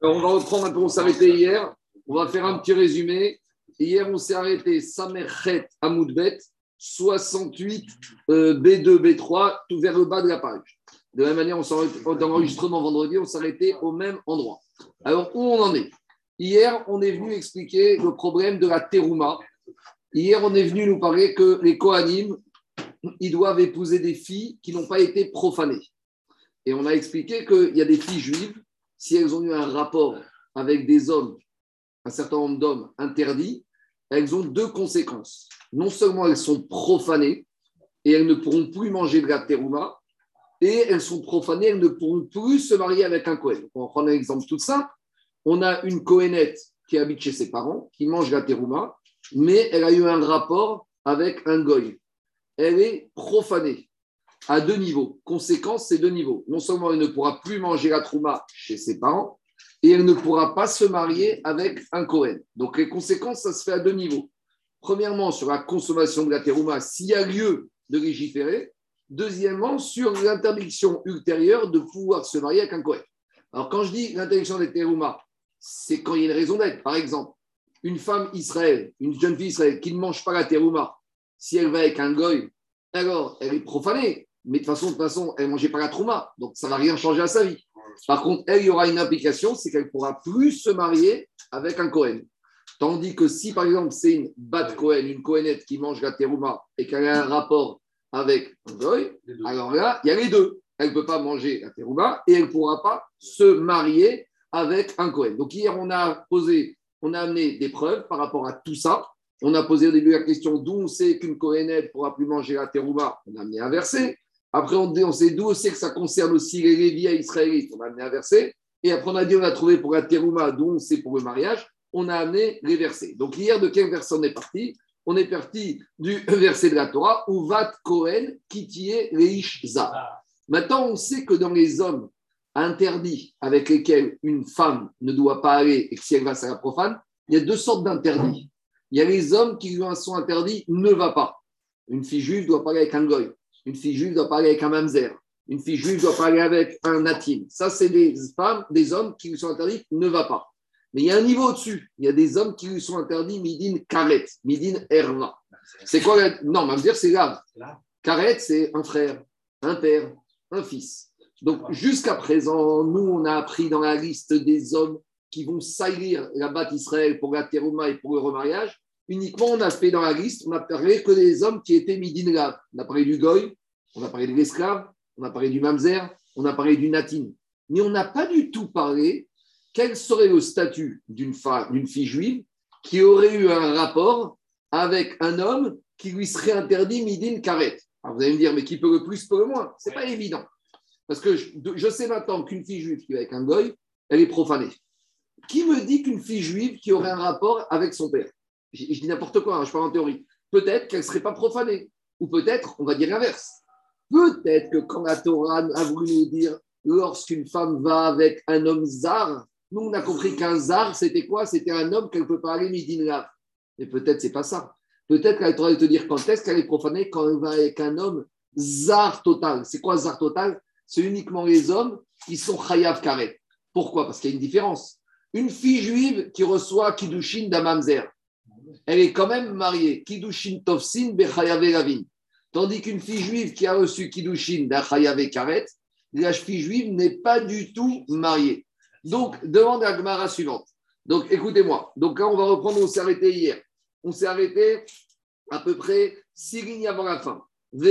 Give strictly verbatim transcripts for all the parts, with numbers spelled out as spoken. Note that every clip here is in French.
Alors, on va reprendre un peu, on s'est arrêté hier. On va faire un petit résumé. Hier, on s'est arrêté Samerchet Amoudbet, soixante-huit euh, B deux, B trois, tout vers le bas de la page. De la même manière, on s'en dans l'enregistrement vendredi, on s'est arrêté au même endroit. Alors, où on en est? Hier, on est venu expliquer le problème de la terouma. Hier, on est venu nous parler que les Kohanim, ils doivent épouser des filles qui n'ont pas été profanées. Et on a expliqué qu'il y a des filles juives, si elles ont eu un rapport avec des hommes, un certain nombre d'hommes interdits, elles ont deux conséquences. Non seulement elles sont profanées et elles ne pourront plus manger de la terouma, et elles sont profanées, elles ne pourront plus se marier avec un Kohen. On va prendre un exemple tout simple. On a une Kohenette qui habite chez ses parents, qui mange la terouma, mais elle a eu un rapport avec un goy. Elle est profanée à deux niveaux. Conséquence, c'est deux niveaux. Non seulement elle ne pourra plus manger la trouma chez ses parents, et elle ne pourra pas se marier avec un Kohen. Donc les conséquences, ça se fait à deux niveaux. Premièrement, sur la consommation de la terouma, s'il y a lieu de légiférer. Deuxièmement, sur l'interdiction ultérieure de pouvoir se marier avec un Kohen. Alors quand je dis l'interdiction des terouma, c'est quand il y a une raison d'être. Par exemple, une femme Israël, une jeune fille Israël qui ne mange pas la terouma, si elle va avec un goy, alors elle est profanée. Mais de toute façon, de toute façon elle ne mangeait pas la trouma, donc ça ne va rien changer à sa vie. Par contre, elle, il y aura une implication, c'est qu'elle ne pourra plus se marier avec un Kohen. Tandis que si, par exemple, c'est une bat Kohen, une Kohenette qui mange la terouma et qu'elle a un rapport avec un goy, alors là, il y a les deux. Elle ne peut pas manger la terouma et elle ne pourra pas se marier avec un Kohen. Donc hier, on a posé, on a amené des preuves par rapport à tout ça. On a posé au début la question d'où on sait qu'une Kohenette ne pourra plus manger la terouma. On a amené un verset. Après, on, on sait d'où on sait que ça concerne aussi les Lévites israélites. On a amené un verset. Et après, on a dit, on a trouvé pour la terouma, d'où on sait pour le mariage. On a amené les versets. Donc hier, de quel verset on est parti? On est parti du verset de la Torah, où Vat Kohen Kitie Reish Za. Maintenant, on sait que dans les hommes interdits avec lesquels une femme ne doit pas aller et que si elle va, ça la profane, il y a deux sortes d'interdits. Il y a les hommes qui lui sont interdits, ne va pas. Une fille juive doit pas aller avec un goy. Une fille juive doit pas aller avec un mamzer. Une fille juive doit pas aller avec un natim. Ça, c'est des femmes, des hommes qui lui sont interdits, ne va pas. Mais il y a un niveau au-dessus. Il y a des hommes qui lui sont interdits, midin karet, midin erva. C'est quoi la... Non, mamzer, c'est grave. Karet, c'est un frère, un père, un fils. Donc, jusqu'à présent, nous, on a appris dans la liste des hommes qui vont salir la Bat Israël pour la terouma et pour le remariage. Uniquement, on a fait dans la liste, on a parlé que des hommes qui étaient midin lav. On a parlé du goy, on a parlé de l'esclave, on a parlé du mamzer, on a parlé du natin. Mais on n'a pas du tout parlé quel serait le statut d'une femme, d'une fille juive qui aurait eu un rapport avec un homme qui lui serait interdit midin karet. Alors vous allez me dire, mais qui peut le plus, peut le moins? Ce n'est pas évident. Parce que je, je sais maintenant qu'une fille juive qui est avec un goy, elle est profanée. Qui me dit qu'une fille juive qui aurait un rapport avec son père? Je, je dis n'importe quoi, hein, je parle en théorie. Peut-être qu'elle ne serait pas profanée. Ou peut-être, on va dire l'inverse. Peut-être que quand la Torah a voulu nous dire lorsqu'une femme va avec un homme zar, nous on a compris qu'un zar, c'était quoi? C'était un homme qu'elle ne peut pas aller midin lav. Mais peut-être ce n'est pas ça. Peut-être qu'elle pourrait te dire quand est-ce qu'elle est profanée, quand elle va avec un homme zar total. C'est quoi zar total? C'est uniquement les hommes qui sont chayav karet. Pourquoi? Parce qu'il y a une différence. Une fille juive qui reçoit kiddushin d'un mamzer, elle est quand même mariée. Kiddushin tovsin bechayav lavin. Tandis qu'une fille juive qui a reçu kiddushin d'un chayav karet, la fille juive n'est pas du tout mariée. Donc, demande à la Gemara suivante. Donc, écoutez-moi. Donc là, on va reprendre, on s'est arrêté hier. On s'est arrêté à peu près six lignes avant la fin.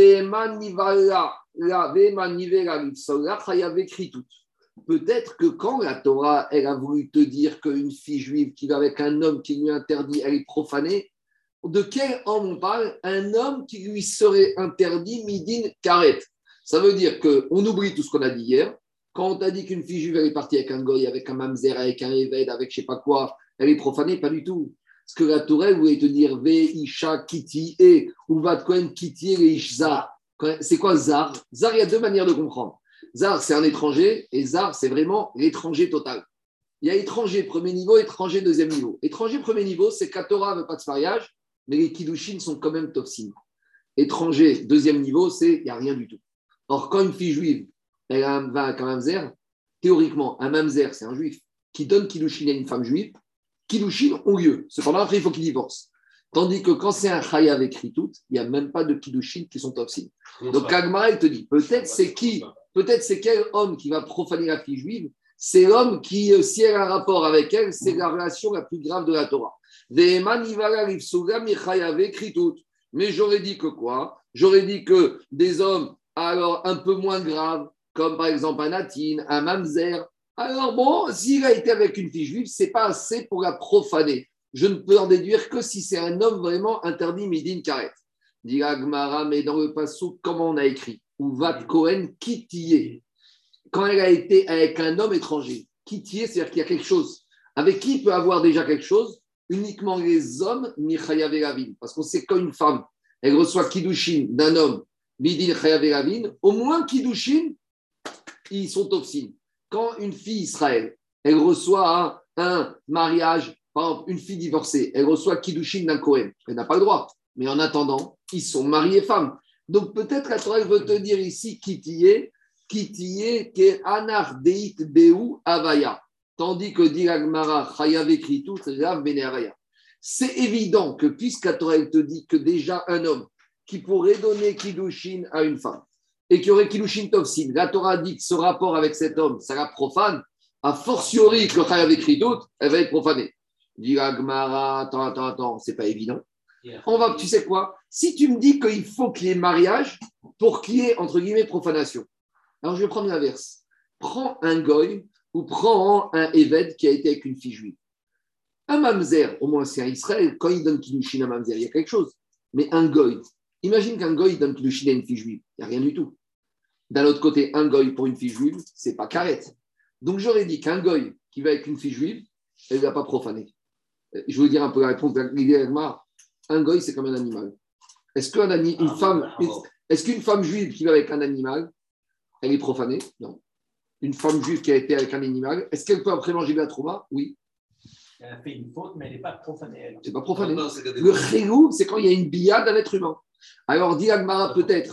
Peut-être que quand la Torah elle a voulu te dire qu'une fille juive qui va avec un homme qui lui interdit, elle est profanée, de quel homme on parle? Un homme qui lui serait interdit midin karet. Ça veut dire qu'on oublie tout ce qu'on a dit hier. Quand on t'a dit qu'une fille juive elle est partie avec un goy, avec un mamzer, avec un éved, avec je ne sais pas quoi, elle est profanée, pas du tout. Ce que la Torah voulait te dire, Ve Isha Kiti e ou Vat Kohen Kiti e Zar. C'est quoi Zar? Zar, il y a deux manières de comprendre. Zar, c'est un étranger, et Zar, c'est vraiment l'étranger total. Il y a étranger premier niveau, étranger deuxième niveau. Étranger premier niveau, c'est que la Torah ne veut pas de mariage, mais les Kiddushin sont quand même tofsim. Étranger deuxième niveau, c'est il n'y a rien du tout. Or, quand une fille juive, elle va avec un mamzer, théoriquement, un mamzer, c'est un juif. qui donne Kiddushin à une femme juive, Kiddushin ont lieu. Cependant, après, il faut qu'il divorce. Tandis que quand c'est un Chayav avec Ritout, il n'y a même pas de Kiddushin qui sont toxines. Donc, Kagmara, il te dit, peut-être c'est qui, peut-être c'est quel homme qui va profaner la fille juive, c'est l'homme qui, si elle a un rapport avec elle, c'est la relation la plus grave de la Torah. Mais j'aurais dit que quoi? J'aurais dit que des hommes, alors un peu moins graves, comme par exemple un Natin, un Mamzer, alors bon, s'il a été avec une fille juive, ce n'est pas assez pour la profaner. Je ne peux en déduire que si c'est un homme vraiment interdit midin karet. Dit Agmara, mais dans le passou, comment on a écrit? Ou vat Cohen kitiye. Quand elle a été avec un homme étranger, kitiye, c'est-à-dire qu'il y a quelque chose. Avec qui il peut avoir déjà quelque chose? Uniquement les hommes, Michayav et Ravin. Parce qu'on sait qu'une femme, elle reçoit Kiddushin d'un homme, midin Chayav et Ravin, au moins Kiddushin, ils sont toxines. Quand une fille Israël, elle reçoit un, un mariage, par exemple, une fille divorcée, elle reçoit Kiddushin d'un Kohen, elle n'a pas le droit. Mais en attendant, ils sont mariés femmes. Donc peut-être la Torah veut te dire ici, Kitiye, Kitiye, ke anar deit beu avaya. Tandis que dit l'Agmara, Chayav écrit tout, c'est évident que puisque la Torah te dit que déjà un homme qui pourrait donner Kiddushin à une femme, et qui aurait Kiddushin toxine, la Torah dit que ce rapport avec cet homme, ça la profane, a fortiori que Chayav écrit tout, elle va être profanée. Dit Agmara, attends, attends, attends, c'est pas évident. On va, tu sais quoi? Si tu me dis qu'il faut qu'il y ait mariage pour qu'il y ait, entre guillemets, profanation, alors je vais prendre l'inverse. Prends un goy ou prends un éved qui a été avec une fille juive. Un mamzer, au moins c'est un Israël, quand il donne Kiddushin à mamzer, il y a quelque chose. Mais un goy, imagine qu'un goy donne Kiddushin à une fille juive, il n'y a rien du tout. D'un autre côté, un goy pour une fille juive, c'est pas carrette. Donc j'aurais dit qu'un goy qui va avec une fille juive, elle ne va pas profaner. Je vais vous dire un peu la réponse. Un goy, c'est comme un animal. Est-ce qu'un ani- une femme, est-ce qu'une femme juive qui va avec un animal, elle est profanée? Non. Une femme juive qui a été avec un animal, est-ce qu'elle peut après manger de la trouma? Oui. Elle a fait une faute, mais elle n'est pas profanée. Elle. C'est pas profané. Non, non, c'est le chélou, c'est quand il y a une billade d'un être humain. Alors, dit Agmara, peut-être.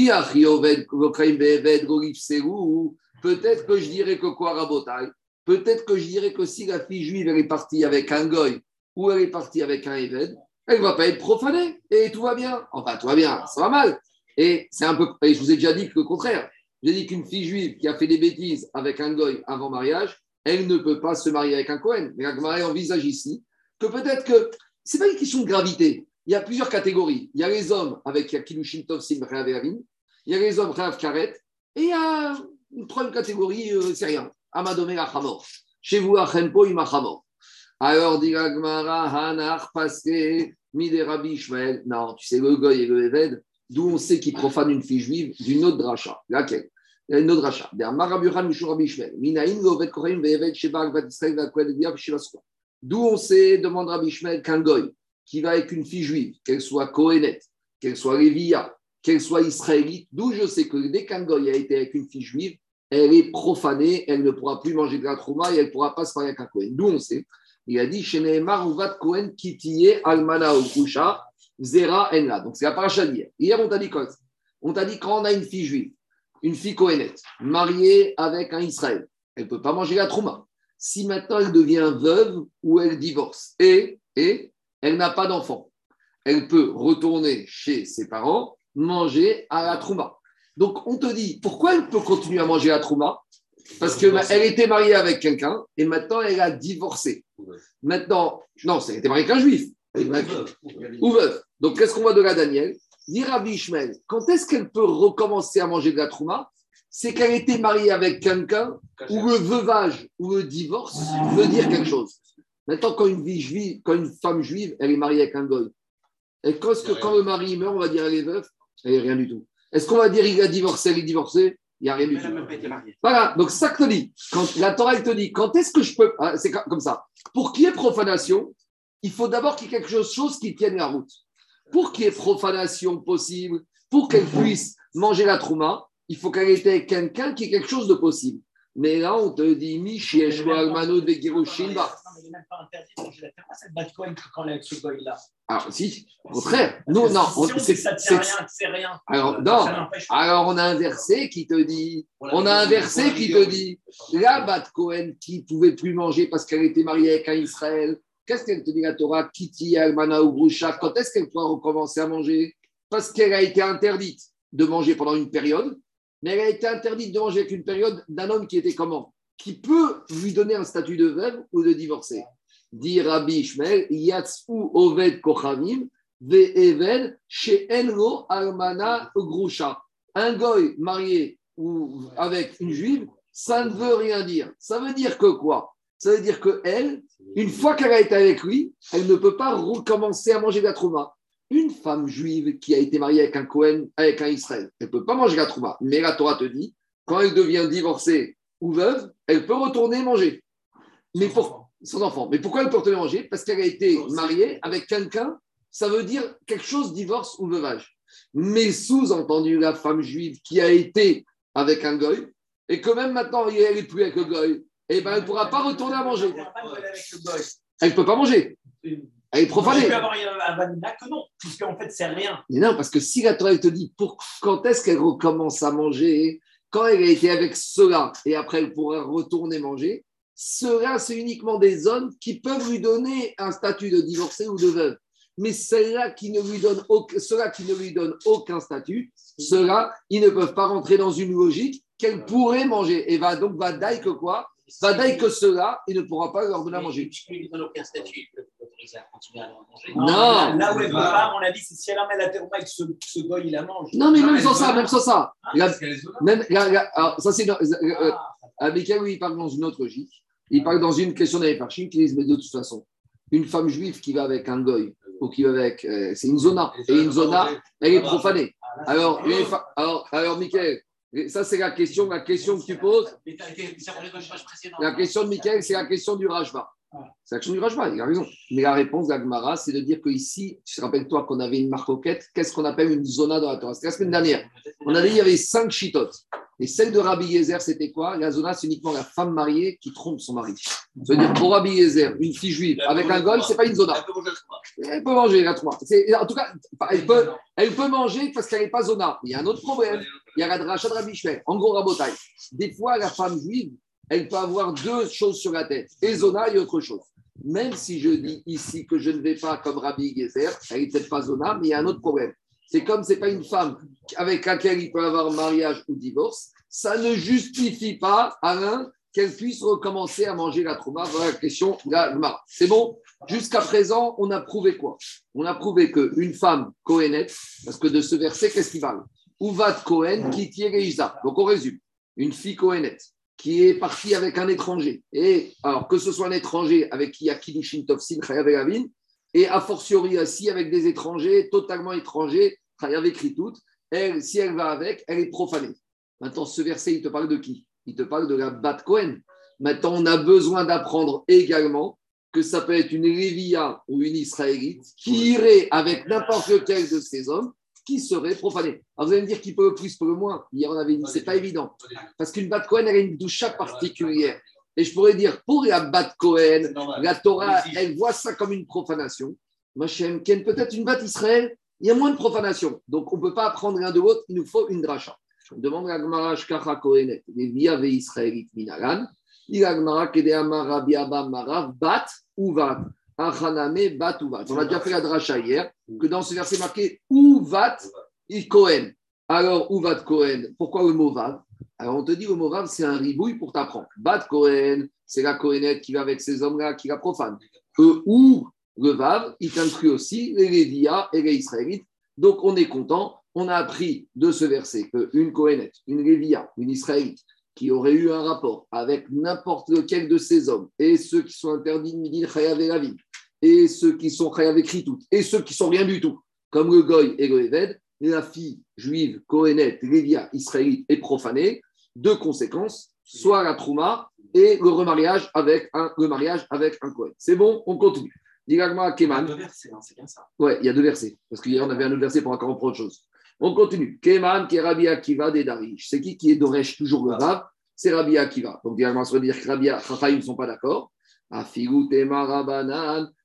Peut-être que je dirais que quoi, Rabotai? Peut-être que je dirais que si la fille juive elle est partie avec un goy ou elle est partie avec un éved, elle ne va pas être profanée et tout va bien. Enfin, tout va bien, ça va mal. Et c'est un peu. Et je vous ai déjà dit que le contraire. J'ai dit qu'une fille juive qui a fait des bêtises avec un goy avant mariage, elle ne peut pas se marier avec un Cohen. Mais Agmara envisage ici que peut-être que ce n'est pas une question de gravité. Il y a plusieurs catégories. Il y a les hommes avec Kiddushin Tovsim Chayav Eravin, il y a les hommes Chayav Karet, et il y a une troisième catégorie, euh, c'est rien. Amadome Achamor. Chez vous, Achempo, Imachamor. Alors, dit Agmara, Hanar, Paske, Mide Rabbi Ishmael. Non, tu sais, le goy et le Eved, d'où on sait qu'ils profanent une fille juive, d'une autre dracha. Laquelle? Une autre dracha. D'où on sait, demande Rabbi Ishmael, qu'un goy qui va avec une fille juive, qu'elle soit Kohénette, qu'elle soit Lévia, qu'elle soit israélite, d'où je sais que dès qu'un goy a été avec une fille juive, elle est profanée, elle ne pourra plus manger de la trouma et elle ne pourra pas se marier avec un Kohen. D'où on sait. Il a dit chez Nehemar Uvat Kohen Kitiye Almana Okusha Zera Enla. Donc c'est la paracha d'hier. Hier, on t'a dit quoi? On t'a dit quand on a une fille juive, une fille Kohénette, mariée avec un Israël, elle ne peut pas manger la trouma. Si maintenant elle devient veuve ou elle divorce et, et elle n'a pas d'enfant, elle peut retourner chez ses parents, manger à la trouma. Donc, on te dit, pourquoi elle peut continuer à manger la trouma? Parce qu'elle était mariée avec quelqu'un et maintenant, elle a divorcé. Maintenant, non, elle était mariée avec un juif. Ou veuve. Donc, qu'est-ce qu'on voit de la Daniel? Dit Rabbi Ishmael, quand est-ce qu'elle peut recommencer à manger de la trouma? C'est qu'elle était mariée avec quelqu'un où le veuvage ou le divorce veut dire quelque chose. Maintenant, quand une, vie juive, quand une femme juive, elle est mariée avec un goy, et quand, que, quand le mari meurt, on va dire elle est veuve, elle n'est rien du tout. Est-ce qu'on va dire il a divorcé, elle est divorcée? Il n'y a rien du tout. Voilà, donc ça que te dit. Quand la Torah elle te dit, quand est-ce que je peux. Hein, c'est comme ça. Pour qu'il y ait profanation, il faut d'abord qu'il y ait quelque chose qui tienne la route. Pour qu'il y ait profanation possible, pour qu'elle puisse manger la trouma, il faut qu'elle ait avec quelqu'un qui ait quelque chose de possible. Mais là, on te dit, Michi, Eshua, Almano, de Girushin. Non, mais il n'est même pas interdit de manger la trouma, cette bête quand elle est avec ce goy-là. Alors, si, au contraire. Nous, non. Si on dit que ça ne tient rien, que c'est rien. Alors, non. Alors, on a un verset qui te dit, on a un verset qui te dit, la Bat Cohen qui ne pouvait plus manger parce qu'elle était mariée avec un Israël, qu'est-ce qu'elle te dit la Torah? Kiti, Almana ou Grusha, quand est-ce qu'elle pourra recommencer à manger? Parce qu'elle a été interdite de manger pendant une période, mais elle a été interdite de manger avec une période d'un homme qui était comment? Qui peut lui donner un statut de veuve ou de divorcé. Dit Rabbi Ishmael, Yatzfu Oved Kochavim, Ve'eved, She'enlo Almana Grusha. Un goy marié ou avec une juive, ça ne veut rien dire. Ça veut dire que quoi? Ça veut dire qu'elle, une fois qu'elle a été avec lui, elle ne peut pas recommencer à manger de la trouma. Une femme juive qui a été mariée avec un Cohen, avec un Israël, elle ne peut pas manger la trouma. Mais la Torah te dit, quand elle devient divorcée ou veuve, elle peut retourner manger. Mais pour son enfant. Mais pourquoi elle peut retourner manger? Parce qu'elle a été mariée avec quelqu'un, ça veut dire quelque chose, divorce ou veuvage. Mais sous-entendu, la femme juive qui a été avec un goy, et que même maintenant, elle n'est plus avec le goy, eh ben, elle ne pourra pas retourner à manger. Elle ne peut pas manger. Elle est profanée. Elle peut avoir un vanilla que non, puisqu'en fait, c'est rien. Mais non, parce que si la Torah te dit pour, quand est-ce qu'elle recommence à manger, quand elle a été avec ceux-là, et après elle pourra retourner manger, ceux-là, c'est uniquement des hommes qui peuvent lui donner un statut de divorcé ou de veuve. Mais ceux-là qui ne lui donnent aucun, ceux-là qui ne lui donnent aucun statut, ceux-là, ils ne peuvent pas rentrer dans une logique qu'elle pourrait manger. Et va donc va daille que quoi? Va daille que ceux-là, il ne pourra pas leur donner à manger. Puisqu'il ne lui donne aucun statut, il peut l'autoriser à continuer à manger. Non. Là, là où elle ne peut pas, à mon avis, c'est si elle amène la terre que ce, ce goy, il la mange. Non, mais même sans ça, même sans ça. Hein, La, même, la, la, alors, ça, c'est. Euh, euh, ah, avec elle, oui, il parle dans une autre logique. Il parle dans une question d'Aïfarchim qui disent, mais de toute façon, une femme juive qui va avec un goy, ou qui va avec. Euh, c'est une zona. Et une zona, elle est profanée. Alors, alors, alors, Michael, ça, c'est la question, la question que tu poses. La question de Michael, c'est la question du Rajba. C'est la question du Rajba, il a raison. Mais la réponse d'Agmara, c'est de dire qu'ici, tu te rappelles-toi qu'on avait une marcoquette, qu'est-ce qu'on appelle une zona dans la Torah? C'était la semaine dernière. On avait dit qu'il y avait cinq chitotes. Et celle de Rabbi Yezer, c'était quoi? La zona, c'est uniquement la femme mariée qui trompe son mari. Ça veut dire pour Rabbi Yezer, une fille juive avec un goy, c'est pas une zona. Elle peut manger la trouma. En tout cas, elle peut, elle peut manger parce qu'elle n'est pas zona. Il y a un autre problème. Il y a la dracha de Rabbi Shmer. En gros, Rabotai. Des fois, la femme juive, elle peut avoir deux choses sur la tête. Et zona et autre chose. Même si je dis ici que je ne vais pas comme Rabbi Yezer, elle n'est peut-être pas zona, mais il y a un autre problème. C'est comme ce n'est pas une femme avec laquelle il peut avoir mariage ou divorce, ça ne justifie pas, Alain, qu'elle puisse recommencer à manger la trouma. Voilà la question de la Gemara. C'est bon? Jusqu'à présent, on a prouvé quoi? On a prouvé qu'une femme Kohénette, parce que de ce verset, qu'est-ce qu'il parle? Uvat Kohen qui tire Isa. Donc on résume. Une fille Kohénette qui est partie avec un étranger, et alors que ce soit un étranger avec qui il y a Kiddushin Tovsin, Chayav Elavin, et a fortiori aussi avec des étrangers, totalement étrangers, Chayav Ekritout, elle, si elle va avec, elle est profanée. Maintenant, ce verset, il te parle de qui? Il te parle de la Bat Kohen. Maintenant, on a besoin d'apprendre également que ça peut être une Lévia ou une Israélite qui irait avec n'importe lequel de ces hommes qui serait profané. Alors vous allez me dire qui peut le plus, peut le moins. Hier, on avait dit, c'est pas évident. Parce qu'une Bat Kohen, elle a une doucha particulière. Et je pourrais dire, pour la Bat Kohen, la Torah, elle voit ça comme une profanation. Machem Ken, peut-être une Bat Israël, il y a moins de profanation. Donc, on ne peut pas apprendre l'un de l'autre, il nous faut une dracha. On demande à Gmara Shkacha Kohenet, les via ve Israélite minagan. Il a Gmara Kedeama Rabbi Abba Marav, Bat Uvat. Achaname Bat Uvat. On a déjà fait la dracha hier, que dans ce verset marqué Uvat Kohen. Alors, Uvat Kohen, pourquoi le mot Vav? Alors, on te dit le mot Vav, c'est un ribouille pour t'apprendre. Bat Kohen, c'est la Kohenette qui va avec ces hommes-là, qui la profane. Euh, ou le Vav, il t'inclut aussi les Lévias et les Israélites. Donc, on est content. On a appris de ce verset qu'une Kohenette, une Lévia, une Israélite, qui aurait eu un rapport avec n'importe lequel de ces hommes, et ceux qui sont interdits de Midin Chayav Elavim, et ceux qui sont Chayav Ekritout, et ceux qui sont rien du tout, comme le Goy et le Eved, la fille juive, Kohénette, Lévia, Israélite est profanée, deux conséquences, soit la Trouma et le remariage avec un, le mariage avec un Kohen. C'est bon, on continue. Digagma Keman. Il y a deux versets, hein, c'est bien ça. Ouais, il y a deux versets, parce qu'hier on avait un autre verset pour encore autre chose. On continue. Keman, qui est Rabbi Akiva des Darish. C'est qui qui est Doresh toujours le Vav? C'est Rabbi Akiva. Donc, directement, ça veut dire que Rabbi Chachaim ne sont pas d'accord. Afigu Tema Rabanan,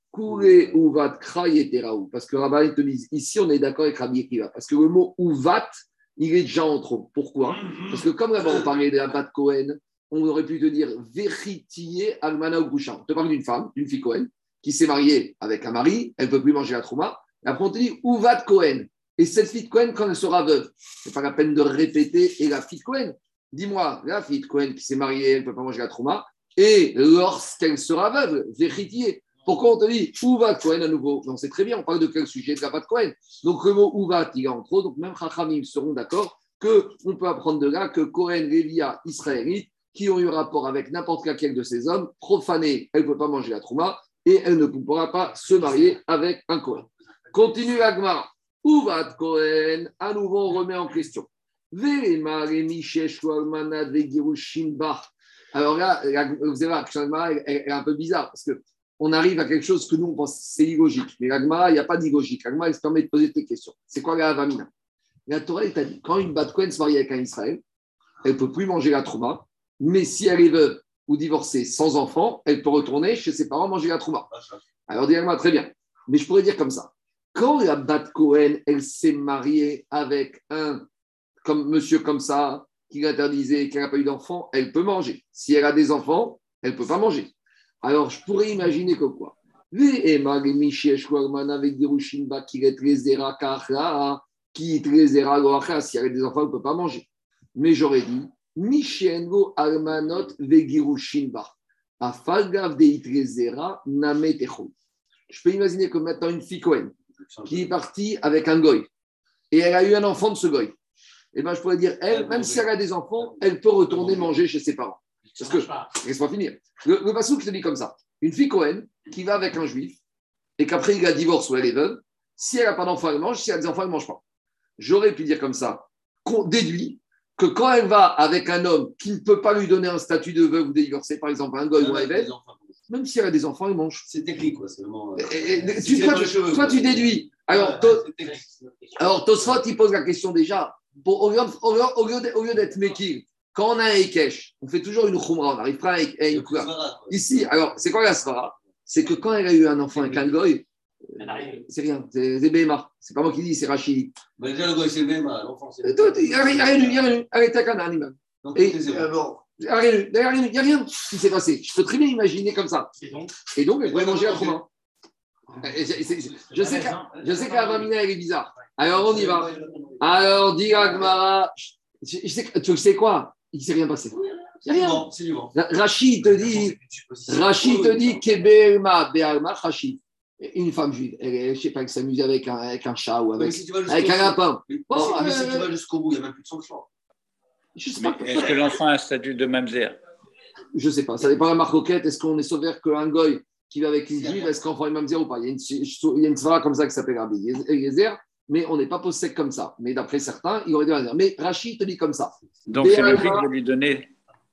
Kouré Uvat Krayeteraou. Parce que Rabbi te dit, ici on est d'accord avec Rabbi Akiva. Parce que le mot Uvat, il est déjà en trop. Pourquoi? Parce que comme là-bas on parlait de la Bat Cohen, on aurait pu te dire Véritier Almana ou Gouchan. On te parle d'une femme, d'une fille Cohen, qui s'est mariée avec un mari, elle ne peut plus manger la Trouma. Et après on te dit Uvat Cohen. Et cette fille de Cohen, quand elle sera veuve, ce n'est pas la peine de répéter et la fille de Cohen. Dis-moi, la fille de Cohen qui s'est mariée, elle ne peut pas manger la Trouma. Et lorsqu'elle sera veuve, Véritier. Pourquoi on te dit Uvat Cohen à nouveau? Non, c'est très bien, on parle de quel sujet? De la Bat Cohen. Donc le mot Uvat, il est en trop. Donc même Chachamim seront d'accord qu'on peut apprendre de là que Cohen, Lévia, israélite, qui ont eu rapport avec n'importe lequel de ces hommes, profanés, elle ne peut pas manger la Trouma et elle ne pourra pas se marier avec un Cohen. Continue Agmara. Uvat Cohen, à nouveau on remet en question. Alors là, vous allez voir, elle est un peu bizarre parce qu'on arrive à quelque chose que nous on pense c'est illogique. Mais l'Agmara, il n'y a pas d'illogique. L'Agmara, il se permet de poser tes questions. C'est quoi la Havamina? La Torah, elle t'a dit, quand une Bat Cohen se marie avec un Israël, elle ne peut plus manger la Trouma, mais si elle est veuve ou divorcée sans enfant, elle peut retourner chez ses parents manger la Trouma. Alors, dis moi très bien. Mais je pourrais dire comme ça. Quand la Bat Cohen, elle s'est mariée avec un comme monsieur comme ça, qui l'interdisait, qui n'a pas eu d'enfant, elle peut manger. Si elle a des enfants, elle ne peut pas manger. Alors, je pourrais imaginer que quoi? Si elle a des enfants, elle ne peut pas manger. Mais j'aurais dit, Mishengo almanot vegirushinba. Afalgav deitrezera nametecho. Je peux imaginer que maintenant une fille Cohen qui est partie avec un goy et elle a eu un enfant de ce goy. Et ben je pourrais dire, elle, même si elle a des enfants, elle peut retourner manger chez ses parents. Parce que, laisse-moi finir. Le, le Passouk te dit comme ça. Une fille Cohen qui va avec un juif et qu'après il a divorce ou elle est veuve, si elle n'a pas d'enfant, elle mange. Si elle a des enfants, elle ne mange pas. J'aurais pu dire comme ça, qu'on déduit que quand elle va avec un homme qui ne peut pas lui donner un statut de veuve ou de divorcé, par exemple un goy ou un évêque, même si elle a des enfants, elle mange. C'est technique, quoi. C'est vraiment. Euh, et, et, tu, toi, tu, cheveux, toi tu déduis. Alors, ouais, alors Tosfot, il pose la question déjà. Pour, au lieu, au lieu, au lieu, au lieu d'être Mekil, quand on a un Ekesh, on fait toujours une Khumra, on n'arrive pas à une Kula. Ici, alors, c'est quoi la Svara? C'est que quand elle a eu un enfant avec un goy, euh, c'est rien, c'est B M A. C'est pas moi qui dis, c'est Rachid. Mais déjà, le goy, c'est B M A, l'enfant, c'est. Il n'y a rien eu, il n'y a rien eu. Allez, t'as qu'un animal. Donc, il n'y a rien eu, il n'y a rien qui s'est passé. Je peux très bien imaginer comme ça. Et donc, Et donc elle pourrait manger à Khumra. Je sais que la Mamina, elle est bizarre. Alors, on y va. Alors, dit Agmara, tu sais quoi? Il ne s'est rien passé. Il n'y a rien. C'est du vent. Rachid te dit, Rachid te dit, Keberma, Be'alma, Rachid. Une femme juive, elle, je ne sais pas, elle s'amuse avec un, avec un chat ou avec, si avec un lapin. Mais, bon, mais, mais si tu vas jusqu'au bout, il n'y a même plus de sang de choix. Est-ce que l'enfant a un statut de mamzer? Je ne sais pas. Ça dépend de la marcoquette. Est-ce qu'on est sauvé qu'un goy qui va avec une juive, est-ce qu'enfant est mamzer ou pas? Il y a une, il y a une svara comme ça qui s'appelle Rabbi Eliezer, mais on n'est pas posé comme ça. Mais d'après certains, il aurait dû dire. Mais Rachid te dit comme ça. Donc c'est le prix que vous lui donnez.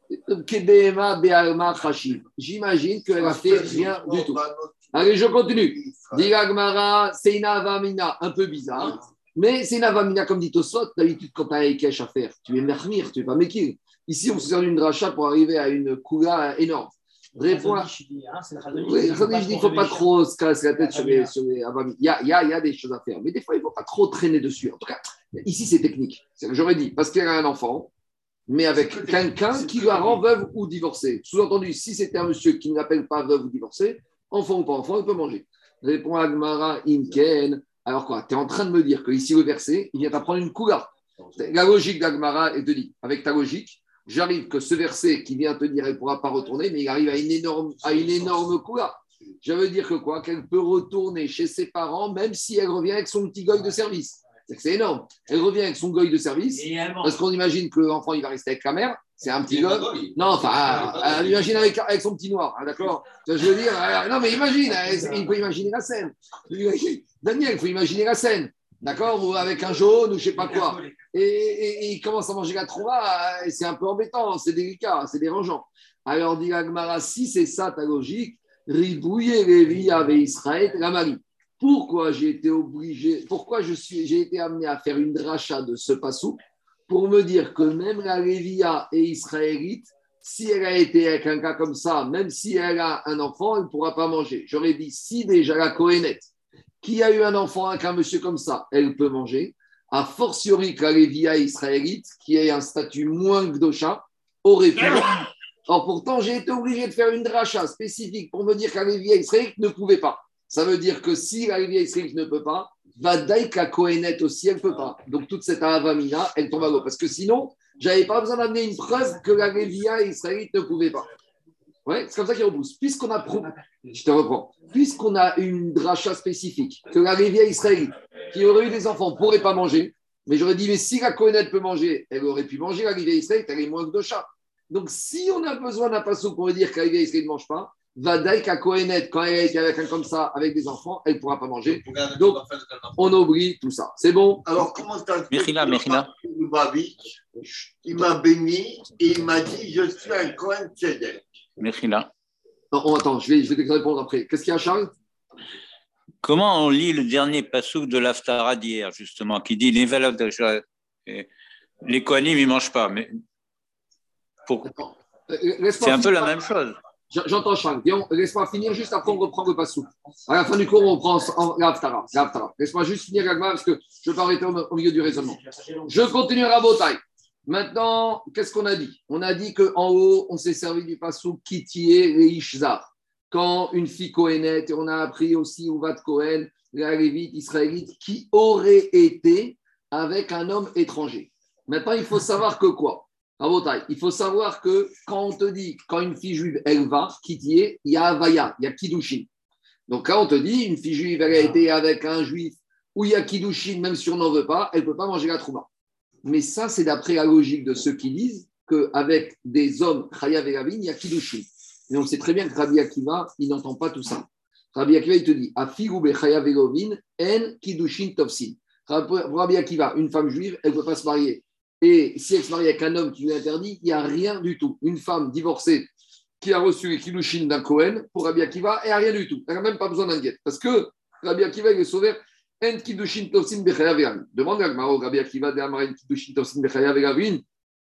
Kebema Be'alma Rachid. J'imagine qu'elle a fait rien du tout. Allez, je continue. Diragmara, c'est une avamina un peu bizarre, mais c'est une avamina comme dit Tosfot. D'habitude, quand tu as un Ekesh à faire, tu es mermir, tu es pas mekir. Ici, on se sert d'une dracha pour arriver à une kula énorme. Réponds à. Oui, je dis, il ne faut pas trop se casser la tête sur les, sur les avamina. Il y a, il y, a, il y a des choses à faire, mais des fois, il ne faut pas trop traîner dessus. En tout cas, ici, c'est technique. C'est ce que j'aurais dit, parce qu'elle a un enfant, mais avec quelqu'un qui la rend veuve ou divorcée. Sous-entendu, si c'était un monsieur qui ne l'appelle pas veuve ou divorcée, enfant ou pas enfant, il peut manger. Répond Agmara, Imken. Alors quoi, tu es en train de me dire qu'ici, le verset, il vient t'apprendre une coula. La logique d'Agmara est de dire, avec ta logique, j'arrive que ce verset qui vient te dire qu'elle ne pourra pas retourner, mais il arrive à une énorme, à une énorme coula. Je veux dire que quoi, qu'elle peut retourner chez ses parents, même si elle revient avec son petit goy de service. C'est que c'est énorme. Elle revient avec son goy de service, parce qu'on imagine que l'enfant, il va rester avec la mère. C'est un petit goy. Non, enfin, euh, euh, imagine avec, avec son petit noir, hein, d'accord? Je veux dire, euh, non, mais imagine, euh, il faut imaginer la scène. Daniel, il faut imaginer la scène, d'accord? Ou avec un jaune, ou je ne sais pas quoi. Et, et, et il commence à manger la trouva, et c'est un peu embêtant, c'est délicat, c'est dérangeant. Alors, dit Agmara, si c'est ça ta logique, Ribouye Lévi avait Israël, la Marie. Pourquoi j'ai été obligé, pourquoi je suis, j'ai été amené à faire une dracha de ce passouk pour me dire que même la Lévia et Israélite, si elle a été avec un cas comme ça, même si elle a un enfant, elle ne pourra pas manger. J'aurais dit, si déjà la Kohénette, qui a eu un enfant avec un monsieur comme ça, elle peut manger, a fortiori que la Lévia israélite, qui a un statut moins que Gdosha, aurait pu. Or, pourtant, j'ai été obligé de faire une dracha spécifique pour me dire que la Lévia israélite ne pouvait pas. Ça veut dire que si la Lévia israélite ne peut pas, Vadaï la Kohénette aussi, elle ne peut pas. Donc, toute cette Avamina, elle tombe à l'eau. Parce que sinon, je n'avais pas besoin d'amener une preuve que la Lévia israélite ne pouvait pas. Ouais, c'est comme ça qu'il repousse. Puisqu'on a prouvé, je te reprends, puisqu'on a une dracha spécifique, que la Lévia israélite, qui aurait eu des enfants, ne pourrait pas manger, mais j'aurais dit, mais si la Kohénette peut manger, elle aurait pu manger, la Lévia israélite, elle est moins que de chat. Donc, si on a besoin d'un passage pour dire que la Lévia israélite ne mange pas, Vadaï la Kohénette, quand elle est avec un comme ça, avec des enfants, elle ne pourra pas manger. Donc, on oublie tout ça. C'est bon? Alors, comment ça se fait? Mechila, Mechila. Il m'a béni et il m'a dit, je suis un Kohen Tzedek. Mechila. Non, oh, attends, je vais, je vais te répondre après. Qu'est-ce qu'il y a, Charles? Comment on lit le dernier passouk de l'Haftara d'hier, justement, qui dit les valeurs de les Kohanim, ils ne mangent pas. Mais pour... C'est un peu la même chose. J'entends Charles. Laisse-moi finir juste après, on reprend le passou. À la fin du cours, on reprend l'Haftara. Laisse-moi juste finir Gagma parce que je ne veux pas arrêter au milieu du raisonnement. Je continue à Rabotai. Maintenant, qu'est-ce qu'on a dit? On a dit qu'en haut, on s'est servi du passou Kitié Reishzar. Quand une fille Kohénette, et on a appris aussi Uvat Kohen, la Lévite israélite, qui aurait été avec un homme étranger. Maintenant, il faut savoir que quoi? Rabotai, il faut savoir que quand on te dit, quand une fille juive, elle va, Kitié, il y a Avaya, il y a Kiddushin. Donc là, on te dit, une fille juive, elle a été avec un juif où il y a Kiddushin, même si on n'en veut pas, elle ne peut pas manger la trouma. Mais ça, c'est d'après la logique de ceux qui disent qu'avec des hommes, Chayav et Ravin, il y a Kiddushin. Mais on sait très bien que Rabbi Akiva, il n'entend pas tout ça. Rabbi Akiva, il te dit, Afigu be Chayav et Ravin, en Kiddushin Tovsin. Pour Rabbi Akiva, une femme juive, elle ne peut pas se marier. Et si elle se marie avec un homme qui lui interdit, il n'y a rien du tout. Une femme divorcée qui a reçu les Kiddushin d'un Kohen, pour Rabbi Akiva, elle n'a rien du tout. Elle n'a même pas besoin d'un guet. Parce que Rabbi Akiva, il est sauvé. En Kiddushin Tovsin bechayav eravin. Demande à Gmaro, Rabbi Akiva de Amar en Kiddushin Tovsin bechayav eravin.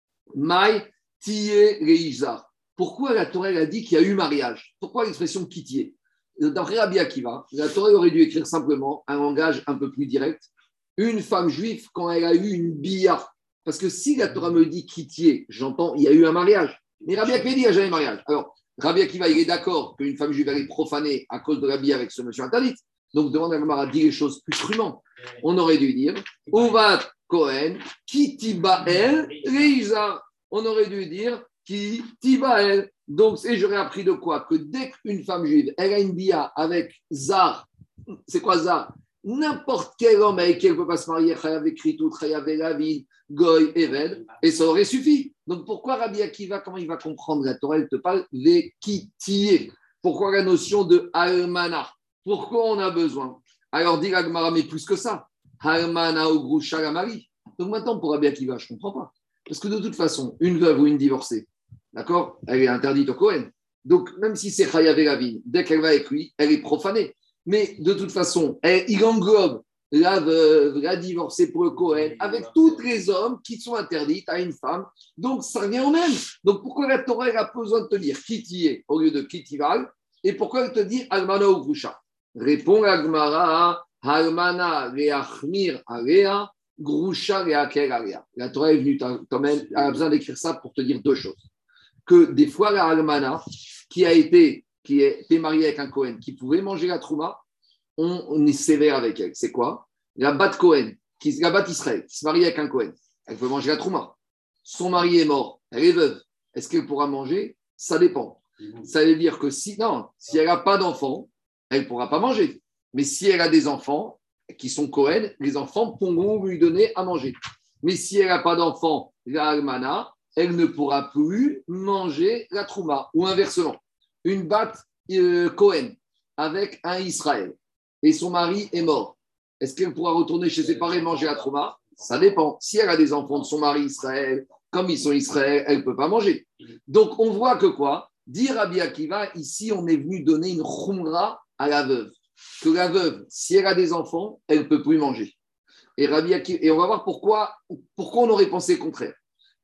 Mai tiye reishzar. Pourquoi la Torah a dit qu'il y a eu mariage? Pourquoi l'expression kitié? D'après Rabbi Akiva, la Torah aurait dû écrire simplement un langage un peu plus direct. Une femme juive, quand elle a eu une bia. Parce que si la Torah me dit kitié, j'entends, il y a eu un mariage. Mais Rabbi Akiva dit qu'il n'y a jamais mariage. Alors, Rabbi Akiva, il est d'accord qu'une femme juive elle est profanée à cause de la bia avec ce monsieur interdit. Donc, demande à Gamara de dire les choses plus crûment. On aurait dû dire Uvat Kohen, ki tibael reizar. On aurait dû dire ki tibael. Donc, et j'aurais appris de quoi? Que dès qu'une femme juive, elle a une bia avec Zar, c'est quoi Zar? N'importe quel homme avec qui elle ne peut pas se marier, Chayav Ekritout, Chayav Elavin, Goy, Eved, et ça aurait suffi. Donc, pourquoi Rabbi Akiva, comment il va comprendre la Torah? Elle te parle de kitié. Pourquoi la notion de almana? Pourquoi on a besoin? Alors, dit la Gemara, mais plus que ça. Almana ou Grusha la mari. Donc maintenant, pour Rabbi Akiva, je ne comprends pas. Parce que de toute façon, une veuve ou une divorcée, d'accord, elle est interdite au Kohen. Donc, même si c'est Chayav Elavin, dès qu'elle va avec lui, elle est profanée. Mais de toute façon, elle, il englobe la veuve, la divorcée pour le Kohen, avec tous les hommes qui sont interdits à une femme. Donc, ça revient au même. Donc, pourquoi la Torah elle a besoin de te dire kitié au lieu de kitival? Et pourquoi elle te dit almana ou grusha? Répond la Gemara, almana leachmir alea, grusha leakel alea. La Torah est venue, elle a besoin d'écrire ça pour te dire deux choses. Que des fois, la almana, qui a été, qui a été mariée avec un Kohen, qui pouvait manger la trouma, on, on est sévère avec elle. C'est quoi? La bat Kohen, qui, la bat Israël, qui se marie avec un Kohen, elle peut manger la trouma. Son mari est mort, elle est veuve. Est-ce qu'elle pourra manger? Ça dépend. Ça veut dire que si, non, si elle n'a pas d'enfants, elle ne pourra pas manger. Mais si elle a des enfants qui sont Kohen, les enfants pourront lui donner à manger. Mais si elle n'a pas d'enfants, la almana, elle ne pourra plus manger la trouma. Ou inversement, une bat euh, Kohen avec un Israël et son mari est mort. Est-ce qu'elle pourra retourner chez ses parents et manger la trouma? Ça dépend. Si elle a des enfants de son mari Israël, comme ils sont Israël, elle ne peut pas manger. Donc on voit que quoi? Dire Rabbi Akiva, ici on est venu donner une khumra à la veuve. Que la veuve, si elle a des enfants, elle ne peut plus manger. Et, Rabbi Akiva, et on va voir pourquoi, pourquoi on aurait pensé le contraire.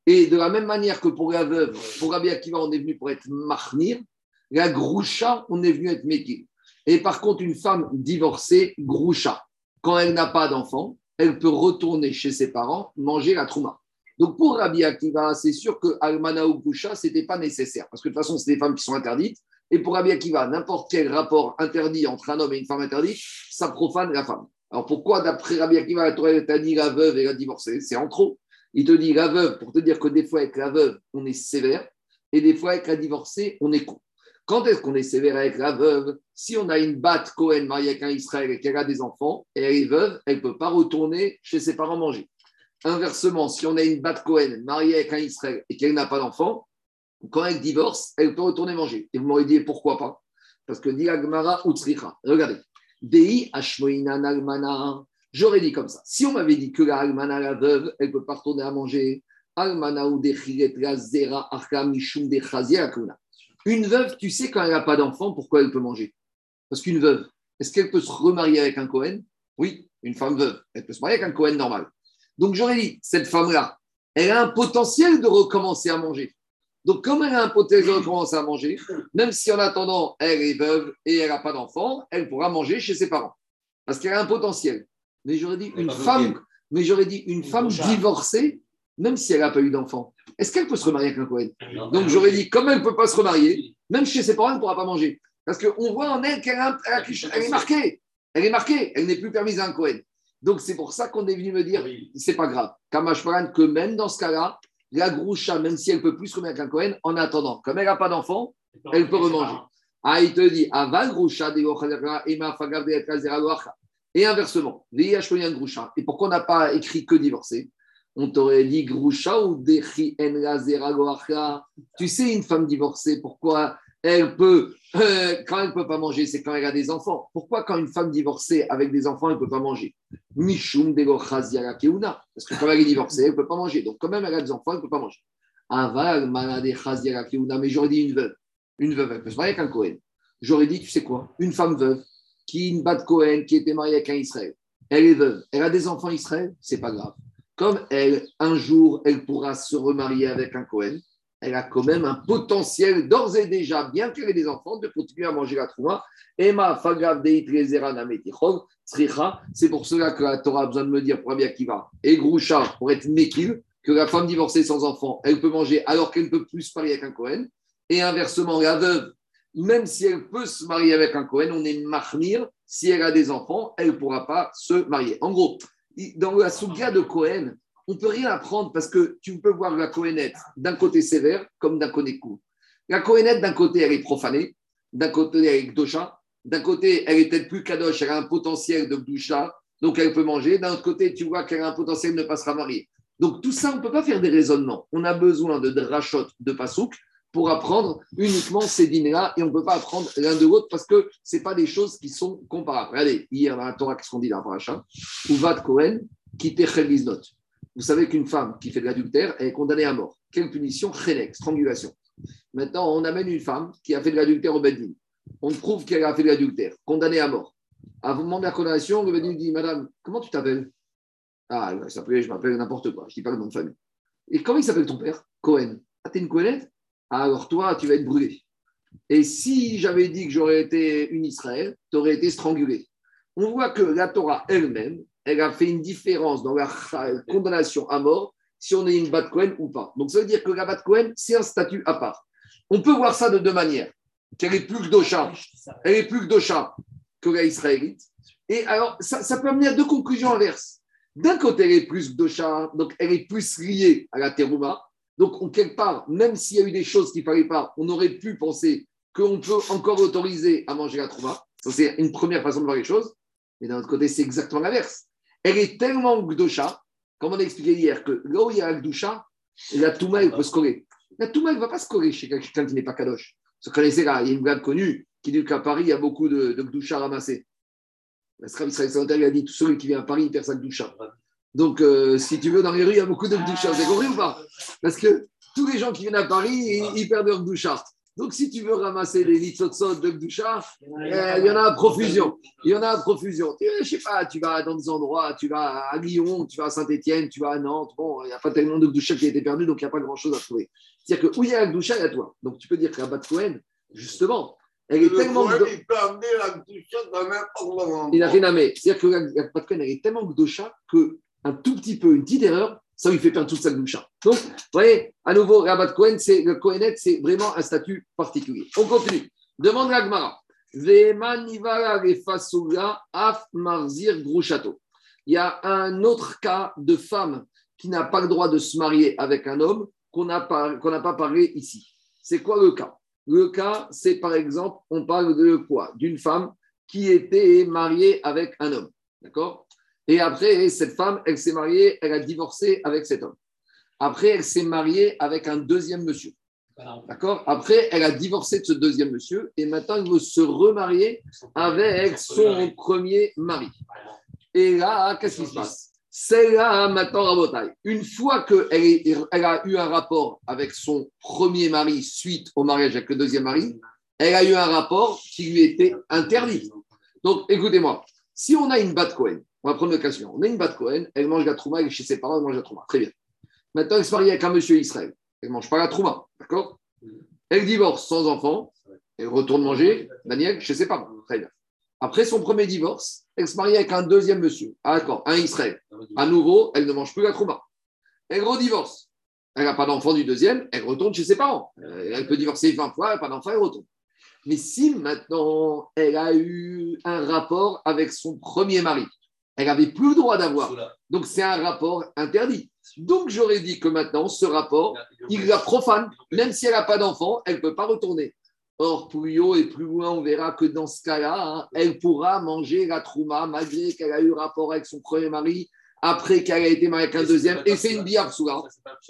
Et de la même manière que pour la veuve, pour Rabbi Akiva, on est venu pour être mahmir, la groucha, on est venu être mekil. Et par contre, une femme divorcée, groucha, quand elle n'a pas d'enfant, elle peut retourner chez ses parents, manger la trouma. Donc pour Rabbi Akiva, c'est sûr que almana ou groucha, ce n'était pas nécessaire, parce que de toute façon, c'est des femmes qui sont interdites. Et pour Rabbi Akiva, n'importe quel rapport interdit entre un homme et une femme interdite, ça profane la femme. Alors pourquoi, d'après Rabbi Akiva, la Torah t'a dit la veuve et la divorcée? C'est en trop. Il te dit la veuve, pour te dire que des fois avec la veuve, on est sévère, et des fois avec la divorcée, on est con. Quand est-ce qu'on est sévère avec la veuve? Si on a une batte Cohen mariée avec un Israël et qu'elle a des enfants, et elle est veuve, elle ne peut pas retourner chez ses parents manger. Inversement, si on a une batte Cohen mariée avec un Israël et qu'elle n'a pas d'enfant, quand elle divorce, elle peut retourner manger. Et vous m'aurez dit pourquoi pas? Parce que dit Agmara Utsricha. Regardez. Dei Ashmoinan Almana. J'aurais dit comme ça. Si on m'avait dit que la Almana, la veuve, elle ne peut pas retourner à manger, Almana ou Dechiret la Zera Arka Mishum de Chazia Akuna. Une veuve, tu sais, quand elle n'a pas d'enfant, pourquoi elle peut manger? Parce qu'une veuve, est-ce qu'elle peut se remarier avec un Cohen? Oui, une femme veuve. Elle peut se marier avec un Cohen normal. Donc j'aurais dit, cette femme-là, elle a un potentiel de recommencer à manger. Donc, comme elle a un potentiel de recommencer à manger, même si en attendant, elle est veuve et elle n'a pas d'enfant, elle pourra manger chez ses parents. Parce qu'elle a un potentiel. Mais j'aurais dit, une femme, mais j'aurais dit, une femme divorcée, même si elle n'a pas eu d'enfant, est-ce qu'elle peut se remarier avec un Cohen? Donc, j'aurais dit, comme elle ne peut pas se remarier, même chez ses parents, elle ne pourra pas manger. Parce qu'on voit en elle qu'elle a, elle est marquée. Elle est marquée. Elle n'est plus permise à un Cohen. Donc, c'est pour ça qu'on est venu me dire, c'est pas grave. Kamashparan, que même dans ce cas-là, la groucha, même si elle ne peut plus se remettre avec un Cohen, en attendant, comme elle n'a pas d'enfant, elle peut remanger. Ah, il te dit, Aval groucha, et inversement, et pourquoi on n'a pas écrit que divorcé? On t'aurait dit groucha ou dechi en la zera goacha. Tu sais, une femme divorcée, pourquoi elle peut, euh, quand elle ne peut pas manger, c'est quand elle a des enfants. Pourquoi quand une femme divorcée avec des enfants, elle ne peut pas manger? Mishum de gochazia keuna. Parce que quand elle est divorcée, elle ne peut pas manger. Donc, quand même, elle a des enfants, elle ne peut pas manger. Aval manade chazia keuna. Mais j'aurais dit une veuve. Une veuve, elle peut se marier avec un Cohen. J'aurais dit, tu sais quoi? Une femme veuve, qui une batte Cohen, qui était mariée avec un Israël. Elle est veuve. Elle a des enfants Israël, c'est pas grave. Comme elle, un jour, elle pourra se remarier avec un Cohen, elle a quand même un potentiel d'ores et déjà, bien qu'elle ait des enfants, de continuer à manger la trouma. Emma fagav deit rezera nametichov tzricha. C'est pour cela que la Torah a besoin de me dire pour Rabbi Akiva et Groucha pour être mekil, que la femme divorcée sans enfant, elle peut manger alors qu'elle ne peut plus se marier avec un Cohen. Et inversement, la veuve, même si elle peut se marier avec un Cohen, on est mahmir. Si elle a des enfants, elle ne pourra pas se marier. En gros, dans la souga de Cohen, on ne peut rien apprendre parce que tu peux voir la Cohenette d'un côté sévère comme d'un côté cool. La Cohenette, d'un côté, elle est profanée, d'un côté, elle est gdosha, d'un côté, elle est peut-être plus kadosh, elle a un potentiel de gdosha, donc elle peut manger. D'un autre côté, tu vois qu'elle a un potentiel de ne pas se marier. Donc tout ça, on ne peut pas faire des raisonnements. On a besoin de drachot, de pasouk, pour apprendre uniquement ces dîners-là et on ne peut pas apprendre l'un de l'autre parce que ce n'est pas des choses qui sont comparables. Regardez, hier, dans la Torah, qu'est-ce qu'on dit dans la paracha? Uvat Kohen, qui techel. Vous savez qu'une femme qui fait de l'adultère est condamnée à mort. Quelle punition? Chelek, strangulation. Maintenant, on amène une femme qui a fait de l'adultère au Beddin. On prouve qu'elle a fait de l'adultère, condamnée à mort. À vous demander la condamnation, le Beddin dit, madame, comment tu t'appelles? Ah, il s'appelait, je m'appelle n'importe quoi, je ne dis pas le nom de famille. Et comment il s'appelle ton père? Cohen. Ah, t'es une Cohenette? Ah, alors toi, tu vas être brûlé. Et si j'avais dit que j'aurais été une Israël, tu aurais été strangulé. On voit que la Torah elle-même, elle a fait une différence dans la condamnation à mort si on est une Bat Cohen ou pas. Donc ça veut dire que la Bat Cohen, c'est un statut à part. On peut voir ça de deux manières. Qu'elle est plus que Dosha, elle est plus que Dosha que la Israélite. Et alors, ça, ça peut amener à deux conclusions inverses. D'un côté, elle est plus que Dosha, donc elle est plus liée à la Terouma. Donc, on, quelque part, même s'il y a eu des choses qu'il ne fallait pas, on aurait pu penser qu'on peut encore autoriser à manger la trouma. Ça, c'est une première façon de voir les choses. Et d'un autre côté, c'est exactement l'inverse. Elle est tellement gdosha, comme on a expliqué hier, que là où il y a la gdosha, la touma, elle peut se coller. La touma, elle ne va pas se coller chez quelqu'un qui n'est pas kadosh. Vous connaissez là, il y a une blague connue qui dit qu'à Paris, il y a beaucoup de, de gdosha ramassés. La Srav Israël Santel a dit tout celui qui vient à Paris, il perd sa gdosha. Donc, euh, si tu veux, dans les rues, il y a beaucoup de gdoucha. Vous avez compris ou pas? Parce que tous les gens qui viennent à Paris, ils, ils perdent leur gdoucha. Donc, si tu veux ramasser les nitzotzot de Gdusha, euh, il y en a à profusion. Il y en a à profusion. Tu, je sais pas, tu vas dans des endroits, tu vas à Lyon, tu vas à Saint-Étienne, tu vas à Nantes. Bon, il n'y a pas tellement de Gdusha qui a été perdu, donc il n'y a pas grand-chose à trouver. C'est-à-dire que où il y a la Gdusha, il y a toi. Donc, tu peux dire que la Bat Cohen, justement, elle est Le tellement. Cohen, gdo- il peut amener la Gdusha dans n'importe quel endroit. Il n'a rien à mettre. C'est-à-dire que la, la Bat Cohen, elle est tellement Gdusha qu'un tout petit peu, une petite erreur, ça lui fait perdre toute sa Gdusha. Donc, vous voyez, à nouveau, la Bat Cohen, c'est, le Kohenet, c'est vraiment un statut particulier. On continue. Demande la Gemara. Ve'manivala refasula af marzir grushato. Il y a un autre cas de femme qui n'a pas le droit de se marier avec un homme qu'on n'a pas, qu'on n'a pas parlé ici. C'est quoi le cas? Le cas, c'est par exemple, on parle de quoi? D'une femme qui était mariée avec un homme. D'accord? Et après, cette femme, elle s'est mariée, elle a divorcé avec cet homme. Après, elle s'est mariée avec un deuxième monsieur. D'accord? Après, elle a divorcé de ce deuxième monsieur et maintenant, elle veut se remarier avec son premier mari. Et là, qu'est-ce qui se passe? Celle-là, maintenant, Rabotai, une fois qu'elle elle a eu un rapport avec son premier mari suite au mariage avec le deuxième mari, elle a eu un rapport qui lui était interdit. Donc, écoutez-moi, si on a une Bat Cohen, on va prendre le cas suivant, on a une Bat Cohen, elle mange la trouma, elle est chez ses parents, elle mange la trouma. Très bien. Maintenant, elle se marie avec un monsieur Israël. Elle ne mange pas la trouma, d'accord? Elle divorce sans enfant, elle retourne manger, Daniel, chez ses parents. Très bien. Après son premier divorce, elle se marie avec un deuxième monsieur. Ah, d'accord, un Israël. À nouveau, elle ne mange plus la trouma. Elle redivorce. Elle n'a pas d'enfant du deuxième, elle retourne chez ses parents. Euh, Elle peut divorcer vingt fois, elle n'a pas d'enfant, elle retourne. Mais si maintenant, elle a eu un rapport avec son premier mari, elle n'avait plus le droit d'avoir. Donc, c'est un rapport interdit. Donc, j'aurais dit que maintenant, ce rapport, il la profane. Même si elle n'a pas d'enfant, elle ne peut pas retourner. Or, plus haut et plus loin, on verra que dans ce cas-là, hein, elle pourra manger la trouma malgré qu'elle a eu rapport avec son premier mari, après qu'elle a été mariée avec un deuxième. Et c'est une biab souvent.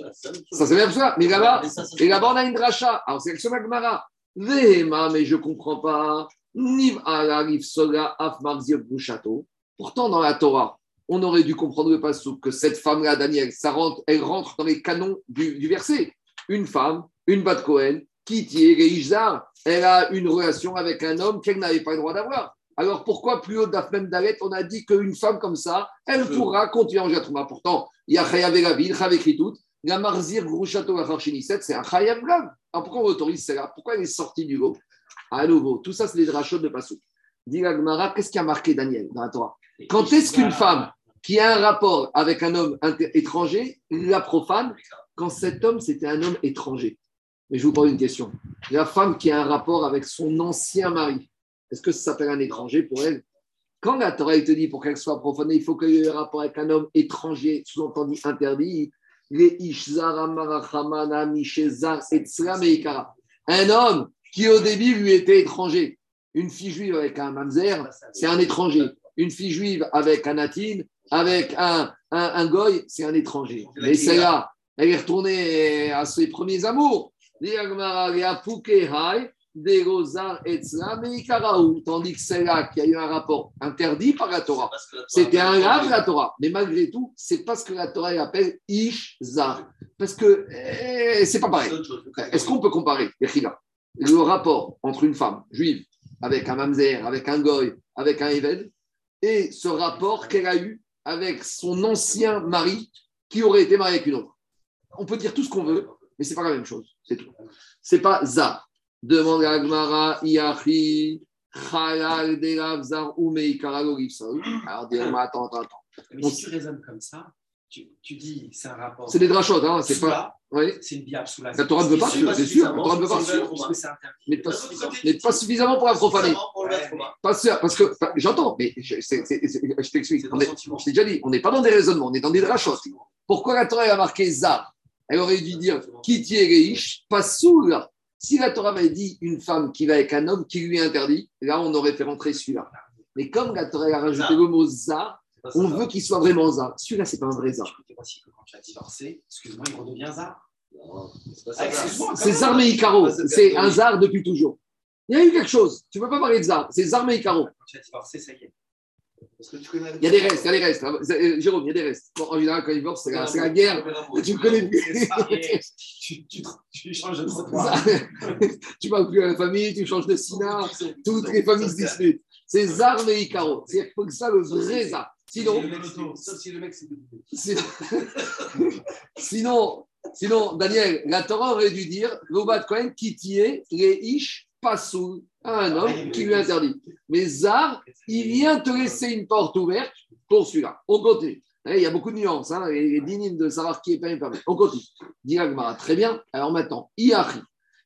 Ça, c'est même ça. Mais là-bas, et là-bas, on a une dracha. Alors, c'est avec Magmara. Vehema, mais je ne comprends pas. Niv alariv sola af marzir bruchato. Pourtant, dans la Torah, on aurait dû comprendre le passage que cette femme-là, Daniel, ça rentre, elle rentre dans les canons du, du verset. Une femme, une Bat Cohen, qui tient les Ishzar, elle a une relation avec un homme qu'elle n'avait pas le droit d'avoir. Alors pourquoi plus haut d'Afmem Dalet, on a dit qu'une femme comme ça, elle pourra continuer en Jatrouma? Pourtant, il y a Chayav et Ravil, Chavekritout, la Marzir Grouchato Acharchiniset, c'est un Chayav Gav. Alors pourquoi on autorise celle-là? Pourquoi elle est sortie du lot? À nouveau, tout ça, c'est des drachot de Passouk. Dit la Gemara, qu'est-ce qui a marqué Daniel dans la Torah? Quand est-ce qu'une femme qui a un rapport avec un homme inter- étranger la profane? Quand cet homme, c'était un homme étranger. Mais je vous pose une question. La femme qui a un rapport avec son ancien mari, est-ce que ça s'appelle un étranger pour elle? Quand la Torah te dit pour qu'elle soit profanée, il faut qu'il y ait un rapport avec un homme étranger, sous-entendu interdit. Les Ishzara Marachamana Mishezar Etzra Meikara. Un homme qui au début lui était étranger. Une fille juive avec un mamzer, c'est un étranger. Une fille juive avec un natin, avec un, un, un goy, c'est un étranger. Mais celle-là, elle est retournée à ses premiers amours. Tandis que celle-là qui a eu un rapport interdit par la Torah, c'était un grave la Torah. Mais malgré tout, c'est parce que la Torah appelle Ishzar. Parce que eh, c'est pas pareil. Est-ce qu'on peut comparer le rapport entre une femme juive avec un mamzer, avec un goy, avec un éved, et ce rapport qu'elle a eu avec son ancien mari qui aurait été marié avec une autre? On peut dire tout ce qu'on veut, mais c'est pas la même chose. C'est tout. C'est pas Zar. Demande à Agmara, Iachi, Chalal, Delav, Zar, Umei, Karagorifsol. Alors, dis-moi, attends, attends, attends. Mais si tu raisonnes comme ça, tu, tu dis c'est un rapport. C'est des drachotes, hein, c'est Soula, pas. Oui. C'est une biab sous la. La Torah ne veut pas, sûr, c'est sûr. La Torah ne veut pas. Parce que c'est interdit. Mais pas, mais pas suffisamment pour la profaner. Pas sûr, parce que enfin, j'entends, mais je, c'est, c'est, c'est, je t'explique. On est, je t'ai déjà dit, on n'est pas dans des raisonnements, on est dans des drachotes. Pourquoi la Torah a marqué Zar? Elle aurait dû dire Kiti Reish, pas soul. Si la Torah avait dit une femme qui va avec un homme qui lui est interdit, là on aurait fait rentrer celui-là. Mais comme la Torah a rajouté le mot Zar, on veut qu'il soit vraiment Zar. Celui-là, c'est pas un vrai Zar. Je peux aussi que quand tu as divorcé, excuse-moi, il redevient Zar. C'est Zar Meikaro. C'est un Zar depuis toujours. Il y a eu quelque chose. Tu ne peux pas parler de Zar. C'est Zar Meikaro. Quand tu as divorcé, ça y est. Parce que tu connais Il y a des restes, il y a des restes. Euh, Jérôme, il y a des restes. Bon, en général, quand ils divorcent, c'est la, c'est la guerre. Tu ne connais plus. Tu, tu, tu changes de Ça, savoir. tu ne parles plus à la famille, tu changes de sina, toutes les familles se disputent. C'est Zar et Icaro. C'est pour ça le vrai Zar. Sinon, Sauf si le mec, c'est sinon, sinon, sinon, Daniel, la Torah aurait dû dire Lobat Kohen qui tiait les ish pasoul à un homme qui lui interdit. Mais Zar, il vient te laisser une porte ouverte pour celui-là. On continue. Il y a beaucoup de nuances, hein, et dignes de savoir qui est permis par On continue. Dit Agmara, très bien. Alors maintenant, Iachi,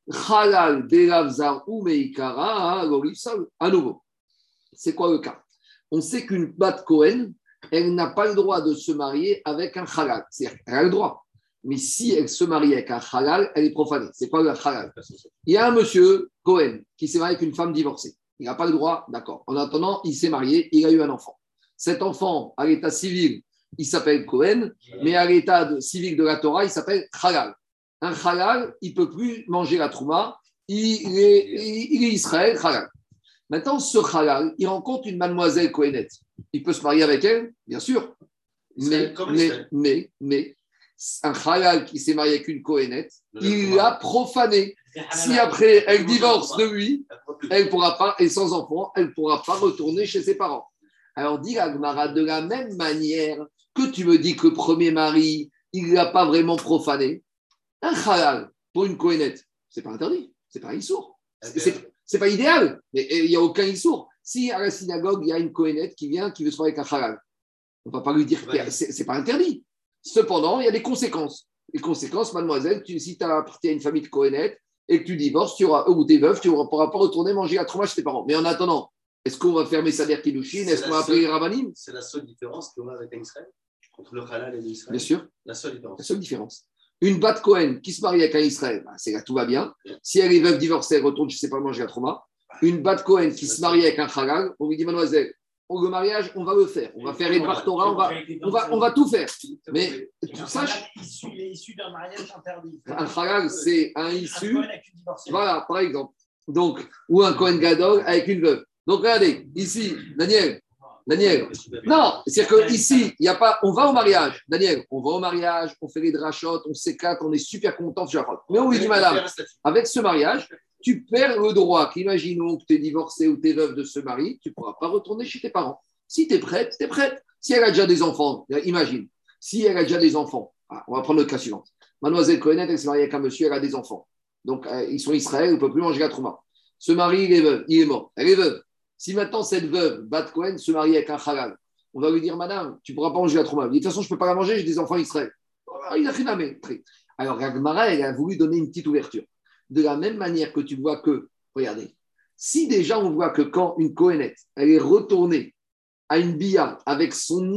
Halal, Delavzar ou Meikara, Gorissal, à nouveau. C'est quoi le cas? On sait qu'une bat Cohen, elle n'a pas le droit de se marier avec un halal. C'est-à-dire qu'elle a le droit. Mais si elle se marie avec un halal, elle est profanée. C'est quoi le halal? Il y a un monsieur Cohen qui s'est marié avec une femme divorcée. Il n'a pas le droit, d'accord. En attendant, il s'est marié, il a eu un enfant. Cet enfant, à l'état civil, il s'appelle Cohen, mais à l'état de, civil de la Torah, il s'appelle halal. Un halal, il ne peut plus manger la trouma, il est, il, il est Israël, halal. Maintenant, ce halal, il rencontre une mademoiselle Cohenette. Il peut se marier avec elle, bien sûr. Mais, mais, mais, mais, un halal qui s'est marié avec une Cohenette, il l'a profané. Si après, elle divorce de lui, elle pourra pas, et sans enfant, elle ne pourra pas retourner chez ses parents. Alors, dit Agmara, de la même manière que tu me dis que le premier mari, il ne l'a pas vraiment profané, un halal pour une Cohenette, ce n'est pas interdit, ce n'est pas un issour. C'est, c'est pas idéal, mais il n'y a aucun issour. Si à la synagogue, il y a une Cohenette qui vient, qui veut se marier avec un halal, on ne va pas lui dire que c'est, c'est pas interdit. Cependant, il y a des conséquences. Les conséquences, mademoiselle, tu, si tu appartiens à une famille de Cohenette et que tu divorces, tu auras, ou tu es veuve, tu ne pourras pas retourner manger à trois chez tes parents. Mais en attendant, est-ce qu'on va fermer Sader Kiddushin? Est-ce qu'on va appeler les Rabbanim? C'est la seule différence qu'on a avec un Israël entre le halal et l'Israël. Bien sûr. La seule différence. La seule différence. Une bat Cohen qui se marie avec un Israël, bah, c'est là, tout va bien. Si elle est veuve divorcée, elle retourne, je ne sais pas manger à trauma. Une bat Cohen qui se marie avec un halal, on lui dit, mademoiselle, le mariage, on va le faire. On va faire une Torah, on va, on, va, on va tout faire. Mais tu saches. Il est issu d'un mariage interdit. Un halal, c'est un issu. Voilà, par exemple. Donc, ou un Cohen Gadol avec une veuve. Donc, regardez, ici, Daniel. Daniel, non, c'est-à-dire qu'ici, il n'y a pas. On va au mariage, Daniel, on va au mariage, on fait les drachotes, on s'éclate, on est super content. Mais on lui dit, madame, avec ce mariage, tu perds le droit qu'imaginons que tu es divorcé ou tu es veuve de ce mari, tu ne pourras pas retourner chez tes parents. Si tu es prête, tu es prête. Si elle a déjà des enfants, imagine, si elle a déjà des enfants, ah, on va prendre le cas suivant. Mademoiselle Cohenette, elle s'est mariée avec un monsieur, elle a des enfants. Donc, euh, ils sont Israël, ils ne peuvent plus manger la trouma. Ce mari, il est veuve, il est mort, elle est veuve. Si maintenant cette veuve, Bat Cohen, se marie avec un halal, on va lui dire, madame, tu ne pourras pas manger la trouma. De toute façon, je ne peux pas la manger, j'ai des enfants Israël. Il a rien. Alors, Ragmara, elle a voulu donner une petite ouverture. De la même manière que tu vois que, regardez, si déjà on voit que quand une Cohenette, elle est retournée à une bia avec son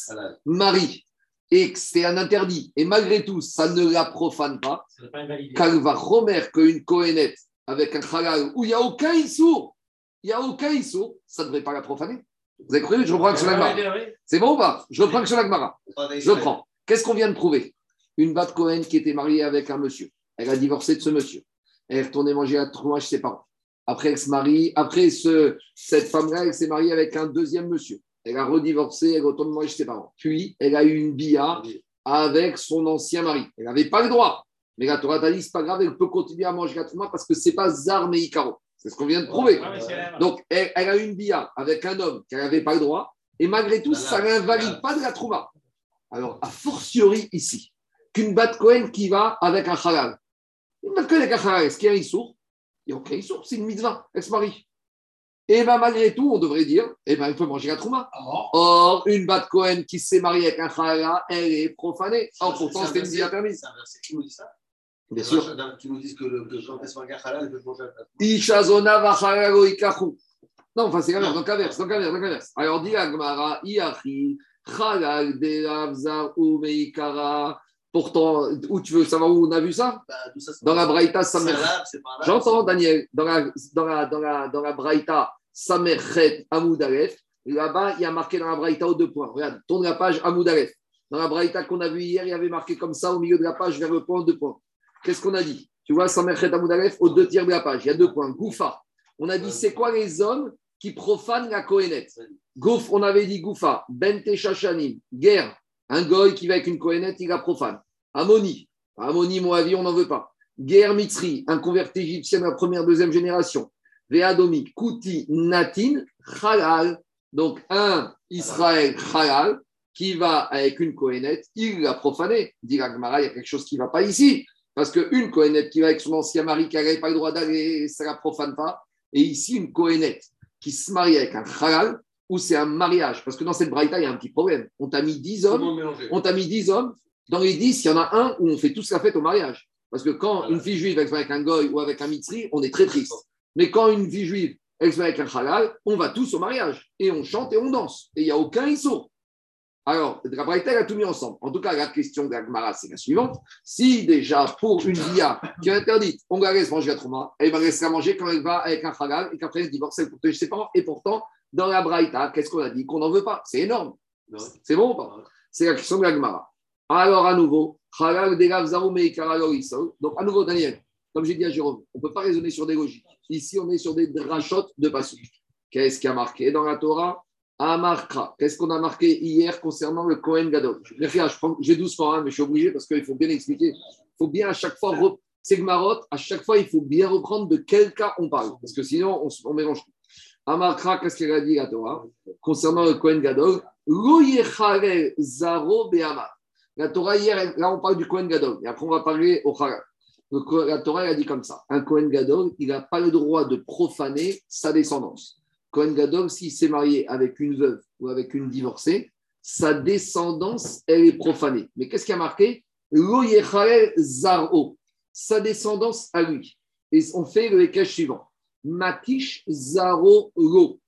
ex-mari et que c'est un interdit, et malgré tout, ça ne la profane pas, Kalva Romer, qu'une Cohenette avec un halal où il n'y a aucun issour, il n'y a aucun issour, ça ne devrait pas la profaner. Vous avez cru? Je reprends que sur la Gemara. C'est bon ou pas? Je reprends que sur la Gemara. Je reprends. Qu'est-ce qu'on vient de prouver? Une Bat Cohen qui était mariée avec un monsieur. Elle a divorcé de ce monsieur. Elle est retournée manger à trois chez ses parents. Après, elle se marie. Après, ce, cette femme-là, elle s'est mariée avec un deuxième monsieur. Elle a redivorcé, elle retourne manger chez ses parents. Puis, elle a eu une bia avec son ancien mari. Elle n'avait pas le droit. Mais la Torah t'a dit, c'est pas grave, elle peut continuer à manger la trouma parce que ce n'est pas Zar mais Icaro. C'est ce qu'on vient de prouver. Ouais, donc, elle, elle a eu une bia avec un homme qui n'avait pas le droit. Et malgré tout, ça n'invalide pas de la trouma. Alors, a fortiori ici, qu'une Bat Cohen qui va avec un halal. Une Bat Cohen avec un halal, est-ce qu'il y a un issour? Il n'y a aucun issour, c'est une mitzvah, elle se marie. Et bien, malgré tout, on devrait dire, eh ben, elle peut manger la trouma. Oh. Or, une Bat Cohen qui s'est mariée avec un halal, elle est profanée. Or, pourtant, c'était une bia permise. C'est un verset qui nous dit ça? Bien sûr. Tu nous dis que, le, que quand elle se marie avec un halal, elle peut manger la trouma. Ishazona va halalo ikachu. Non, enfin, c'est l'inverse, donc l'inverse, donc l'inverse, donc l'inverse. Alors, dit Agmara, Iachi, Halal de Avzar ou Meikara. Pourtant, où tu veux savoir où on a vu ça? Bah, ça dans la Braïta Samer. J'entends, Daniel, dans la, dans la, dans la, dans la Braïta Samerchet Amoud Aleph, là-bas, il y a marqué dans la Braïta aux deux points. Regarde, tourne la page Amoud Aleph. Dans la Braïta qu'on a vue hier, il y avait marqué comme ça au milieu de la page vers le point, deux points. Qu'est-ce qu'on a dit? Tu vois, Samerchet Amoud Aleph, aux deux tiers de la page, il y a deux points. Goufa. On a dit, c'est quoi les hommes qui profane la Kohenet. Gouf, on avait dit Goufa, Ben Teshachanim, guerre, un goy qui va avec une Kohenet, il la profane. Ammoni, Ammoni, Moavi, on n'en veut pas. Guerre Mitzri, un converti égyptien de la première, deuxième génération. Veadomi, Kouti, Natin, Halal. Donc, un Israël Halal qui va avec une Kohenet, il l'a profané. Dit la Gemara, il y a quelque chose qui ne va pas ici. Parce qu'une Kohenet qui va avec son ancien mari qui n'avait pas le droit d'aller, ça ne la profane pas. Et ici, une Kohenet qui se marie avec un Halal, ou c'est un mariage. Parce que dans cette braïta, il y a un petit problème. On t'a mis dix hommes, on t'a mis dix hommes. Dans les dix, il y en a un où on fait tous la fête au mariage. Parce que quand une fille juive elle se marie avec un goy ou avec un mitzri, on est très triste. Mais quand une fille juive elle se marie avec un halal, on va tous au mariage. Et on chante et on danse. Et il n'y a aucun issour. Alors, la braïta a tout mis ensemble. En tout cas, la question de la Gemara, c'est la suivante. Si déjà, pour une via qui est interdite, on la laisse manger la trouma, elle va laisser la manger quand elle va avec un halal et qu'après elle se divorce, elle protège ses parents. Et pourtant, dans la braïta, qu'est-ce qu'on a dit? Qu'on n'en veut pas. C'est énorme. Non. C'est bon ou pas? C'est la question de la Gemara. Alors, à nouveau, donc à nouveau, Daniel, comme j'ai dit à Jérôme, on ne peut pas raisonner sur des logiques. Ici, on est sur des drachotes de Passouk. Qu'est-ce qui a marqué dans la Torah? Amarkra. Qu'est-ce qu'on a marqué hier concernant le Kohen Gadol? Je vais doucement, hein, mais je suis obligé parce qu'il faut bien expliquer. Il faut bien à chaque fois, c'est Gmarot, à chaque fois, il faut bien reprendre de quel cas on parle. Parce que sinon, on, on mélange tout. Amarkra, qu'est-ce qu'elle a dit la Torah concernant le Kohen Gadol? Lo yecharel zaro be'amar. La Torah, hier, là, on parle du Kohen Gadol. Et après, on va parler au Halal. La Torah, elle a dit comme ça. Un Kohen Gadol, il n'a pas le droit de profaner sa descendance. Kohen Gadol, s'il s'est marié avec une veuve ou avec une divorcée, sa descendance, elle est profanée. Mais qu'est-ce qui a marqué? Lo yecharel zaro. Sa descendance à lui. Et on fait le écage suivant. Makish zaro lo.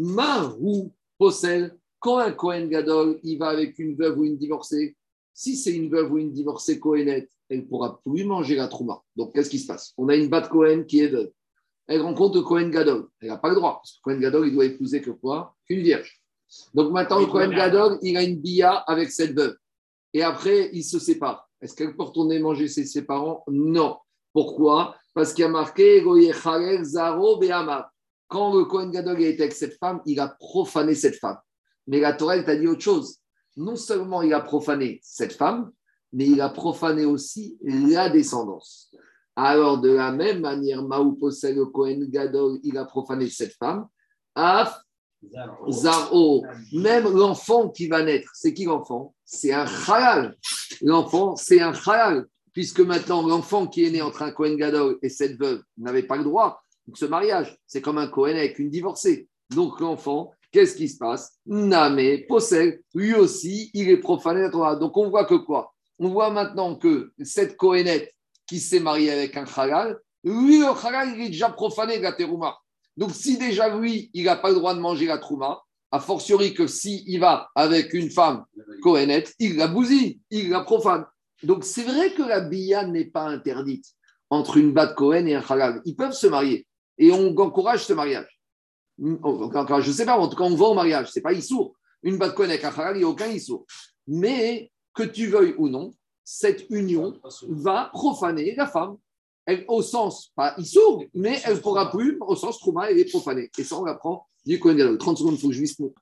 Mahu posel. Quand un Kohen Gadol, il va avec une veuve ou une divorcée, si c'est une veuve ou une divorcée Kohenette, elle ne pourra plus manger la trouma. Donc, qu'est-ce qui se passe? On a une bat Kohen qui est veuve. Elle rencontre le Kohen Gadol. Elle n'a pas le droit. Parce que Kohen Gadol, il doit épouser que quoi? Qu'une vierge. Donc, maintenant, le Kohen Gadol, il a une bia avec cette veuve. Et après, il se sépare. Est-ce qu'elle peut retourner manger ses, ses parents? Non. Pourquoi? Parce qu'il y a marqué Zaro Be'amar. Quand le Kohen Gadol était avec cette femme, il a profané cette femme. Mais la Torah, elle t'a dit autre chose. Non seulement il a profané cette femme, mais il a profané aussi la descendance. Alors, de la même manière, Maou possède le Kohen Gadol, il a profané cette femme. Af, Zaro, même l'enfant qui va naître, c'est qui l'enfant? C'est un halal. L'enfant, c'est un halal. Puisque maintenant, l'enfant qui est né entre un Kohen Gadol et cette veuve n'avait pas le droit de ce mariage. C'est comme un Kohen avec une divorcée. Donc, l'enfant, qu'est-ce qui se passe? Namé, possède, lui aussi, il est profané la Torah. Donc, on voit que quoi? On voit maintenant que cette Kohenette qui s'est mariée avec un halal, lui, le halal, il est déjà profané de la terouma. Donc, si déjà lui, il n'a pas le droit de manger la trouma, a fortiori que s'il va avec une femme Kohenette, il la bousille, il la profane. Donc, c'est vrai que la bia n'est pas interdite entre une bat Kohen et un halal. Ils peuvent se marier et on encourage ce mariage. Je ne sais pas, en tout cas, on va au mariage, ce n'est pas issour. Une bat Kohen avec un halal, il n'y a aucun issour. Mais que tu veuilles ou non, cette union va profaner la femme. Elle, au sens, pas issour, mais elle ne pourra plus, au sens trouma, elle est profanée. Et ça, on l'apprend du Kohen Gadol. trente secondes, il faut que je vise mon.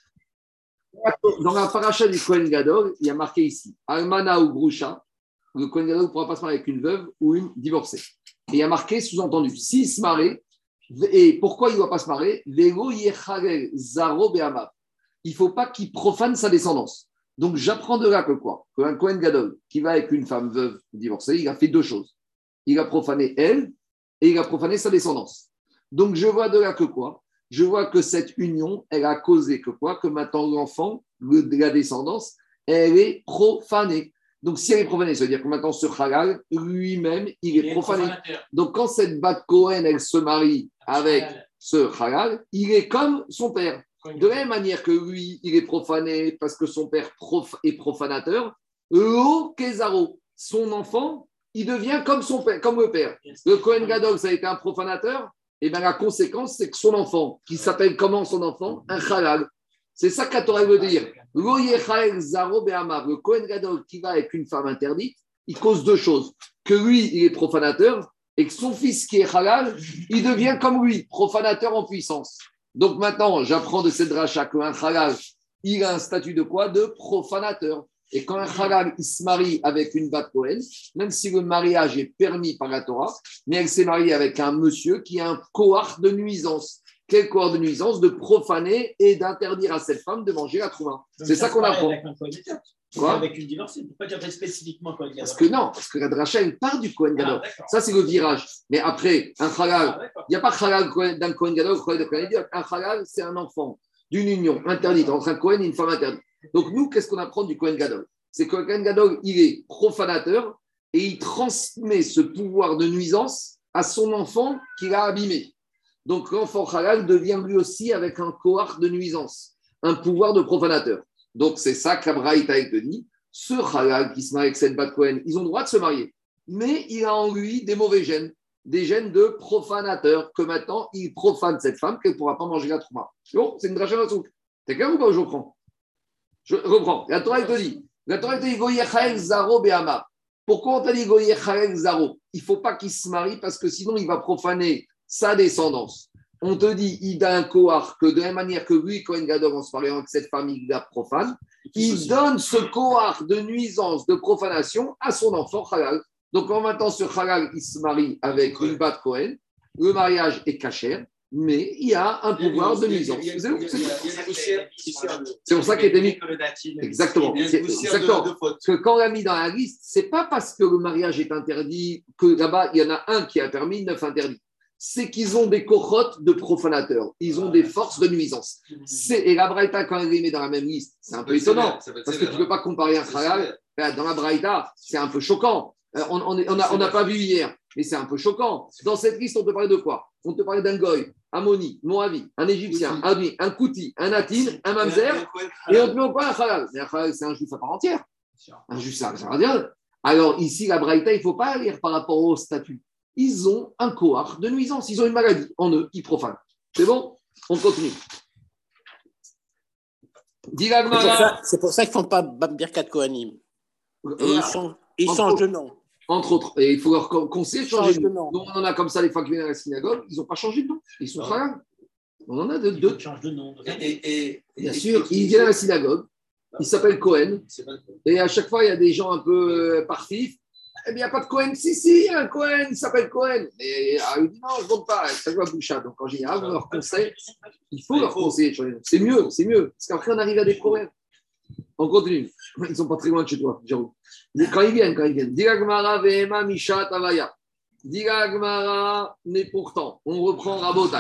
Dans la paracha du Kohen Gadol, il y a marqué ici Almana ou Grusha, le Kohen Gadol ne pourra pas se marier avec une veuve ou une divorcée. Et il y a marqué, sous-entendu, s'il se marie, et pourquoi il ne doit pas se marier? Vego yecharel zaro be'amav. Il ne faut pas qu'il profane sa descendance. Donc j'apprends de là que quoi? Qu'un Kohen Gadol qui va avec une femme veuve divorcée, il a fait deux choses. Il a profané elle et il a profané sa descendance. Donc je vois de là que quoi? Je vois que cette union, elle a causé que quoi? Que maintenant l'enfant, le, la descendance, elle est profanée. Donc si elle est profanée, ça veut dire que maintenant ce halal, lui-même, il, il est, est profané. Donc quand cette bat Kohen, elle se marie avec ce halal, il est comme son père. De la même manière que lui, il est profané parce que son père prof, est profanateur, Lo Kezaro, son enfant, il devient comme son père, comme le père. Le Kohen Gadol, ça a été un profanateur, et bien la conséquence, c'est que son enfant, qui s'appelle comment son enfant? Un halal. C'est ça que la Torah veut dire. Lo Yechael Zaro Be'amav, le Kohen Gadol qui va avec une femme interdite, il cause deux choses. Que lui, il est profanateur, et que son fils qui est halal, il devient comme lui, profanateur en puissance. Donc maintenant, j'apprends de cette dracha qu'un halal, il a un statut de quoi? De profanateur. Et quand un halal, il se marie avec une bat Cohen, même si le mariage est permis par la Torah, mais elle s'est mariée avec un monsieur qui a un cohort de nuisance. Quel cohort de nuisance? De profaner et d'interdire à cette femme de manger la trouma. C'est ça, ça qu'on apprend. Avec un Cohen Gadol. Quoi? Avec une divorcée. Pourquoi tu appelles spécifiquement Cohen Gadol? Parce que non, parce que la dracha, elle part du Cohen Gadol. Ah, ça, c'est le virage. Mais après, un halal, il ah, n'y a pas halal d'un Cohen Gadol, Cohen de Cohen Gadol. Un halal, c'est un enfant d'une union interdite entre un Cohen et une femme interdite. Donc, nous, qu'est-ce qu'on apprend du Cohen Gadol? C'est que le Cohen Gadol, il est profanateur et il transmet ce pouvoir de nuisance à son enfant qu'il a abîmé. Donc, l'enfant halal devient lui aussi avec un cohort de nuisance, un pouvoir de profanateur. Donc, c'est ça que la Braïta te dit. Ce halal qui se marie avec cette bat Cohen, ils ont le droit de se marier. Mais il a en lui des mauvais gènes, des gènes de profanateur, que maintenant, il profane cette femme qu'elle ne pourra pas manger la trouma. Bon, c'est une dracha de souk. T'es clair ou pas? Je reprends. Je reprends. La Torah, elle te dit, la Torah, elle te dit, Goyechael Zaro Behama. Pourquoi on t'a dit Goyechael Zaro? Il ne faut pas qu'il se marie parce que sinon, il va profaner sa descendance. On te dit, il a un kohar que de la même manière que lui, Cohen Gadol, en se mariant avec cette famille la profane, il donne ce kohar de nuisance, de profanation à son enfant halal. Donc, en maintenant, ce halal, il se marie avec une bat Cohen, le mariage est cachère, mais il y a un pouvoir de nuisance. C'est pour ça qu'il était mis. Exactement. C'est exactement. Parce que quand on l'a mis dans la liste, ce n'est pas parce que le mariage est interdit que là-bas, il y en a un qui a permis, neuf interdits. C'est qu'ils ont des cohortes de profanateurs. Ils ont des forces de nuisance. C'est, et la Braïta, quand elle les met dans la même liste, c'est un peu étonnant. Parce que tu ne peux pas comparer un halal. Dans la Braïta, c'est un peu choquant. On n'a on a, pas vu hier, mais c'est un peu choquant. Dans cette liste, on peut parler de quoi? On peut parler d'un goy, un moni, Moavi, un égyptien, un Ami, un Kouti, un Natin, un Mamzer, et on ne peut pas un halal. Mais un halal, c'est un juif à part entière. Un juif, ça veut dire. Alors ici, la Braïta, il ne faut pas lire par rapport au statut. Ils ont un cohort de nuisance. Ils ont une maladie en eux qui profanent. C'est bon? On continue. C'est pour ça, c'est pour ça qu'ils ne font pas Birkat Kohanim. Ils changent, ils changent de nom. Entre autres. Et il faut leur conseiller de changer de nom. Nous, on en a comme ça, les fois qui viennent à la synagogue, ils n'ont pas changé de nom. Ils sont halal. On en a deux. deux. Ils changent de nom. Et, et, Bien et, sûr, et, ils viennent à la synagogue. Ils s'appellent Cohen. Et à chaque fois, il y a des gens un peu euh, parfifs. Eh bien, il n'y a pas de Cohen. Si, si, il y a un Cohen, il s'appelle Cohen. Et ah, il dit non, je ne vote pas. Ça doit boucher. Donc, en général, on leur conseille. Il faut leur conseiller de changer de nom. C'est mieux, c'est mieux. Parce qu'après, on arrive à des problèmes. On continue. Ils ne sont pas très loin de chez toi, Jérôme. Quand ils viennent, quand ils viennent. Diragmara vehema misha tavaya. Diragmara, mais pourtant, on reprend Rabotai.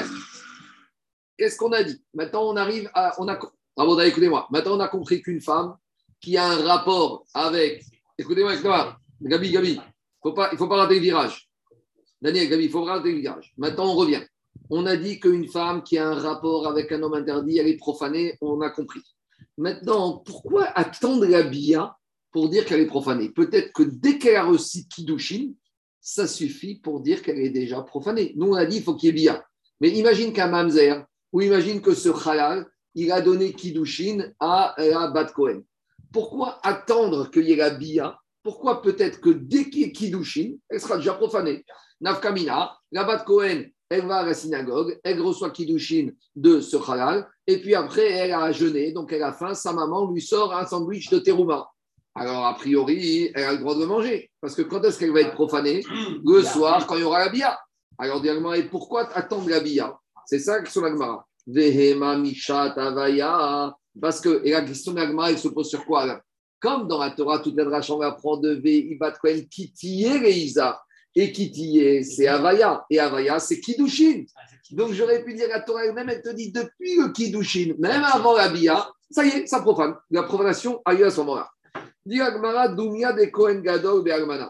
Qu'est-ce qu'on a dit? Maintenant, on arrive à. On a, Rabotai, écoutez-moi. Maintenant, on a compris qu'une femme qui a un rapport avec. Écoutez-moi, écoutez-moi. Gabi, Gabi, faut pas, il ne faut pas rater le virage. Daniel, Gabi, il faut rater le virage. Maintenant, on revient. On a dit qu'une femme qui a un rapport avec un homme interdit, elle est profanée, on a compris. Maintenant, pourquoi attendre la bia pour dire qu'elle est profanée? Peut-être que dès qu'elle a reçu Kiddushin, ça suffit pour dire qu'elle est déjà profanée. Nous, on a dit qu'il faut qu'il y ait bia. Mais imagine qu'un mamzer, ou imagine que ce halal, il a donné Kiddushin à la Bat Cohen. Pourquoi attendre qu'il y ait la bia? Pourquoi peut-être que dès qu'il y ait Kiddushin, elle sera déjà profanée? Nafkamina, la Bat Cohen, elle va à la synagogue, elle reçoit Kiddushin de ce halal, et puis après, elle a jeûné, donc elle a faim, sa maman lui sort un sandwich de terouma. Alors, a priori, elle a le droit de le manger, parce que quand est-ce qu'elle va être profanée? Le soir, quand il y aura la bia. Alors, et pourquoi attendre la bia? C'est ça que son agmara. Vehema misha tavaya. Parce que, et la question de l'agmara, elle se pose sur quoi là? Comme dans la Torah, toute la drache, on apprend de Ve'ibat Kohen Kitiye Reiza. Et Kitiye, c'est Havaya. Et Havaya, c'est Kiddushin. Donc, j'aurais pu dire, la Torah elle-même, elle te dit, depuis le Kiddushin, même avant la Bia, ça y est, ça profane. La profanation a eu à ce moment-là. Dit Agmara, Dumia de Kohen Gadol de Agmana.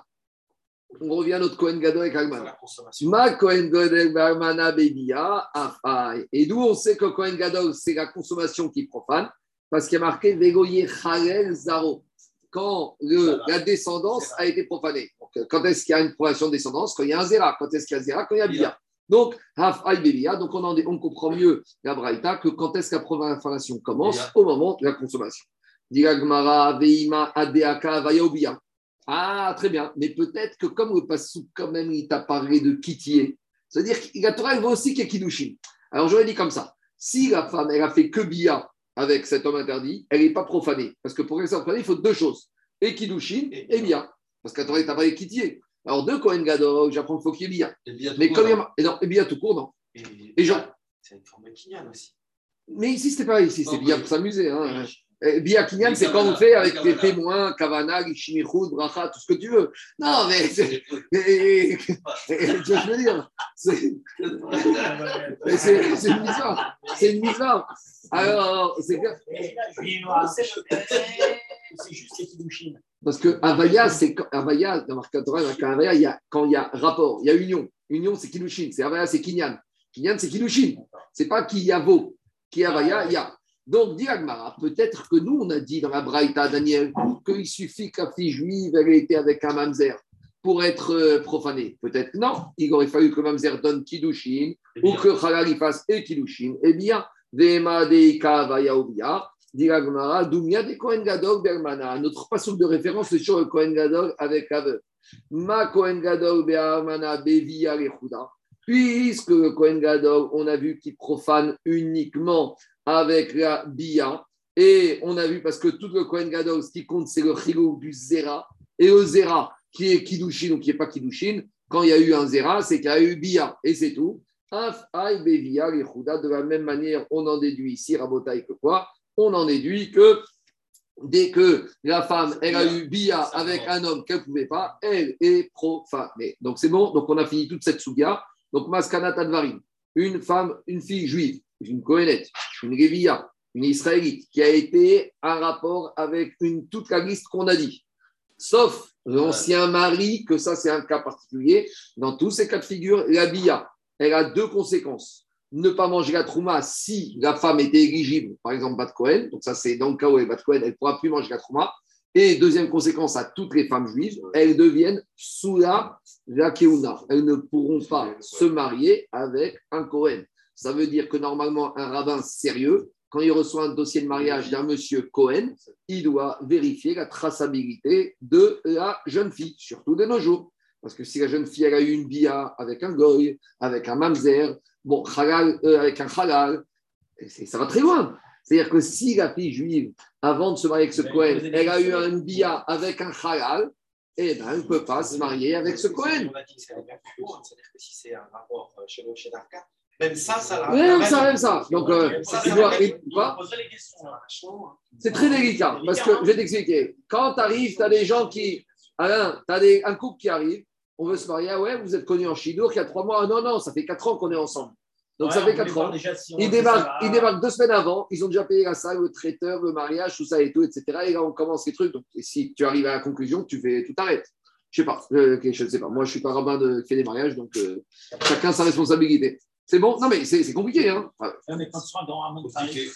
On revient à notre Kohen Gadol avec Agmana. Ma Kohen Gadol de Agmana Bebia, Afai. Et d'où on sait que Kohen Gadol, c'est la consommation qui profane, parce qu'il y a marqué Vegoye Chalel Zaro. Quand le, la descendance a été profanée. Donc, quand est-ce qu'il y a une profanation de descendance? Quand il y a un zéra. Quand est-ce qu'il y a un zéra? Quand il y a bia. Donc, Hafai Bebia. Donc, on, en, on comprend mieux la braïta que quand est-ce que la profanation commence? Au moment de la consommation. Diragmara, Veima, Adeaka, Vayaobia. Ah, très bien. Mais peut-être que comme le Passouk, quand même, il t'a parlé de Kitié, c'est-à-dire que la Torah, elle veut aussi qu'il y ait Kiddushin. Alors, j'aurais dit comme ça. Si la femme, elle a fait que bia avec cet homme interdit, elle n'est pas profanée. Parce que pour qu'elle soit profanée, il faut deux choses. Et Kiddushin et bia. Parce qu'à toi, tu n'as pas équitié. Alors, deux Kohen Gadol, j'apprends qu'il faut qu'il y ait bia. Mais comme il y a. Et non, et bia tout court, non. Et, et genre. C'est une forme de kinyan aussi. Mais ici, c'était pas ici, c'est bia pour s'amuser. Hein. Bia Kinyan, c'est quand on fait avec les témoins, Kavana, Shimichud, Bracha, tout ce que tu veux. Non, mais c'est. Tu vois ce que je veux dire? C'est une mitzvah. C'est une mitzvah. Alors, c'est que. C'est juste les Kiddushin. Parce que Avaya, c'est Avaya, dans Marc Torah, Avaya, il y a quand il y a rapport, il y a union. Union, c'est Kiddushin. C'est Avaya, c'est Kinyan. Kinyan, c'est Kiddushin. C'est pas qui y a vo. Qui Avaya, il y a. Donc, dit Agmara, peut-être que nous, on a dit dans la Braïta, Daniel, qu'il suffit que la fille juive ait été avec un mamzer pour être euh, profanée. Peut-être non. Il aurait fallu que le mamzer donne Kiddushin ou que Halal y fasse et Kiddushin. Eh bien, Vema Deika Vaya Obia, dit Agmara, Doumia de Kohen Gadol Bermana. Notre passouk de référence, c'est sur le Kohen Gadol avec Ave. Ma Kohen Gadol Bermana Bevia Lechuda. Puisque le Kohen Gadol, on a vu qu'il profane uniquement avec la bia, et on a vu, parce que tout le Kohen Gadol, ce qui compte, c'est le chilou du zera, et le zera, qui est kiddushin ou qui n'est pas kiddushin, quand il y a eu un zera, c'est qu'il y a eu bia, et c'est tout. De la même manière, on en déduit ici, Rabotaï, que quoi? On en déduit que dès que la femme, elle a eu bia avec un homme qu'elle ne pouvait pas, elle est profanée. Donc c'est bon, donc on a fini toute cette souga. Donc Maskanat Advarim, une femme, une fille juive, une Kohénette, une Lévia, une Israélite, qui a été en rapport avec une, toute la liste qu'on a dit. Sauf l'ancien mari, que ça c'est un cas particulier. Dans tous ces cas de figure, la bia, elle a deux conséquences. Ne pas manger la trouma si la femme était éligible, par exemple Bat Kohen, donc ça c'est dans le cas où elle est Bat Kohen, elle ne pourra plus manger la trouma. Et deuxième conséquence à toutes les femmes juives, elles deviennent sous la, la keuna. Elles ne pourront pas se marier avec un Kohen. Ça veut dire que normalement, un rabbin sérieux, quand il reçoit un dossier de mariage d'un monsieur Cohen, il doit vérifier la traçabilité de la jeune fille, surtout de nos jours. Parce que si la jeune fille elle a eu une bia avec un goy, avec un mamzer, bon, halal, euh, avec un halal, ça va très loin. C'est-à-dire que si la fille juive, avant de se marier avec ce Cohen, elle a eu un bia avec un halal, eh ben, elle ne peut pas se marier avec ce Cohen. On a dit que c'est la même chose, c'est-à-dire que si c'est un rapport chez le chez Darka, même ça, ça l'a. Même ça, même ça. Donc, euh, ça, tu ça dois. quoi C'est très délicat. Parce que, je vais t'expliquer. Quand tu arrives, tu as des gens qui. Alain, tu as des... un couple qui arrive, on veut se marier. Ah ouais, vous êtes connus en Chidour, il y a trois mois. Ah non, non, ça fait quatre ans qu'on est ensemble. Donc, ouais, ça fait quatre ans. Si ils, débarquent, ils débarquent deux semaines avant, ils ont déjà payé la salle, le traiteur, le mariage, tout ça et tout, et cetera. Et là, on commence les trucs. Donc, si tu arrives à la conclusion, tu fais, tout arrête. Je sais pas. Euh, okay, je ne sais pas. Moi, je ne suis pas rabbin de, qui fait des mariages, donc euh, chacun sa responsabilité. C'est bon? Non, mais c'est, c'est compliqué. Hein. On est quand dans un monde Paris.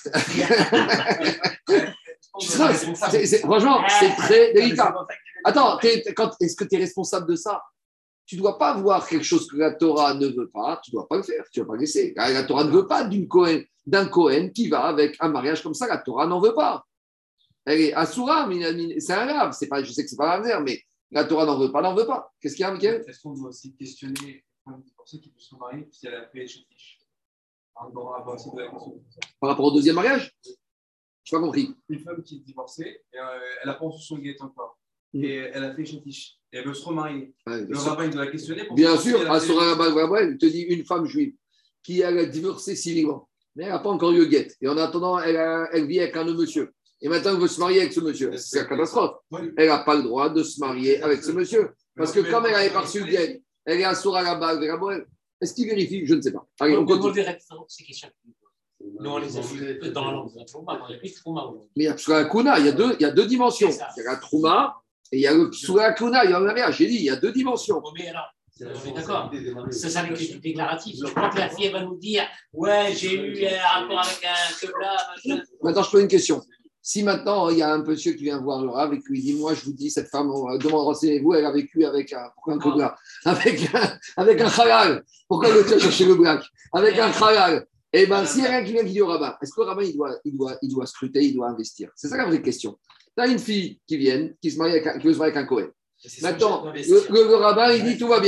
c'est, c'est, franchement, c'est très délicat. Attends, quand, est-ce que tu es responsable de ça? Tu ne dois pas voir quelque chose que la Torah ne veut pas, tu ne dois pas le faire, tu ne vas pas le laisser. La Torah ne veut pas d'une Cohen, d'un Cohen qui va avec un mariage comme ça, la Torah n'en veut pas. Elle est Asura, c'est un grave, c'est pas, je sais que ce n'est pas un verre, mais la Torah n'en veut pas, n'en veut pas. Qu'est-ce qu'il y a, Michael? Est-ce qu'on doit aussi questionner pour ceux qui peuvent se marier si elle a fait chétiche par rapport au deuxième mariage? Je n'ai pas compris. Une femme qui est divorcée, et, euh, elle n'a pas reçu son guet encore. Et elle a fait chétiche. Et elle veut se remarier. Ouais, le rabbin, il doit la questionner. Pour bien sûr, à ce rabbin, il te dit une femme juive qui a divorcé civilement, mais elle n'a pas encore eu le guet. Et en attendant, elle, a, elle vit avec un autre monsieur. Et maintenant, elle veut se marier avec ce monsieur. C'est la catastrophe. Ouais. Elle n'a pas le droit de se marier avec ce monsieur. Parce que comme elle n'avait pas reçu le guet, elle est à Soura là-bas, est-ce qu'il vérifie? Je ne sais pas. Allez, on continue. Nous, on les a fait dans la langue de la Trouma, on a plus de Trouma. Mais il y a Psula Kuna, il y a deux, il y a deux dimensions. Il y a la Trouma et il y a le Psula Kuna, il y en a rien. J'ai dit, il y a deux dimensions. Oh, mais alors, on est d'accord. Ça, c'est avec les déclaratifs. Je crois que la fille, elle va nous dire ouais, j'ai eu un rapport avec un kebla. Maintenant, je pose une question. Si maintenant, il y a un monsieur qui vient voir le Rav et qui lui dit moi, je vous dis, cette femme, demande renseignez-vous, elle a vécu avec un. Pourquoi un kebla? Avec un, avec un halal. Pourquoi le tient chercher le black? Avec un halal. Eh bien, s'il y a rien qui vient qui dit au rabbin, est-ce que le rabbin, il doit, il doit, il doit scruter, il doit investir? C'est ça la vraie question. Tu as une fille qui vient, qui, se marie avec un, qui veut se marier avec un Cohen. Maintenant, le, le, le rabbin, il dit tout va bien.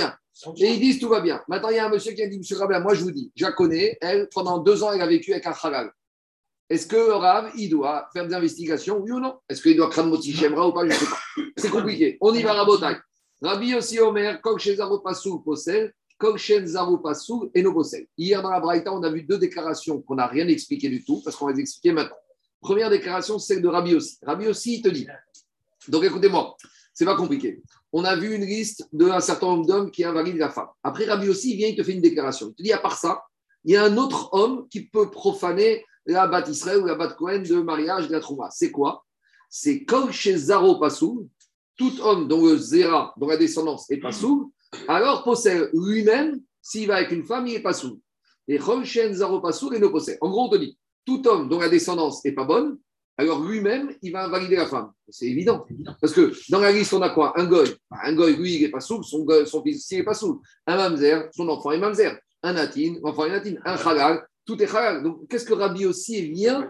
Et ils disent tout va bien. Maintenant, il y a un monsieur qui a dit, monsieur Rabin, moi je vous dis, je la connais, elle, pendant deux ans, elle a vécu avec un halal. Est-ce que Rav, il doit faire des investigations, oui ou non? Est-ce qu'il doit craindre Moti Shemra ou pas? Je ne sais pas. C'est compliqué. On y va, Rabotai. Rabbi aussi Omer, Kol Shezaro Pasoul Posel, Kol Shezaro Pasoul et no Posel. Hier dans la Braïta, on a vu deux déclarations qu'on n'a rien expliqué du tout, parce qu'on va les expliquer maintenant. Première déclaration, c'est celle de Rabbi aussi. Rabbi aussi, il te dit. Donc écoutez-moi, c'est pas compliqué. On a vu une liste d'un certain nombre d'hommes qui invalident la femme. Après, Rabbi aussi, il vient, il te fait une déclaration. Il te dit, à part ça, il y a un autre homme qui peut profaner la bat Israël ou la bat Cohen de mariage de la Trouma. C'est quoi? C'est Kol Shezaro Pasoul, tout homme dont le Zera, dont la descendance est Pasoul, alors possède lui-même, s'il va avec une femme, il est Pasoul. Et Kol Shezaro Pasoul et no possède. En gros, on te dit, tout homme dont la descendance n'est pas bonne, alors lui-même, il va invalider la femme. C'est évident. Parce que dans la liste, on a quoi? Un goy. Un goy, lui, il n'est pas sourd, son, son fils, il n'est pas sourd. Un mamzer, son enfant est mamzer. Un natin, l'enfant est natin. Un halal, tout est halal. Donc, qu'est-ce que Rabbi aussi vient?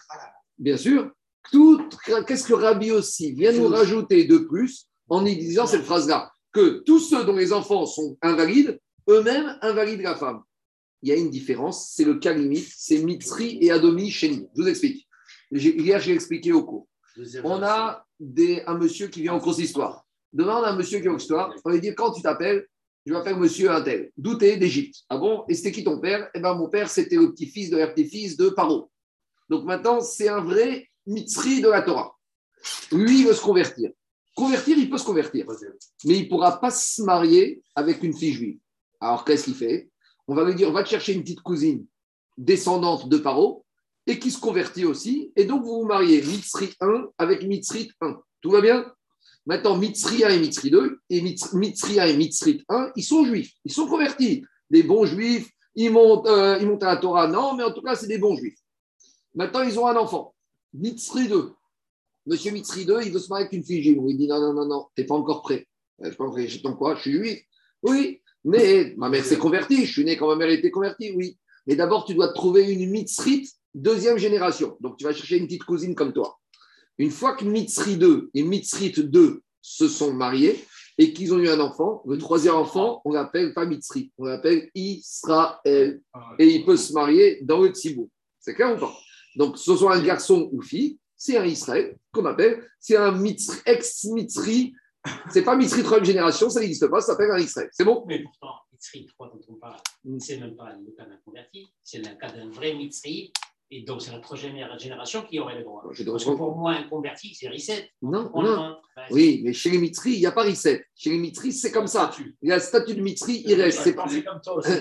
Bien sûr. Tout, qu'est-ce que Rabbi aussi vient nous rajouter de plus en y disant cette phrase-là? Que tous ceux dont les enfants sont invalides, eux-mêmes invalident la femme. Il y a une différence, c'est le cas limite, c'est Mitzri et Adomi Sheni. Je vous explique. Hier, j'ai expliqué au cours. On a des, un monsieur qui vient en grosse histoire. Demain, on a un monsieur qui vient en histoire. On va dire, quand tu t'appelles, je m'appelle monsieur Intel. D'où t'es? D'Égypte. Ah bon? Et c'était qui ton père? Eh bien, mon père, c'était le petit-fils de petit-fils de Paro. Donc maintenant, c'est un vrai Mitzri de la Torah. Lui, il veut se convertir. Convertir, il peut se convertir. Mais il ne pourra pas se marier avec une fille juive. Alors, qu'est-ce qu'il fait? On va lui dire, va te chercher une petite cousine descendante de Paro et qui se convertit aussi. Et donc, vous vous mariez Mitzri un avec Mitzri un. Tout va bien? Maintenant, Mitzri un et Mitzri deux, et Mitzri un et Mitzri un, ils sont juifs, ils sont convertis. Des bons juifs, ils montent, euh, ils montent à la Torah, non, mais en tout cas, c'est des bons juifs. Maintenant, ils ont un enfant, Mitzri deux. Monsieur Mitzri deux, il veut se marier avec une fille juive. Il dit, non, non, non, non, tu n'es pas encore prêt. Je ne suis pas prêt, je t'en quoi, je suis juif. Oui, mais ma mère s'est convertie, je suis né quand ma mère était convertie, oui. Mais d'abord, tu dois trouver une Mitzrite deuxième génération. Donc, tu vas chercher une petite cousine comme toi. Une fois que Mitzri deux et Mitzrite deux se sont mariés et qu'ils ont eu un enfant, le troisième enfant, on l'appelle pas Mitzri, on l'appelle Israël. Et il peut se marier dans le Tzibou. C'est clair ou pas? Donc, ce soit un garçon ou fille, c'est un Israël, qu'on appelle, c'est un Mitzri, ex-Mitzri. C'est pas Mitzri troisième génération, ça n'existe pas, ça s'appelle un Israël. C'est bon? Mais pourtant, Mitzri trois dont on parle, c'est même pas le cas d'un converti, c'est le cas d'un vrai Mitzri. Et donc, c'est la troisième génération qui aurait le droit. Parce que pour moi, un converti, c'est Risset. Non, non. Oui, mais chez les Mitri, il n'y a pas Risset. Chez les Mitri, c'est comme ça. Il y a le statut de Mitri, il reste. C'est pas comme toi aussi.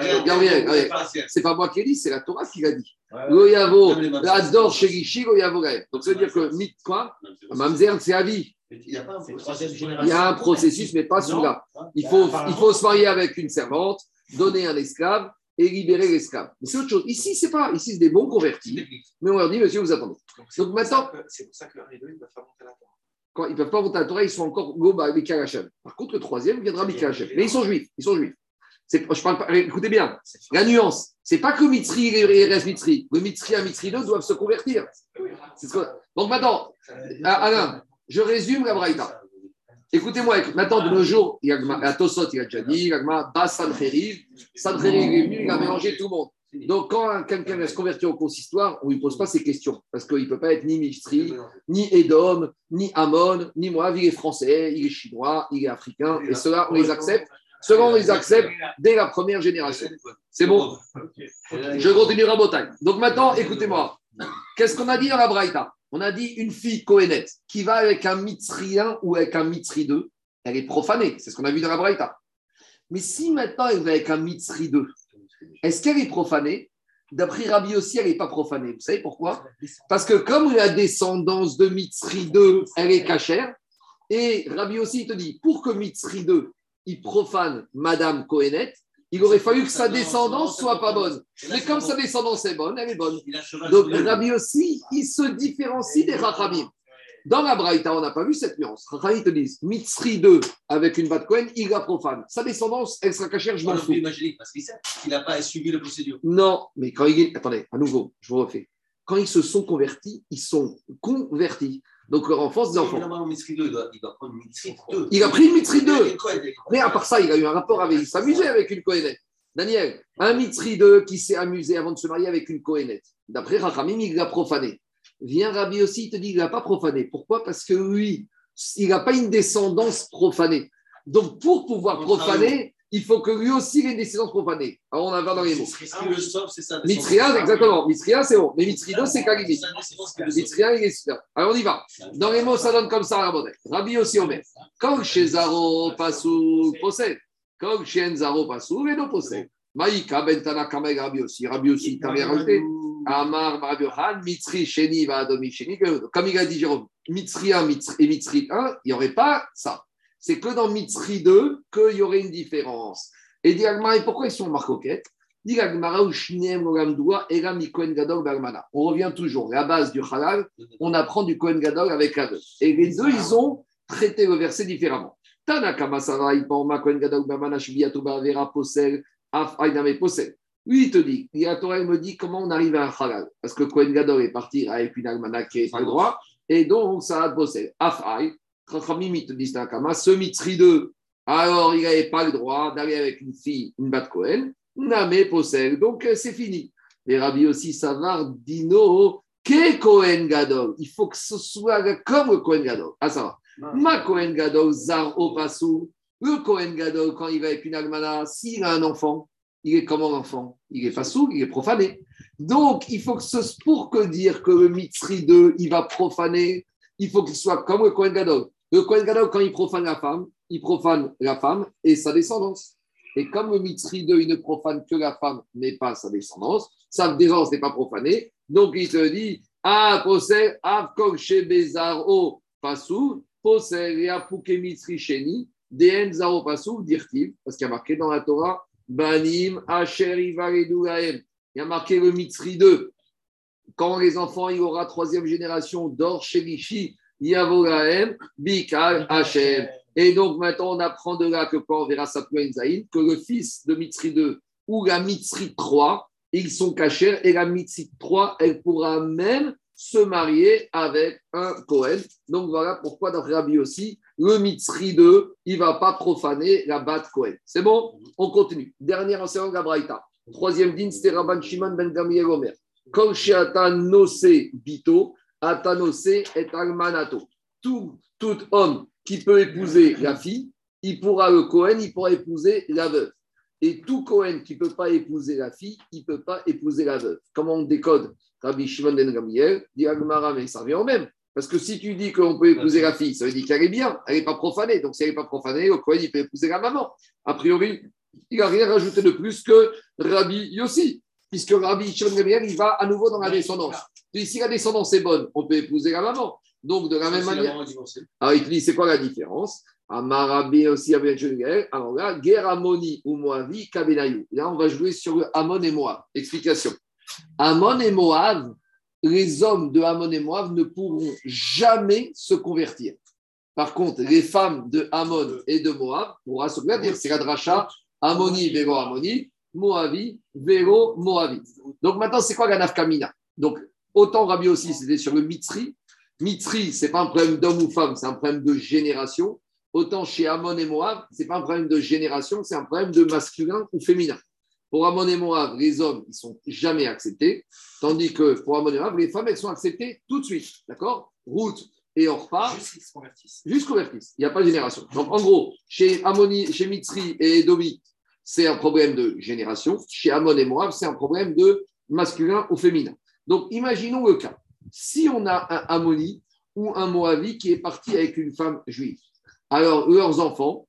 C'est pas moi qui l'ai dit, c'est la Torah qui l'a dit. Loyavo, l'ador chez Rishi, Loyavo. Donc, ça veut dire que Mit, quoi? Mamzer, c'est à vie. Il y a un processus, mais pas celui-là. Il faut, il faut se marier avec une servante, donner un esclave et libérer l'esclave. Mais c'est autre chose. Ici, c'est pas. Ici, c'est des bons convertis. Mais on leur dit, monsieur, vous attendez. Donc, Donc maintenant. C'est pour ça que l'un et deux, ils ne peuvent pas monter à la Torah. Quand ils ne peuvent pas monter à la Torah, ils sont encore Goba avec Kalachem. Par contre, le troisième viendra avec Kalachem. Mais ils sont juifs. Ils sont juifs. C'est, je parle pas, écoutez bien, la nuance. C'est pas que Mitzri et reste Mitzri. Le Mitzri et Mitzri deux doivent se convertir. C'est ce que... Donc maintenant, Alain, je résume la Braïta. Écoutez-moi, maintenant de nos jours, il y a la Tosot, il a déjà dit, il y a Bas Sancheriv, Sancheriv est venu, il a mélangé tout le monde. Donc quand quelqu'un va se convertir au consistoire, on ne lui pose pas ces questions, parce qu'il ne peut pas être ni Mitzri, ni Edom, ni Ammon, ni Moab, il est français, il est chinois, il est africain, et ceux-là, on les accepte. Ceux-là, on les accepte dès la première génération. C'est bon? Je continue à Botagne. Donc maintenant, écoutez-moi, qu'est-ce qu'on a dit dans la Braïta? On a dit une fille Kohénette qui va avec un Mitzrien ou avec un Mitzri deux, elle est profanée. C'est ce qu'on a vu dans la Braïta. Mais si maintenant elle va avec un Mitzri deux, est-ce qu'elle est profanée? D'après Rabbi aussi, elle n'est pas profanée. Vous savez pourquoi? Parce que comme la descendance de Mitzri deux, elle est cachère, et Rabbi aussi il te dit, pour que Mitzri deux, il profane Madame Kohénette, il aurait fallu que sa descendance soit pas bonne. Mais comme sa descendance est bonne, elle est bonne. Donc Rabbi aussi, il se différencie des Rachamim. Dans la Braïta, on n'a pas vu cette nuance. Rachamim te disent, Mitzri deux avec une bat Kohen, il la profane. Sa descendance, elle sera cachère, je m'en fous. Parce qu'il n'a pas suivi la procédure. Non, mais quand il est... Attendez, à nouveau, je vous refais. Quand ils se sont convertis, ils sont convertis. Donc leur enfant, c'est des enfants. Normalement, Mitri deux, il doit, il doit prendre une Mitri deux. Il a pris une Mitri deux. Mais à part ça, il a eu un rapport avec. Il s'amusait avec une Kohénette. Daniel, un Mitri deux qui s'est amusé avant de se marier avec une Kohénette. D'après Rachamim, il l'a profané. Vient Rabbi aussi, il te dit qu'il ne l'a pas profané. Pourquoi ? Parce que lui, il n'a pas une descendance profanée. Donc pour pouvoir profaner, il faut que lui aussi ait une descendance profanée. Alors on va voir dans les mots. Le sort, c'est ça. Mitria, exactement. Mitria, c'est bon. Mais Mitri deux, c'est Kalimi. Mitria, il est super. Alors on y va. Dans les mots, ça donne comme ça à la monnaie. Rabbi aussi, Omer. Quand chez Zaro, Passou, possède. Quand chez Zaro, Passou, et non possède. Maïka, Bentana, Kamel, Rabbi aussi. Rabbi aussi, tu as rajouté. Amar, Rabbi Yohan, Mitri, Sheni, va Adomi, Sheni. Comme il a dit Jérôme, Mitri un et Mitri un, il n'y aurait pas ça. C'est que dans Mitri deux qu'il y aurait une différence. Et dit Agmara, et pourquoi ils sont marcoquettes ? Dit Agmara, ou Shneem, Ogamdoua, Elam, Kohen Gadol, Bermana. On revient toujours. La base du halal, on apprend du Kohen Gadol avec la deux. Et les deux, ils ont traité le verset différemment. Tanakama Sara, Ipoma, Kohen Gadol, Bermana, Shibiatou, Bavera, Posel, Af, Aïdame, Posel. Lui, il te dit, la Torah me dit comment on arrive à un halal. Parce que Kohen Gadol est parti avec une almana qui n'est pas le droit, et donc ça a possède. Afai, Chachamim, il te dit, ce Mitri deux, alors il n'avait pas le droit d'aller avec une fille, une bat Kohen, Namé possède. Donc c'est fini. Les rabbis aussi, Savar, Dino, Ke Kohen Gadol. Il faut que ce soit comme le Kohen Gadol. Ah, ça va. Ma Kohen Gadol, Zar Opasou. Le Kohen Gadol, quand il va avec une almana, s'il a un enfant, il est comment l'enfant ? Il est fassou, il est profané. Donc, il faut que ce, pour que dire que le Mitri deux, il va profaner, il faut qu'il soit comme le Kohen Gadol. Le Kohen Gadol, quand il profane la femme, il profane la femme et sa descendance. Et comme le Mitri deux, il ne profane que la femme, mais pas sa descendance, sa descendance n'est pas profanée. Donc, il te dit, ah, possède, ah, kol shebezar o fassou, possède, et apouke Mitri sheni, dn zaro fassou, dirtiv, parce qu'il y a marqué dans la Torah, Banim, Asher, Ivaredou, Lahem. Il y a marqué le Mitri deux. Quand les enfants, il y aura troisième génération d'Or, Shelishi, Yavo, Lahem, Bikal, Asher. Et donc maintenant, on apprend de là que quand on verra Saploen Zaïn, que le fils de Mitri deux ou la Mitri trois, ils sont cachés et la Mitri trois, elle pourra même se marier avec un Kohen. Donc voilà pourquoi, dans Rabbi aussi, le Mitri deux, il ne va pas profaner la bat Kohen. C'est bon ? On continue. Dernier enseignement de la Braïta. Troisième din, c'était Rabban Shimon ben Gamliel Omer. Kol she'ata nose bito, ata nose et almanato. Tout, tout homme qui peut épouser la fille, il pourra le Kohen, il pourra épouser la veuve. Et tout Kohen qui ne peut pas épouser la fille, il ne peut pas épouser la veuve. Comment on décode Rabbi Shimon ben Gamliel, dit Agmara, mais ça revient au même. Parce que si tu dis qu'on peut épouser la fille, ça veut dire qu'elle est bien, elle n'est pas profanée. Donc si elle n'est pas profanée, le Kohen, il peut épouser la maman. A priori, il n'a rien rajouté de plus que Rabbi Yossi, puisque Rabbi Shimon ben Gamliel, il va à nouveau dans la descendance. Et si la descendance est bonne, on peut épouser la maman. Donc de la même manière. Alors il te dit, c'est quoi la différence ? Amarabi aussi avec Juniel. Alors là, guerre Amoni ou Moavi, Kabenayou. Là, on va jouer sur le Amon et Moab. Explication. Amon et Moab, les hommes de Amon et Moab ne pourront jamais se convertir. Par contre, les femmes de Amon et de Moab pourront se convertir. C'est la dracha Amoni, Vélo Amoni, Moavi, Vélo Moavi. Donc maintenant, c'est quoi la nafkamina ? Donc, autant Rabbi aussi, c'était sur le Mitri. Mitri, ce n'est pas un problème d'homme ou femme, c'est un problème de génération. Autant chez Amon et Moab, ce n'est pas un problème de génération, c'est un problème de masculin ou féminin. Pour Amon et Moab, les hommes, ils ne sont jamais acceptés, tandis que pour Amon et Moab, les femmes, elles sont acceptées tout de suite. D'accord ? Ruth et Orpha. Juste qu'ils se convertissent. Juste convertissent. Il n'y a pas de génération. Donc, en gros, chez Amoni, chez Mitri et Edomi, c'est un problème de génération. Chez Amon et Moab, c'est un problème de masculin ou féminin. Donc, imaginons le cas. Si on a un Amoni ou un Moavi qui est parti avec une femme juive, alors leurs enfants,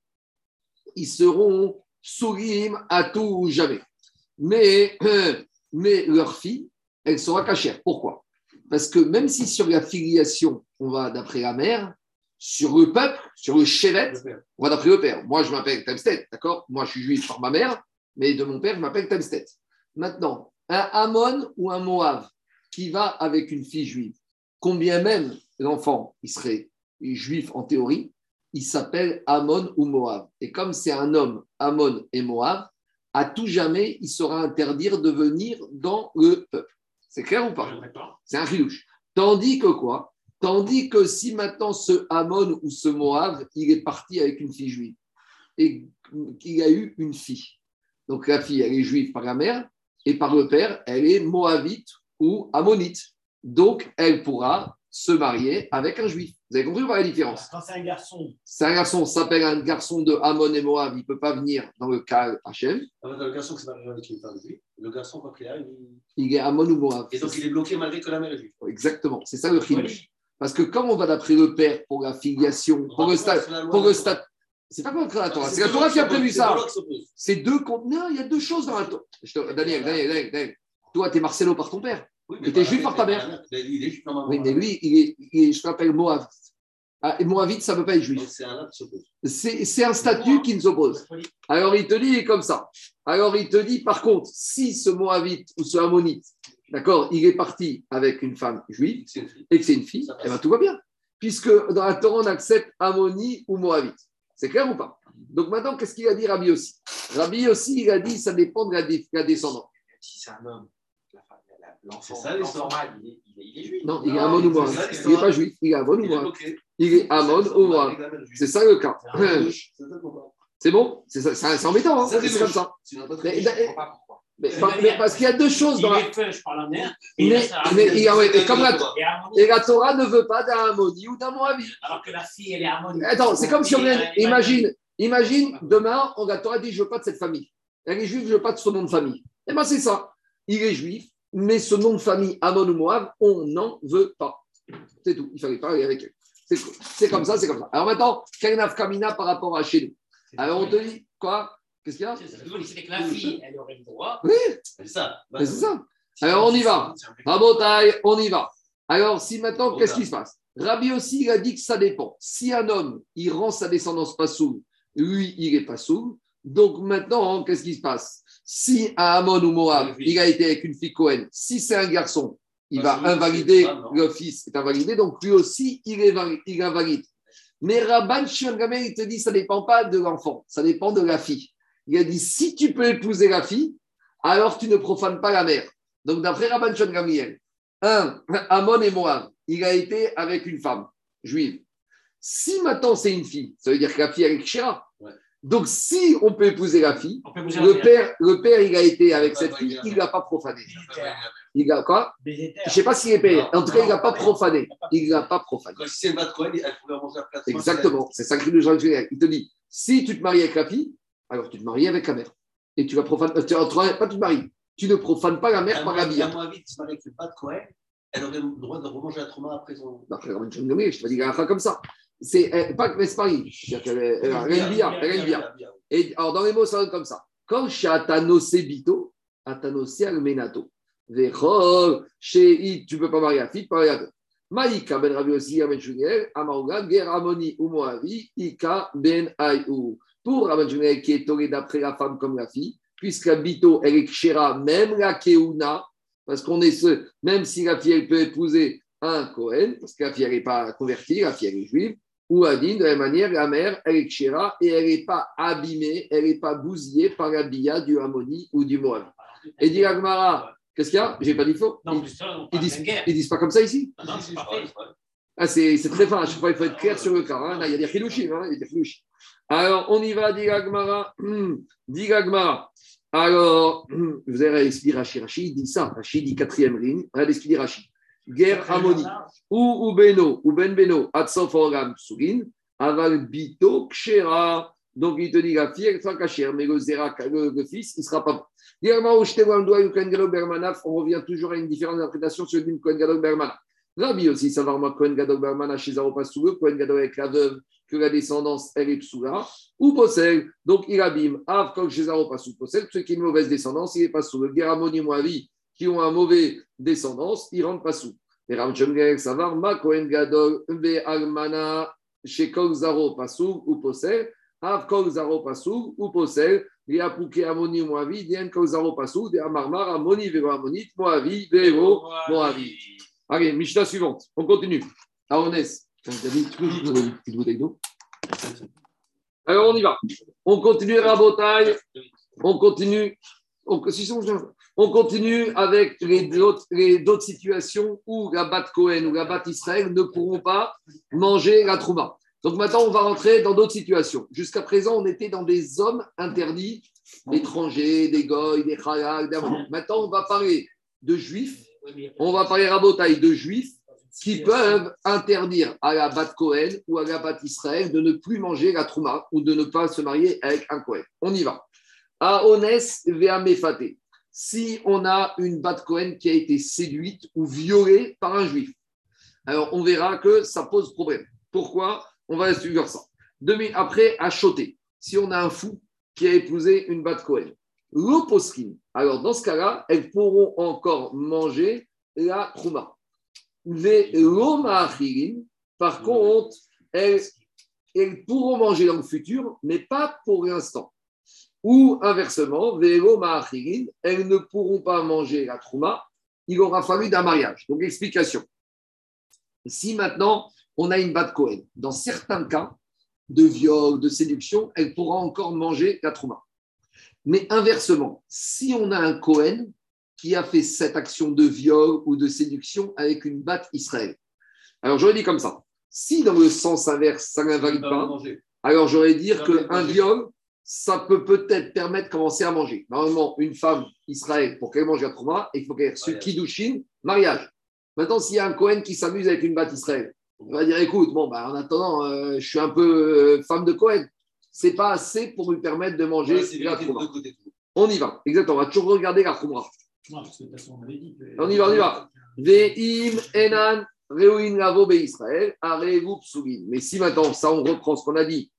ils seront sourim à tout ou jamais. Mais, euh, mais leur fille, elle sera cachère. Pourquoi ? Parce que même si sur la filiation, on va d'après la mère, sur le peuple, sur le chevet, on va d'après le père. Moi, je m'appelle Tamstet, d'accord ? Moi, je suis juif par ma mère, mais de mon père, je m'appelle Tamstet. Maintenant, un Amon ou un Moab qui va avec une fille juive, combien même l'enfant, il serait juif en théorie, il s'appelle Amon ou Moab. Et comme c'est un homme, Amon et Moab, à tout jamais, il sera interdit de venir dans le peuple. C'est clair ou pas ? C'est un chilouche. Tandis que quoi ? Tandis que si maintenant ce Ammon ou ce Moab, il est parti avec une fille juive et qu'il a eu une fille. Donc la fille, elle est juive par la mère et par le père, elle est moabite ou ammonite. Donc elle pourra se marier avec un juif. Vous avez compris ou pas la différence? Quand c'est un garçon. C'est un garçon, ça s'appelle un garçon de Ammon et Moab, il ne peut pas venir dans le cas Hachem. Le garçon qui s'est marié avec une femme juive, le garçon, quand il arrive, il... il est Ammon ou Moab. Et donc il est bloqué malgré que la mère est juive. Exactement, c'est ça le chidouch. Parce que comme on va d'après le père pour la filiation, pour le stade, pour le stade, c'est pas comme la Torah, c'est la Torah qui a prévu ça. C'est deux conteneurs, il y a deux choses dans la Torah. Daniel, Daniel, Daniel, Daniel, toi, tu es Marcelo par ton père. Oui, et tu es juif par ta mère. Il est juif normalement. Oui, mais lui, il est, il est, je l'appelle Moabite. Ah, et Moabite, ça ne peut pas être juif. C'est un, c'est un statut qui nous s'oppose. Alors il te dit comme ça. Alors il te dit, par contre, si ce Moabite ou ce Ammonite, d'accord, il est parti avec une femme juive et que c'est une fille, eh ben, tout va bien. Puisque dans la Torah, on accepte Ammoni ou Moabite. C'est clair ou pas? Donc maintenant, qu'est-ce qu'il a dit Rabbi aussi? Rabbi aussi, il a dit, ça dépend de la, dé- la descendance. Si c'est un homme, l'enfant, ça, l'enfant mâle, il est, il, est, il est juif. Non, il est Ammon ou Moab. Il n'est pas juif, il est Ammon ou Moab. Il est Ammon ou Moab. C'est ça le cas. C'est bon? C'est, ça, c'est, c'est embêtant, hein? C'est, c'est comme ça. Mais, mais, mais, mais parce qu'il y a deux choses dans la... Il est fait par la mère. Mais, mais, mais il y a, ouais, et, comme la, et la Torah ne veut pas d'un Ammoni ou d'un Moabite. Alors que la fille, elle est harmonieuse. Attends, c'est comme si on vient... Imagine, imagine, demain, on, la Torah dit, je ne veux pas de cette famille. Elle est juive, je ne veux pas de son nom de famille. Eh bien, c'est ça. Il est juif, mais ce nom de famille, Ammon ou Moab, on n'en veut pas. C'est tout. Il fallait parler avec elle. C'est, c'est comme ça, c'est comme ça. Alors maintenant, quel nafkamina par rapport à chez nous? Alors on te dit, quoi? Qu'est-ce qu'il y a? C'est que la fille, elle aurait le droit. Oui, c'est ça. Mais c'est ça. Alors on y va. Rabotaï, on y va. Alors si maintenant, qu'est-ce qui se passe? Rabbi aussi, il a dit que ça dépend. Si un homme, il rend sa descendance pas sourde, lui, il n'est pas sourd. Donc maintenant, qu'est-ce qui se passe? Si un Ammon ou Moab, il a été avec une fille Cohen, si c'est un garçon, il va invalider, le fils est invalidé, donc lui aussi, il est, il est invalide. Mais Rabban Shimon Gamliel, il te dit, ça ne dépend pas de l'enfant, ça dépend de la fille. Il a dit, si tu peux épouser la fille, alors tu ne profanes pas la mère. Donc d'après Rabban Shimon Gamliel, un, Ammon et Moab, il a été avec une femme juive. Si maintenant c'est une fille, ça veut dire que la fille elle est kshera. Ouais. Donc si on peut épouser la fille, le père, le père il a été avec cette fille, il ne l'a pas profané. Il a quoi? Je ne sais pas s'il est payé. En tout cas, il ne l'a pas profané. Il ne l'a pas profané. Si c'est le mat Cohen, elle pouvait manger la place. Exactement. C'est ça que le Jean Il te dit, si tu te maries avec la fille, alors tu te maries avec la mère. Et tu vas profaner. Euh, tu ne pas tu te maries. Tu ne profanes pas la mère par la bille. Moi, vite, se marier avec le mat Cohen, elle aurait le droit de remanger la trauma après son. Après, je te dis la comme ça. C'est elle, pas mais c'est pareil. Elle a une bia. Elle a une bia. Et alors, dans les mots, ça donne comme ça. Quand Shatano Sebito, Atano Menato. Vechol, chez tu ne peux pas marier la fille, pas marier la fille. Maïka ben Rabbi aussi, ben Shmuel, Amaouga, Ger Amoni ou Moavi, Ika ben Ayou. Pour Rabbi Shmuel qui est tombé d'après la femme comme la fille, puisque la bito, elle est kshera, même la keuna, parce qu'on est ce, même si la fille, elle peut épouser un Kohen, parce que la fille, elle n'est pas convertie, la fille, elle est juive, ou Adine, de la même manière, la mère, elle est kshera, et elle n'est pas abîmée, elle n'est pas bousillée par la bia du Amoni ou du Moavi. Et dit Agmara, qu'est-ce qu'il y a? J'ai pas dit faux. Non, ils, ça, ils, disent, ils disent pas comme ça ici. Non, non, c'est pas vrai. Ah, c'est, c'est très fin. À chaque fois, il faut être clair sur le cas. Hein. Là, il y a des chilouchim. Hein. Il y a des chilouchim. Alors, on y va, dit Gagmara. Dit Gagmara. Alors, vous avez expliqué Rashi. Rashi dit ça. Rashi dit quatrième ligne. Regardez ce qu'il dit Rashi. Guerre Amoni. Ou ou Beno. Ou Ben Beno. Atsof Orgam Sougin. Aval Bito Kshera. Donc, il te dit la fille, elle sera cachère. Mais le Zera, le, le fils, il ne sera pas bon. On revient toujours à une différente interprétation sur le Kohen Gadol Bermana. Rabbi aussi, savoir moi, Kohen Gadol Bermana chez Zaro Pasoule, Kohen Gadol avec la veuve, que la descendance, elle est Psoula, ou possède, donc il abîme, Av, comme chez Zaro Pasoule, possède, ceux qui ont une mauvaise descendance, il est Pasoule. Geramoni Moavi, qui ont une mauvaise descendance, ils rentrent Pasoule. Et Ramchom savoir, ma Kohen Gadol, Be Almana, chez Kol Zaro Pasoule, ou possède, Av, Kol Zaro Pasoule, ou possède, Riapouke Amoni Moavi, Dien Kol Zaro Pasoule, de Amarmar, Amoni, Vero Amonit, Moavi, Vero Moavi. Allez, Mishnah suivante. On continue. Aronès. Alors, on y va. On continue Rabotaï. On continue. On... Si, si, On continue avec les autres, les, d'autres situations où la Bat Cohen ou la Bat Israël ne pourront pas manger la Trouma. Donc maintenant, on va rentrer dans d'autres situations. Jusqu'à présent, on était dans des hommes interdits, étrangers, des goy, des halal, des amants. Maintenant, on va parler de juifs, on va parler rabotaï de juifs qui peuvent interdire à la Bat Cohen ou à la Bat Israël de ne plus manger la Trouma ou de ne pas se marier avec un Cohen. On y va. Aones vea mefate. Si on a une Bat Cohen qui a été séduite ou violée par un juif, alors on verra que ça pose problème. Pourquoi ? On va suivre ça. Deux minutes après, à Choté, si on a un fou qui a épousé une Bat Cohen, l'oposkin, alors dans ce cas-là, elles pourront encore manger la Trouma. Les lomaachirim, par contre, elles, elles pourront manger dans le futur, mais pas pour l'instant. Ou inversement, les lomaachirim, elles ne pourront pas manger la Trouma, il aura fallu d'un mariage. Donc, explication. Si maintenant, on a une Bat Cohen, dans certains cas de viol, de séduction, elle pourra encore manger la Trouma. Mais inversement, si on a un Cohen qui a fait cette action de viol ou de séduction avec une Bat Israël, alors j'aurais dit comme ça, si dans le sens inverse, ça n'invalide pas, alors j'aurais dire qu'un viol, ça peut peut-être permettre de commencer à manger. Normalement, une femme Israël, pour qu'elle mange la Trouma, il faut qu'elle ait reçu Kiddushin, mariage. Maintenant, s'il y a un Cohen qui s'amuse avec une Bat Israël, on va dire, écoute, bon, bah, en attendant, euh, je suis un peu euh, femme de Cohen. Ce n'est pas assez pour lui permettre de manger ouais, la Trouma. On y va, exactement. On va toujours regarder la Trouma. On y va, on y va. Ve'im enan reuin lavo be'Israël, arevou psoulin. Mais si maintenant, ça, on reprend ce qu'on a dit.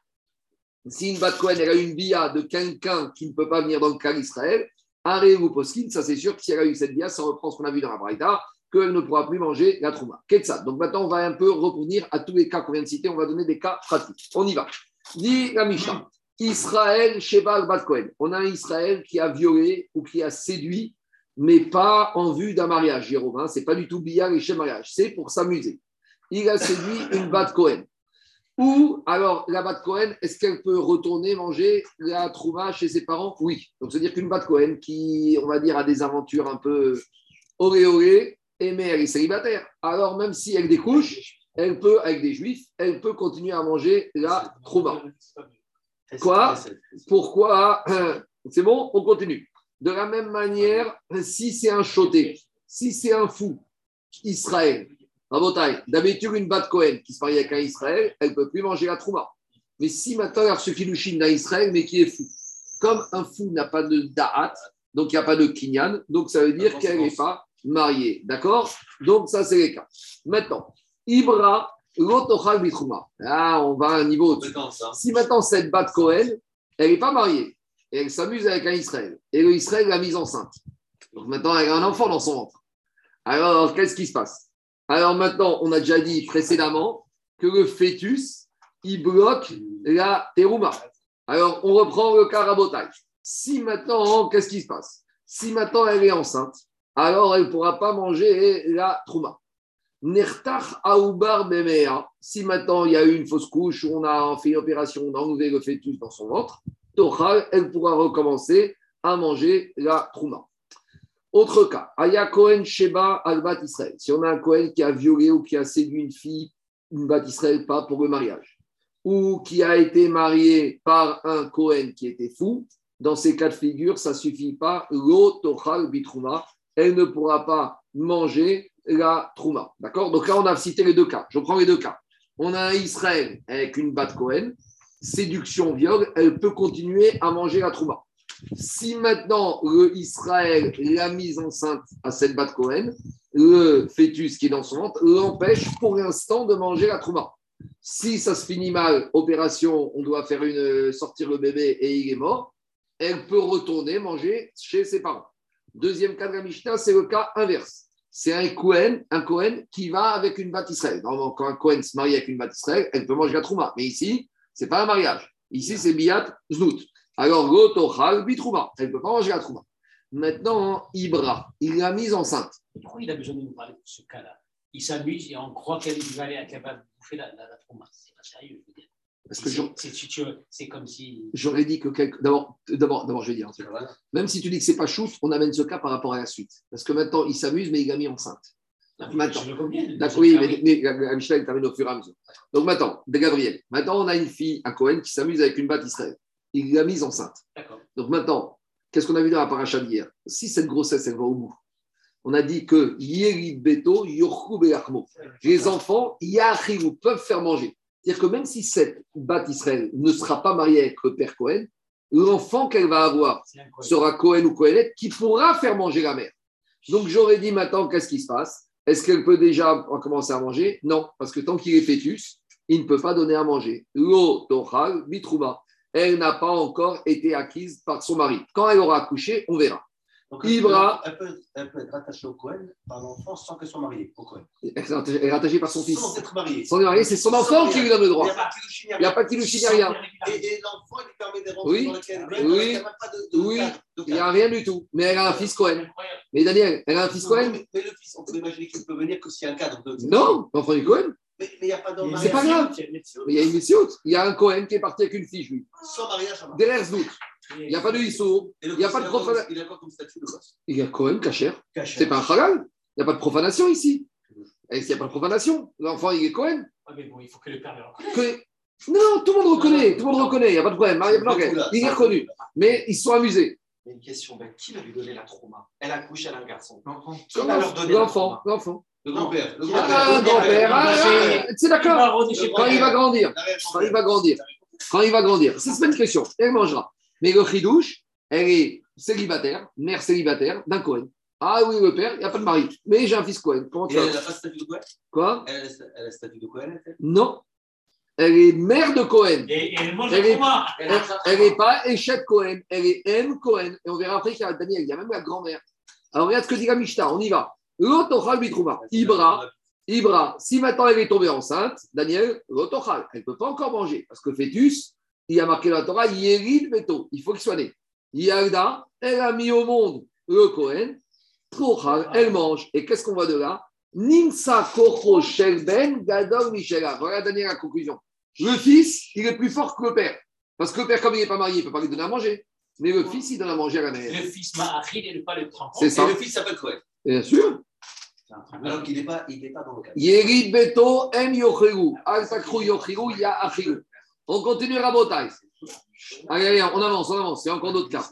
Si une Bat Cohen, elle a une bia de quelqu'un qui ne peut pas venir dans le cas d'Israël, arevou poskin, ça c'est sûr que si elle a eu cette bia, ça reprend ce qu'on a vu dans la Braïta, qu'elle ne pourra plus manger la Trouma. Qu'est-ce que ça ? Donc maintenant, on va un peu revenir à tous les cas qu'on vient de citer. On va donner des cas pratiques. On y va. Dit la Mishnah. Israël, Sheba, Bat Cohen. On a un Israël qui a violé ou qui a séduit, mais pas en vue d'un mariage, Jérôme. Hein. Ce n'est pas du tout billard et chez mariage. C'est pour s'amuser. Il a séduit une Bat Cohen. Ou, alors, la Bat Cohen, est-ce qu'elle peut retourner manger la Trouma chez ses parents ? Oui. Donc, c'est-à-dire qu'une Bat Cohen qui, on va dire, a des aventures un peu oré-oré, mais elle est célibataire. Alors, même si elle découche, elle peut, avec des juifs, elle peut continuer à manger la Trouma. Quoi ? Pourquoi ? C'est bon, on continue. De la même manière, si c'est un choté, si c'est un fou, Israël, d'habitude, une Bat Cohen qui se marie avec un Israël, elle ne peut plus manger la Trouma. Mais si maintenant, elle a reçu Kiddushin d'un Israël, mais qui est fou, comme un fou n'a pas de da'at, donc il n'y a pas de kinyan, donc ça veut dire qu'elle n'est pas mariée. D'accord ? Donc, ça, c'est les cas. Maintenant, Ibra, l'otochal bitrouma. Là, on va à un niveau au-dessus. Si maintenant, cette Bat Cohen, elle n'est pas mariée, et elle s'amuse avec un Israël, et le Israël l'a mise enceinte. Donc maintenant, elle a un enfant dans son ventre. Alors, qu'est-ce qui se passe ? Alors maintenant, on a déjà dit précédemment que le fœtus, il bloque la terouma. Alors, on reprend le cas rabotage. Si maintenant, qu'est-ce qui se passe ? Si maintenant, elle est enceinte, alors elle ne pourra pas manger la trouma. Nertach aoubar bemea. Si maintenant il y a eu une fausse couche, ou on a fait une opération d'enlever le fœtus dans son ventre, tochal, elle pourra recommencer à manger la trouma. Autre cas, Aya Cohen Sheba al-Bat Israël. Si on a un Cohen qui a violé ou qui a séduit une fille, une Bat Israël, pas pour le mariage, ou qui a été marié par un Cohen qui était fou, dans ces cas de figure, ça ne suffit pas. Lo tochal bitrouma. Elle ne pourra pas manger la trouma. D'accord ? Donc là, on a cité les deux cas. Je prends les deux cas. On a un Israël avec une Bat Cohen, séduction, viol, elle peut continuer à manger la trouma. Si maintenant le Israël l'a mise enceinte à cette Bat Cohen, le fœtus qui est dans son ventre l'empêche pour l'instant de manger la trouma. Si ça se finit mal, opération, on doit faire une sortir le bébé et il est mort, elle peut retourner manger chez ses parents. Deuxième cas de la Mishnah, c'est le cas inverse. C'est un Cohen, un Cohen qui va avec une Bat Israël. Normalement, quand un Cohen se marie avec une Bat Israël, elle peut manger la trouma. Mais ici, ce n'est pas un mariage. Ici, c'est Biyat Znout. Alors, Gotochal Bitrouma. Elle ne peut pas manger la trouma. Maintenant, Ibra, il l'a mise enceinte. Pourquoi il a besoin de nous parler de ce cas-là ? Il s'amuse et on croit qu'elle va aller à capable de bouffer la, la, la trouma. C'est pas sérieux, je veux dire. Parce que c'est comme si. J'aurais dit que. Quelque... D'abord, d'abord, d'abord, je vais dire. Même si tu dis que c'est pas chouf, on amène ce cas par rapport à la suite. Parce que maintenant, il s'amuse, mais il a mis enceinte. Donc, maintenant. D'accord, oui, mais, mais la Mishnah, elle termine au fur et à mesure. Donc maintenant, de Gabriel. Maintenant, on a une fille, un Cohen, qui s'amuse avec une batte Israël. Il l'a mise enceinte. D'accord. Donc maintenant, qu'est-ce qu'on a vu dans la paracha d'hier? Si cette grossesse, elle va au bout, on a dit que les enfants, peuvent faire manger. C'est-à-dire que même si cette batte Israël ne sera pas mariée avec le père Cohen, l'enfant qu'elle va avoir sera Cohen ou Cohenette qui pourra faire manger la mère. Donc j'aurais dit maintenant, qu'est-ce qui se passe? Est-ce qu'elle peut déjà commencer à manger? Non, parce que tant qu'il est fœtus, il ne peut pas donner à manger. Lo tochal bitrouba. Elle n'a pas encore été acquise par son mari. Quand elle aura accouché, on verra. Donc, elle, Ibra, peut, elle, peut, elle peut être rattachée au Cohen par l'enfant sans qu'elle soit mariée au Cohen. Elle est rattachée par son fils. Sans être mariée. Sans être mariée, c'est son enfant qui lui donne le droit. Il n'y a pas de kilouchi, il n'y a rien. Et, et l'enfant, il lui permet de rentrer oui, dans lequel oui, oui, il n'y a, pas de, de oui, de il y a rien du tout. Mais elle a un fils Cohen. Mais Daniel, elle a un fils Cohen. Mais, mais le fils, on peut imaginer qu'il peut venir que s'il y a un cadre. De... Non, l'enfant du Cohen. Mais il n'y a pas d'homme. C'est pas grave. Il y a une mission. Il y a un Cohen qui est parti avec une fille juive. Sans mariage, ça marche. Derrière Zdout. Il n'y a pas de issour, il n'y a pas de profanation. Il a quoi comme statut de gosse? Il y a Cohen Kacher. C'est pas un halal. Il n'y a pas de profanation ici. Et s'il n'y a pas de profanation, l'enfant il est Cohen. Ah, mais bon, il faut que le père le reconnaisse. Que... Non, tout le monde reconnaît. Tout le monde reconnaît. Il n'y a pas de problème. Il est reconnu. Mais ils sont amusés. Une question, ben, qui va lui donner la trauma? Elle accouche, elle a un garçon. L'enfant. L'enfant. L'enfant. Le grand-père. Le grand-père. C'est d'accord. Quand il va grandir. Quand il va grandir. Quand il va grandir. C'est pas une question. Elle mangera. Mais le chidouche, elle est célibataire, mère célibataire d'un Cohen. Ah oui, le père, il n'y a pas de mari. Mais j'ai un fils Cohen. Comment tu Et elle n'a pas le statut de Cohen? Quoi? Elle a le statut de Cohen? Non. Elle est mère de Cohen. Et, et elle mange elle est, moi. Elle n'est pas Échette Cohen. Elle est M Cohen. Et on verra après qu'il y a Daniel, il y a même la grand-mère. Alors regarde ce que dit la Mishnah. On y va. L'otochal bitrouba. Ibra. Ibra. Si maintenant elle est tombée enceinte, Daniel, l'otochal. Elle ne peut pas encore manger. Parce que fœtus, il y a marqué dans la Torah, Yérid Beto, il faut qu'il soit né. Yalda, elle a mis au monde le Cohen, Trochal, elle mange. Et qu'est-ce qu'on voit de là? Nimsa Kocho Shelben Gadol Michela. Voilà, Daniel, la conclusion. Le fils, il est plus fort que le père. Parce que le père, comme il n'est pas marié, il ne peut pas lui donner à manger. Mais le fils, il donne à manger à la mère. Le fils Ma'achid, il ne peut pas le prendre. C'est ça. Et le fils s'appelle Cohen. Bien sûr. Alors qu'il n'est pas, pas dans le cadre. Yérid Beto, M Yochelu. Al Takru Yochelu, Ya Achilu. On continue Rabotai. Allez, allez, on avance, on avance. Il y a encore d'autres cas.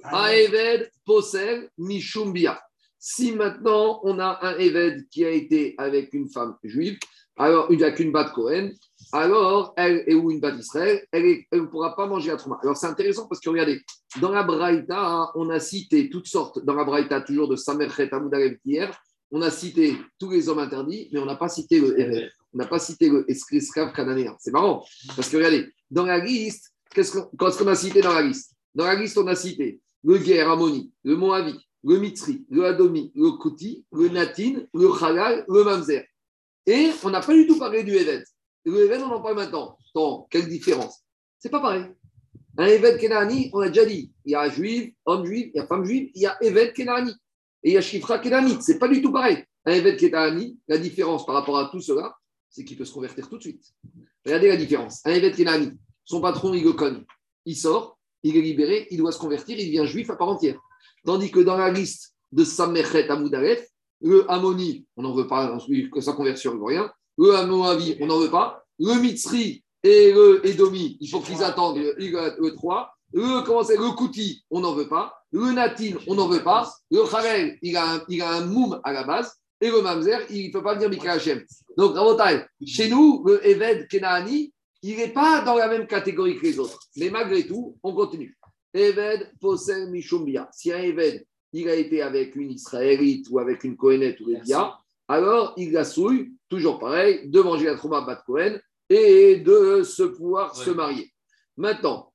Aeved Posel Mishumbia. Si maintenant on a un Eved qui a été avec une femme juive, alors il n'y a qu'une batte Cohen, alors elle est ou une batte Israël, elle ne pourra pas manger la trouma. Alors c'est intéressant parce que regardez, dans la Braïta, on a cité toutes sortes, dans la Braïta toujours de Samerchet Amoudarev hier, on a cité tous les hommes interdits, mais on n'a pas cité le Eved. On n'a pas cité l'esclave cananéen. C'est marrant. Parce que regardez, dans la liste, qu'est-ce qu'on, qu'est-ce qu'on a cité dans la liste? Dans la liste, on a cité le Guer, Ammoni, le Moavi, le Mitzri, le Adomi, le Kouti, le Natin, le Halal, le Mamzer. Et on n'a pas du tout parlé du Eved. Le Eved, on en parle maintenant. Attends, quelle différence? C'est pas pareil. Un Eved Kenani, on a déjà dit. Il y a juif, homme juif, il y a femme juive, il y a Eved Kenani. Et il y a Shifra Kenani. C'est pas du tout pareil. Un Eved Kenani, la différence par rapport à tout cela, c'est qu'il peut se convertir tout de suite. Regardez la différence. Un Eved Kenani, son patron, il le cogne. Il sort, il est libéré, il doit se convertir, il devient juif à part entière. Tandis que dans la liste de Samerchet Amoudaref, le Ammoni, on n'en veut pas, que sa conversion ne veut rien. Le Moavi, on n'en veut pas. Le Mitzri et le Edomi, il faut qu'ils attendent le, le, le trois. Le, comment c'est, le Kouti, on n'en veut pas. Le Natin, on n'en veut pas. Le Khalel, il a un, il a un moum à la base. Et le Mamzer, il ne peut pas venir Mikra Hashem. Donc, Rabotai, chez nous, le Eved Kenani, il n'est pas dans la même catégorie que les autres. Mais malgré tout, on continue. Eved Posel Mishumbia. Si un Eved, il a été avec une Israélite ou avec une Kohenette ou Lévia, alors il la souille, toujours pareil, de manger la Trouma Bat Kohen et de se pouvoir ouais. se marier. Maintenant,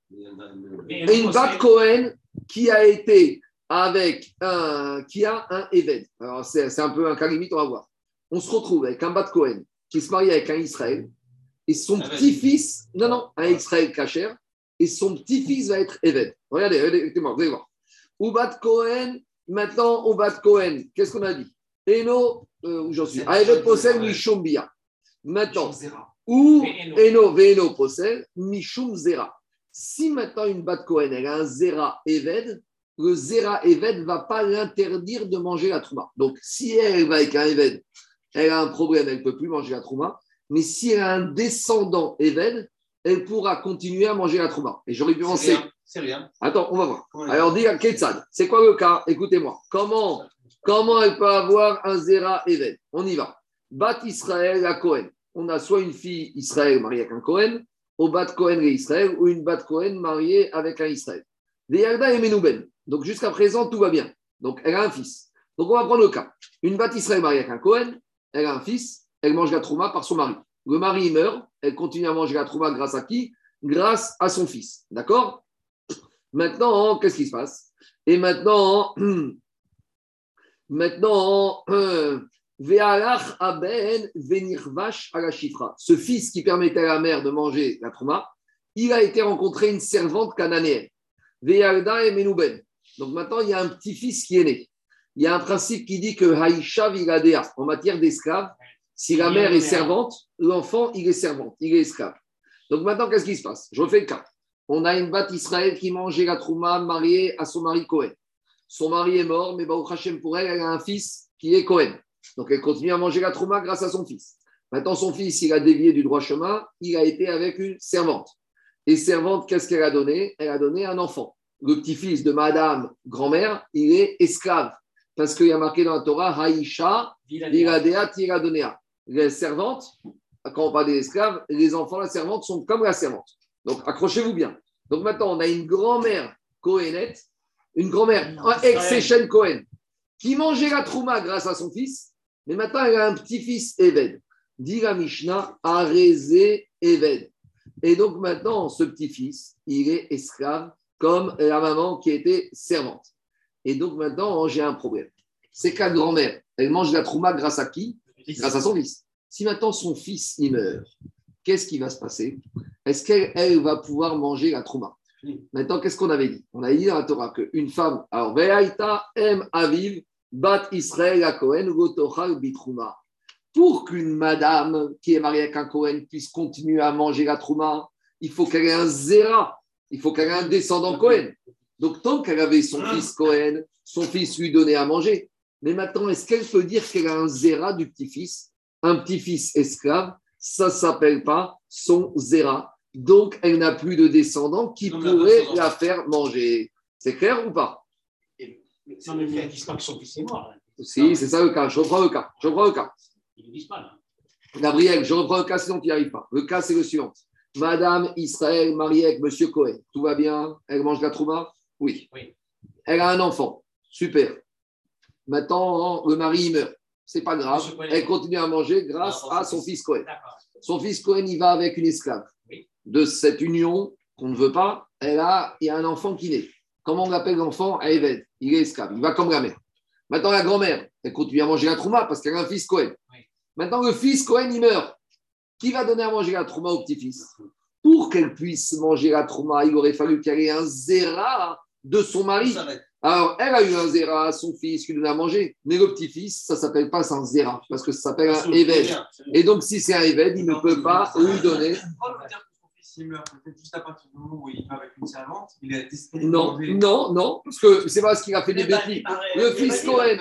une Bat Kohen qui a été avec un, qui a un Eved. Alors, c'est, c'est un peu un cas limite, on va voir. On se retrouve avec un Bat Kohen qui se marie avec un Israël et son ah, petit-fils, non, non, un Israël Kacher, et son petit-fils va être Eved. Regardez, regardez, vous allez voir. Ou Bat Kohen, maintenant, on Bat Kohen, qu'est-ce qu'on a dit? Eno, euh, où j'en suis? Eved Posel Mishumbia. Maintenant, ou Eno Veeno Posel, Mishum Zera. Si maintenant une bat Kohen, elle a un Zera Eved, le Zera Eved ne va pas l'interdire de manger la Trouma. Donc, si elle va avec un Eved, elle a un problème, elle ne peut plus manger la Trouma. Mais si elle a un descendant Eved, elle pourra continuer à manger la Trouma. Et j'aurais pu penser. C'est rien. Attends, on va voir. Alors, dis à Ketsad, c'est quoi le cas? Écoutez-moi. Comment, comment elle peut avoir un Zera Eved? On y va. Bat Israël à Kohen. On a soit une fille Israël mariée avec un Kohen, au Bat Kohen et Israël, ou une Bat Kohen mariée avec un Israël. Veyarda et Menouben. Donc, jusqu'à présent, tout va bien. Donc, elle a un fils. Donc, on va prendre le cas. Une Bat Israël mariée avec un Kohen, elle a un fils, elle mange la Trouma par son mari. Le mari meurt, elle continue à manger la Trouma grâce à qui? Grâce à son fils. D'accord? Maintenant, qu'est-ce qui se passe? Et maintenant, maintenant, euh, Ve'alach aben venirvash à la chifra. Ce fils qui permettait à la mère de manger la Trouma, il a été rencontré une servante cananéenne. Ve'alda et Menouben. Donc maintenant, il y a un petit-fils qui est né. Il y a un principe qui dit que Haïcha Vigadea, en matière d'esclave, si la mère est servante, l'enfant, il est servante, il est esclave. Donc maintenant, qu'est-ce qui se passe? Je refais le cas. On a une bat Israël qui mangeait la Trouma mariée à son mari Cohen. Son mari est mort, mais Baruch Hashem pour elle, elle a un fils qui est Cohen. Donc elle continue à manger la Trouma grâce à son fils. Maintenant, son fils, il a dévié du droit chemin, il a été avec une servante. Et servante, qu'est-ce qu'elle a donné? Elle a donné un enfant. Le petit-fils de madame grand-mère, il est esclave. Parce qu'il y a marqué dans la Torah, Haïcha, Viradea, Tiradonea. Les servantes, quand on parle des esclaves, les enfants, la servante sont comme la servante. Donc, accrochez-vous bien. Donc, maintenant, on a une grand-mère Kohenette, une grand-mère ex-Sechen Cohen, qui mangeait la Trouma grâce à son fils, mais maintenant, elle a un petit-fils Eved. Dit la Mishnah, Arézé Eved. Et donc, maintenant, ce petit-fils, il est esclave, comme la maman qui était servante. Et donc, maintenant, j'ai un problème. C'est que la grand-mère, elle mange la Trouma grâce à qui? Grâce à son fils. Si maintenant son fils il meurt, qu'est-ce qui va se passer? Est-ce qu'elle elle va pouvoir manger la Trouma? Maintenant, qu'est-ce qu'on avait dit? On avait dit dans la Torah qu'une femme, alors, Ve'aïta em aviv bat Israël à Kohen gotochal bitrouma. Pour qu'une madame qui est mariée avec un Kohen puisse continuer à manger la Trouma, il faut qu'elle ait un zéra, il faut qu'elle ait un descendant Kohen. Donc, tant qu'elle avait son fils Kohen, son fils lui donnait à manger. Mais maintenant, est-ce qu'elle peut dire qu'elle a un zéra du petit-fils? Un petit-fils esclave, ça ne s'appelle pas son zéra. Donc, elle n'a plus de descendants qui non, pourraient non, la faire manger. C'est clair ou pas? Non, mais ils ne disent pas que son fils est mort. Si, c'est ça le cas. Je reprends le cas. Je reprends le cas. Ils ne disent pas, là. Gabriel, je reprends le cas, sinon tu n'y arrives pas. Le cas, c'est le suivant. Madame Israël mariée avec Monsieur Cohen. Tout va bien? Elle mange la Trouma? Oui. oui. Elle a un enfant. Super. Maintenant, le mari meurt. C'est pas grave. Elle continue à manger grâce à son fils Cohen. Son fils Cohen, il va avec une esclave. Oui. De cette union qu'on ne veut pas, elle a, il y a un enfant qui naît. Comment on l'appelle l'enfant? Eved. Il est esclave. Il va comme la mère. Maintenant, la grand-mère, elle continue à manger la Trouma parce qu'elle a un fils Cohen. Oui. Maintenant, le fils Cohen, il meurt. Qui va donner à manger la Trouma au petit-fils? Pour qu'elle puisse manger la Trouma, il aurait fallu qu'elle ait un zéra de son mari. Alors, elle a eu un zéra, son fils qui lui donne à manger. Mais le petit-fils, ça ne s'appelle pas un zéra, parce que ça s'appelle un éved. Et donc, si c'est un éved, il ne peut pas lui donner. S'il meurt peut-être juste à partir du moment où il va avec une servante, il est disponible. Non, non, non, parce que c'est parce qu'il a fait des bêtises. Le fils Cohen,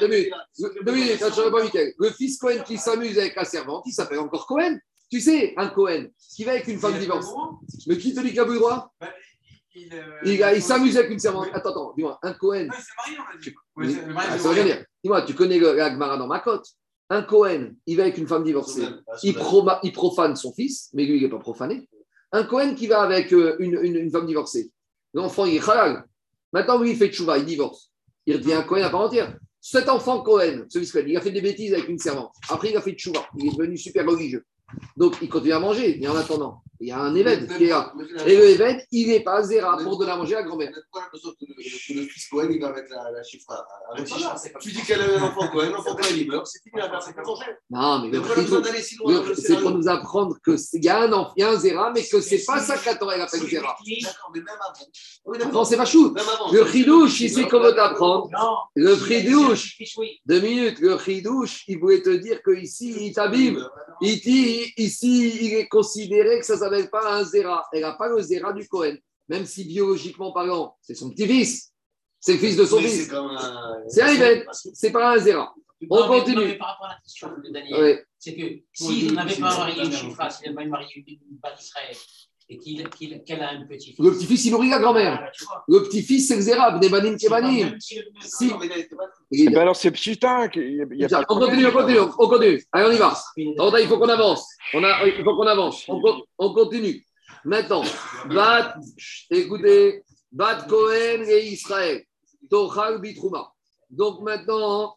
le fils Cohen qui s'amuse avec la servante, il s'appelle encore Cohen. Tu sais, un Cohen qui va avec une femme divorcée. Mais qui te dit qu'il a plus le droit? Il, euh, il, il s'amuse avec une servante. Oui. Attends, attends, dis-moi, un Cohen. Non, il s'est marié, on a dit. Tu, oui, oui, ah, ça veut rien dire. Dis-moi, tu connais la Gemara dans ma côte. Un Cohen, il va avec une femme divorcée. Il, pro, il profane son fils, mais lui, il n'est pas profané. Un Cohen qui va avec une, une, une femme divorcée. L'enfant, il est halal. Maintenant, lui, il fait tchouva, il divorce. Il devient un Cohen à part entière. Cet enfant Cohen, ce fils Cohen, il a fait des bêtises avec une servante. Après, il a fait tchouva. Il est devenu super religieux. Donc, il continue à manger. Mais en attendant, Il y a un évêque qui est là. Et le évêque, il n'est pas Zéra pour donner à manger à la grand-mère. Le fils Cohen, il va avec la chiffre. Tu dis qu'elle a un enfant Cohen, l'enfant Cohen, il meurt, c'est fini, la personne peut manger. Non, mais le c'est pour nous apprendre qu'il y a un enfant, il y a un Zéra, mais que ce n'est pas ça que la Torah appelle Zéra. D'accord, mais même avant. Non, c'est pas chou. Le chidouche, ici, qu'on veut t'apprendre. Le chidouche, deux minutes, le chidouche, il voulait te dire qu'ici, il t'abîme. Il dit, ici, il est considéré que ça ne s'appelle pas un Zéra. Elle n'a pas le Zéra du Cohen. Même si biologiquement parlant, c'est son petit-fils. C'est le fils de son fils. C'est un Ibn. C'est pas un Zéra. On non, continue. Mais, non, mais par rapport à la question de Daniel, ouais. C'est que s'il n'avait pas marié une chifra, s'il n'avait pas marié une bat d'Israël, et qu'il, qu'il, qu'elle a un petit-fils. Le petit-fils, il nourrit la grand-mère. Ah, le petit-fils, c'est le Zéra. Nebanim, Kebanim. Si. Ben alors, c'est Pchita. On continue, on continue, on continue. Allez, on y va. Alors, il faut qu'on avance. On a, il faut qu'on avance. On, on continue. Maintenant, Bat, écoutez, Bat Cohen et Israël. Tochal Bitrouma. Donc maintenant,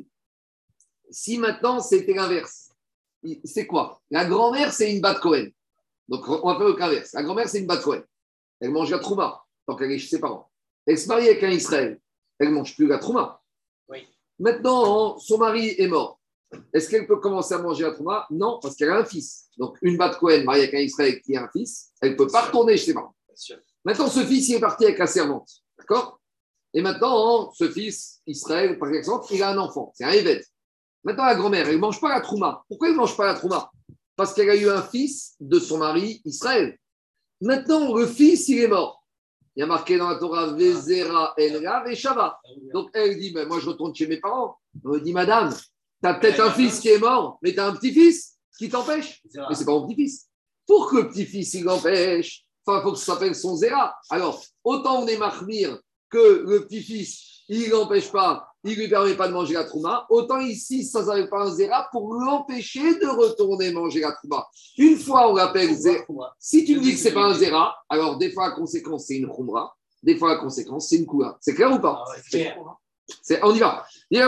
si maintenant c'était l'inverse, c'est quoi? La grand-mère, c'est une Bat Cohen. Donc, on va faire le cas inverse. La grand-mère, c'est une Bat Cohen. Elle mange la trouma tant qu'elle est chez ses parents. Elle se marie avec un Israël. Elle ne mange plus la trouma. Oui. Maintenant, son mari est mort. Est-ce qu'elle peut commencer à manger la trouma? Non, parce qu'elle a un fils. Donc, une Bat Cohen mariée avec un Israël qui a un fils, elle ne peut pas retourner chez ses parents. Maintenant, ce fils, il est parti avec la servante. D'accord? Et maintenant, ce fils, Israël, par exemple, il a un enfant. C'est un évêque. Maintenant, la grand-mère, elle ne mange pas la trouma. Pourquoi elle ne mange pas la trouma? Parce qu'elle a eu un fils de son mari Israël. Maintenant, le fils, il est mort. Il y a marqué dans la Torah, Vezera Elra Veshava. Donc, elle dit, ben, moi, je retourne chez mes parents. On me dit, madame, tu as peut-être un fils qui est mort, mais tu as un petit-fils qui t'empêche. Mais ce n'est pas mon petit-fils. Pour que le petit-fils, il l'empêche, enfin, il faut que ça s'appelle son Zéra. Alors, autant on est marmire que le petit-fils, il ne l'empêche pas, il ne lui permet pas de manger la trouma, autant ici, ça ne s'appelle pas un Zéra pour l'empêcher de retourner manger la trouma. Une fois, on l'appelle Zéra. Si tu me dis que ce n'est pas un Zéra, alors des fois, la conséquence, c'est une Khumra, des fois, la conséquence, c'est une Koula. C'est clair ou pas? C'est, c'est, on y va.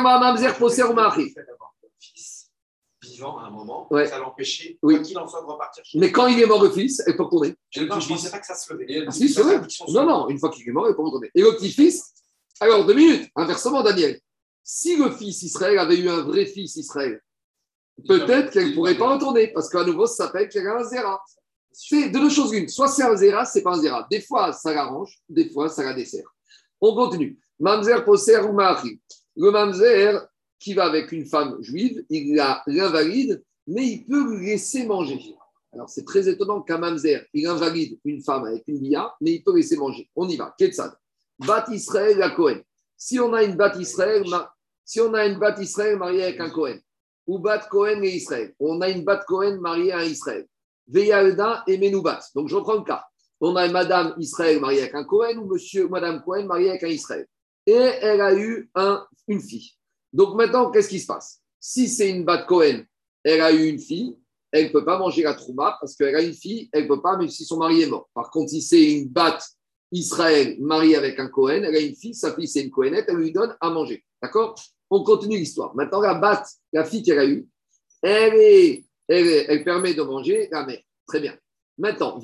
Vivant à un moment, ouais. Ça l'empêchait, oui. Quoi qu'il en soit, de repartir chez Mais quand il est mort le fils, elle peut retourner. Je ne pensais pas que ça se levait. Ah, si, c'est vrai. Non, non, une fois qu'il est mort, elle peut retourner. Et le petit-fils, alors deux minutes, inversement, Daniel. Si le fils Israël avait eu un vrai fils Israël, peut-être qu'elle ne pourrait pas retourner, parce qu'à nouveau, ça s'appelle qu'elle a un Zéra. C'est de deux choses l'une. Soit c'est un Zéra, c'est pas un Zéra. Des fois, ça l'arrange, des fois, ça la dessert. On continue. Mamzer poser ou Mahari. Le Mamzer qui va avec une femme juive, il la, l'invalide, mais il peut lui laisser manger. Alors, c'est très étonnant qu'un mamzer, il invalide une femme avec une bia, mais il peut laisser manger. On y va. Ketsad. Bat Israël à Cohen. Si on a une Bat Israël, si on a une Bat Israël mariée avec un Cohen, ou Bat Cohen et Israël, on a une Bat Cohen mariée à un Israël. Veyalda et Menoubat. Donc, je reprends le cas. On a une Madame Israël mariée avec un Cohen, ou Monsieur, Madame Cohen mariée avec un Israël. Et elle a eu un, une fille. Donc maintenant, qu'est-ce qui se passe? Si c'est une Bat Cohen, elle a eu une fille, elle ne peut pas manger la trouma parce qu'elle a une fille, elle ne peut pas, même si son mari est mort. Par contre, si c'est une Bat Israël mariée avec un Cohen, elle a une fille, sa fille c'est une Cohenette, elle lui donne à manger. D'accord? On continue l'histoire. Maintenant, la Bat, la fille qu'elle a eue, elle, est, elle, est, elle permet de manger la mère. Très bien. Maintenant,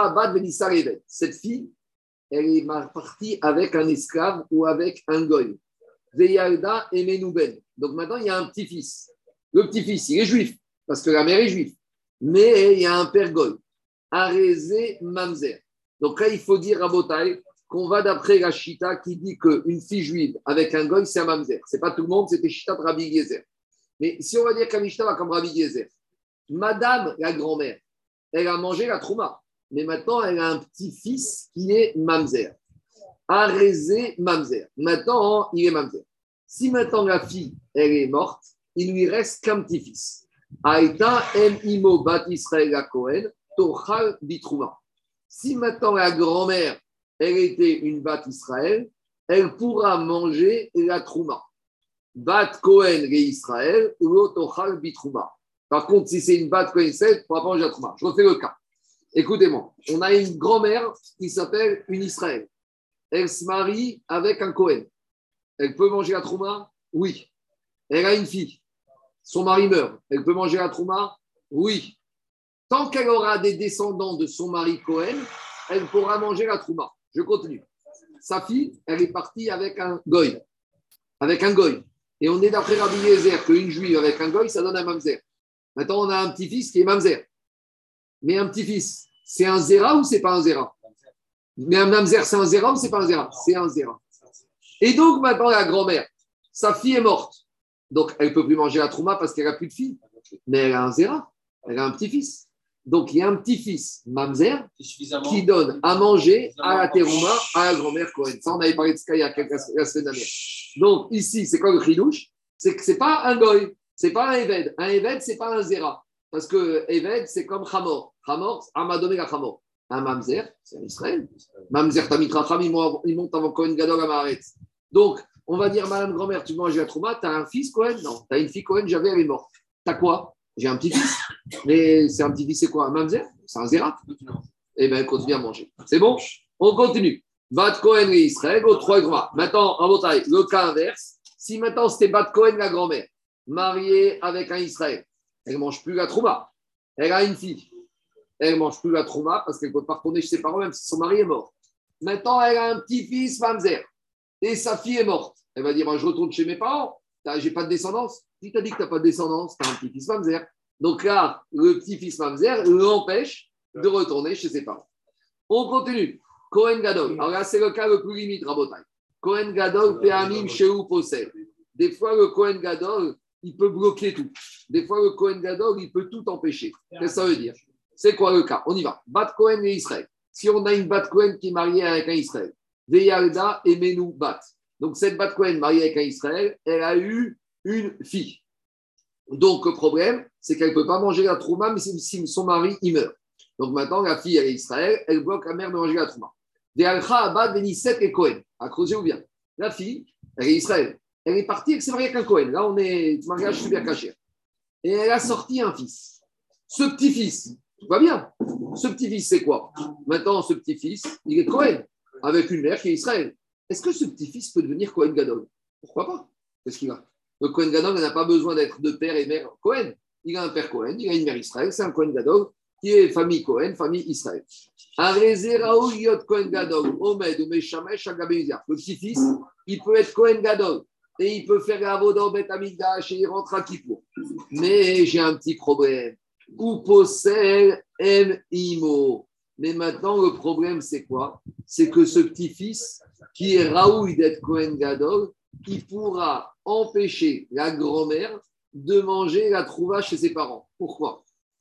cette fille, elle est partie avec un esclave ou avec un goy. Veyalda et Menouben. Donc maintenant, il y a un petit-fils. Le petit-fils, il est juif, parce que la mère est juive. Mais il y a un père goy. Arézé Mamzer. Donc là, il faut dire à Botaï qu'on va d'après la Chita qui dit qu'une fille juive avec un goy, c'est un Mamzer. Ce n'est pas tout le monde, c'était Chita de Rabbi Yezer. Mais si on va dire qu'Amishta va comme Rabbi Yezer, Madame, la grand-mère, elle a mangé la trouma. Mais maintenant, elle a un petit-fils qui est Mamzer. Arézé Mamzer. Maintenant, il est Mamzer. Si maintenant la fille, elle est morte, il lui reste qu'un petit-fils. Aïta em imo bat Israël à Cohen, tochal bitrouma. Si maintenant la grand-mère, elle était une bat Israël, elle pourra manger la trouma. Bat Cohen et Israël, ou tochal bitrouma. Par contre, si c'est une bat Cohen Israël, elle ne pourra pas manger la trouma. Je refais le cas. Écoutez-moi, on a une grand-mère qui s'appelle une Israël. Elle se marie avec un Cohen. Elle peut manger la trouma? Oui. Elle a une fille. Son mari meurt. Elle peut manger la trouma? Oui. Tant qu'elle aura des descendants de son mari Cohen, elle pourra manger la trouma. Je continue. Sa fille, elle est partie avec un goy. Avec un goy. Et on est d'après Rabbi Eliezer qu'une juive avec un goy, ça donne un mamzer. Maintenant, on a un petit-fils qui est mamzer. Mais un petit-fils, c'est un zéra ou c'est pas un zéra? Mais un mamzer, c'est un zéra ou c'est pas un zéra? C'est un zéra. Et donc, maintenant, la grand-mère, sa fille est morte. Donc, elle ne peut plus manger la trouma parce qu'elle n'a plus de fille. Mais elle a un zéra. Elle a un petit-fils. Donc, il y a un petit-fils, mamzer, qui donne à manger à la terouma, à la grand-mère Cohen. Ça, on avait parlé de ça il y a quelques la semaine dernière. Donc, ici, c'est quoi le chidouche? C'est que ce n'est pas un goy, ce n'est pas un éved. Un éved, ce n'est pas un zéra. Parce que éved, c'est comme chamor. Chamor, Amadome la chamor. Un mamzer, c'est un Israël. Mamzer, Tamit Racham, il monte avant Cohen Gadol à Maaretz. Donc, on va dire, madame grand-mère, tu manges la trouma, tu as un fils Cohen? Non, tu as une fille Cohen, j'avais, elle est morte. Tu as quoi? J'ai un petit-fils. Mais c'est un petit-fils, c'est quoi? Un mamzer? C'est un zérat. Eh bien, continue à manger. C'est bon? On continue. Bat Cohen et Israël, au trois grands. Maintenant, en bataille, le cas inverse. Si maintenant c'était Bat Cohen, la grand-mère, mariée avec un Israël, elle ne mange plus la trouma. Elle a une fille. Elle ne mange plus la trouma parce qu'elle ne peut pas retourner chez ses parents, même si son mari est mort. Maintenant, elle a un petit-fils, mamzer. Et sa fille est morte. Elle va dire, je retourne chez mes parents. Je n'ai pas de descendance. Si tu as dit que tu n'as pas de descendance, tu as un petit-fils mamzer. Donc là, le petit-fils mamzer l'empêche de retourner chez ses parents. On continue. Cohen Gadol. Alors là, c'est le cas le plus limite, Rabotai. Cohen Gadol, Peamim, Shehu, Possel. Des fois, le Cohen Gadol, il peut bloquer tout. Des fois, le Cohen Gadol, il peut tout empêcher. Qu'est-ce que ça veut dire? C'est quoi le cas? On y va. Bat Cohen et Israël. Si on a une Bat Cohen qui est mariée avec un Israël, Veyalda et Menou Bat. Donc, cette Bat Cohen mariée avec un Israël, elle a eu une fille. Donc, le problème, c'est qu'elle ne peut pas manger la trouma, mais si son mari, il meurt. Donc, maintenant, la fille, elle est Israël, elle bloque la mère de manger la trouma. Ve'alcha abad benisset et Cohen. Accrochez-vous bien. La fille, elle est Israël. Elle est partie, elle s'est mariée avec un Cohen. Là, on est, ce mariage, super caché. Et elle a sorti un fils. Ce petit-fils, tout va bien. Ce petit-fils, c'est quoi? Maintenant, ce petit-fils, il est Cohen, avec une mère qui est Israël. Est-ce que ce petit-fils peut devenir Cohen Gadol? Pourquoi pas? Qu'est-ce qu'il a? Le Cohen Gadol n'a pas besoin d'être de père et mère Cohen. Il a un père Cohen, il a une mère Israël, c'est un Cohen Gadol qui est famille Cohen, famille Israël. Le petit-fils, il peut être Cohen Gadol et il peut faire la avoda au Beth Amikdash et il rentre à Kippour. Mais j'ai un petit problème. Ou possède M Imo. Mais maintenant, le problème, c'est quoi? C'est que ce petit-fils, qui est Raoui d'être Cohen Gadol, il pourra empêcher la grand-mère de manger la trouva chez ses parents. Pourquoi?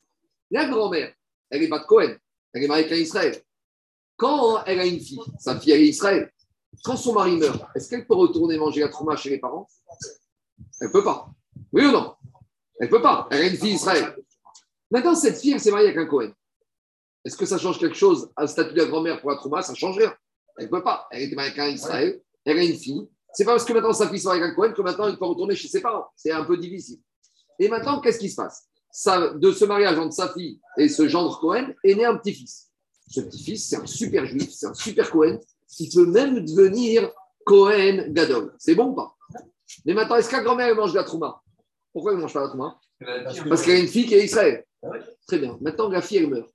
La grand-mère, elle est pas de Cohen, elle est mariée avec un Israël. Quand elle a une fille, sa fille elle est Israël, quand son mari meurt, est-ce qu'elle peut retourner manger la trouva chez les parents? Elle ne peut pas. Oui ou non? Elle ne peut pas. Elle a une fille Israël. Maintenant, cette fille, elle s'est mariée avec un Cohen. Est-ce que ça change quelque chose à le statut de la grand-mère pour la trouma? Ça ne change rien. Elle ne peut pas. Elle était mariée avec un Israël, elle a une fille. C'est pas parce que maintenant sa fille s'est mariée avec un Cohen que maintenant il peut retourner chez ses parents. C'est un peu difficile. Et maintenant, qu'est-ce qui se passe? Ça, de ce mariage entre sa fille et ce gendre Cohen est né un petit-fils. Ce petit-fils, c'est un super juif, c'est un super Cohen, qui peut même devenir Cohen Gadol. C'est bon ou pas? Mais maintenant, est-ce que la grand-mère mange de la trouma? Pourquoi elle ne mange pas la trouma? Parce qu'elle a une fille qui est Israël. Très bien. Maintenant, la fille, elle meurt.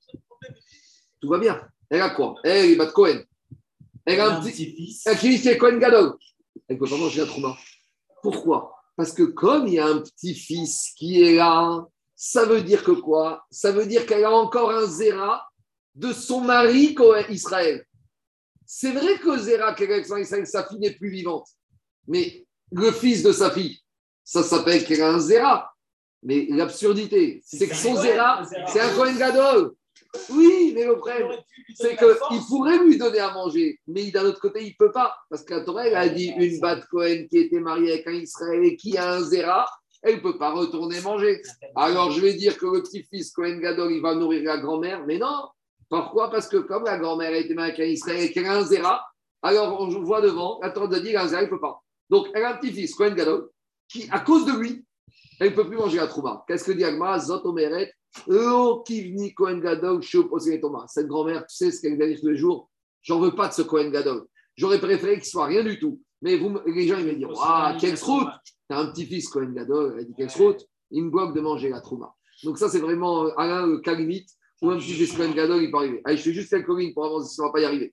Tout va bien. Elle a quoi? Elle est Bat Cohen. Elle a un petit-fils. Elle qui est Cohen Gadol. Elle ne peut pas manger la trouma. Pourquoi? Parce que comme il y a un petit-fils qui est là, ça veut dire que quoi? Ça veut dire qu'elle a encore un zéra de son mari Cohen Israël. C'est vrai que Zéra, qu'elle a avec son Israël, sa fille n'est plus vivante. Mais le fils de sa fille, ça s'appelle qu'elle a un zéra. Mais l'absurdité, c'est que son zéra, c'est un Cohen Gadol. Oui, mais le problème, c'est qu'il pourrait lui donner à manger, mais d'un autre côté, il ne peut pas. Parce que la Torah, elle a dit une Bat Cohen qui était mariée avec un Israël et qui a un zéra, elle ne peut pas retourner manger. Alors, je vais dire que le petit-fils Cohen Gadol, il va nourrir la grand-mère, mais non. Pourquoi? Parce que comme la grand-mère a été mariée avec un Israël et qu'elle a un zéra, alors on voit devant, la Torah de dire un zéra, il ne peut pas. Donc, elle a un petit-fils Cohen Gadol qui, à cause de lui, elle ne peut plus manger la trouma. Qu'est-ce que dit Agma? Zot omeret, lo kivni Cohen Gadol, shou posé Thomas. Cette grand-mère, tu sais ce qu'elle dit tous les jours? J'en veux pas de ce Cohen Gadol. J'aurais préféré qu'il soit rien du tout. Mais vous, les gens, ils me disent, ah, quelle route! T'as un petit-fils Cohen Gadol, elle dit, quelle route! Il me bloque de manger la trouma. Donc, ça, c'est vraiment Alain le cas limite. ou un petit fils Kohen Gadol, il peut arriver. Allez, je fais juste quelques lignes pour avancer, sinon on ne va pas y arriver.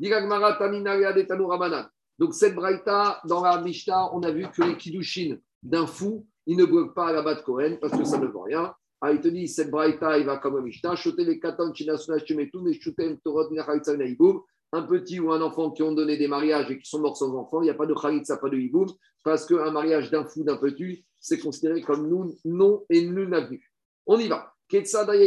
Donc, cette braïta, dans la Mishnah, on a vu que les kiddushin d'un fou, il ne bloque pas à la bat Kohen parce que ça ne veut rien. Ah, il te dit, cette braïta, il va comme un Mishnah, choter les katan, chinasuna, chemetu, mais choter torot, minachalitza, naïboum. Un petit ou un enfant qui ont donné des mariages et qui sont morts sans enfant, il n'y a pas de chalitza, pas de hiboum, parce qu'un mariage d'un fou, d'un petit, c'est considéré comme non, non et non avenu. On y va. On a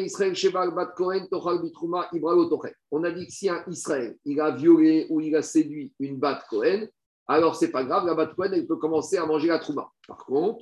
dit que si un Israël il a violé ou il a séduit une bat Kohen, alors c'est pas grave, la bat Kohen elle peut commencer à manger la trouma. Par contre,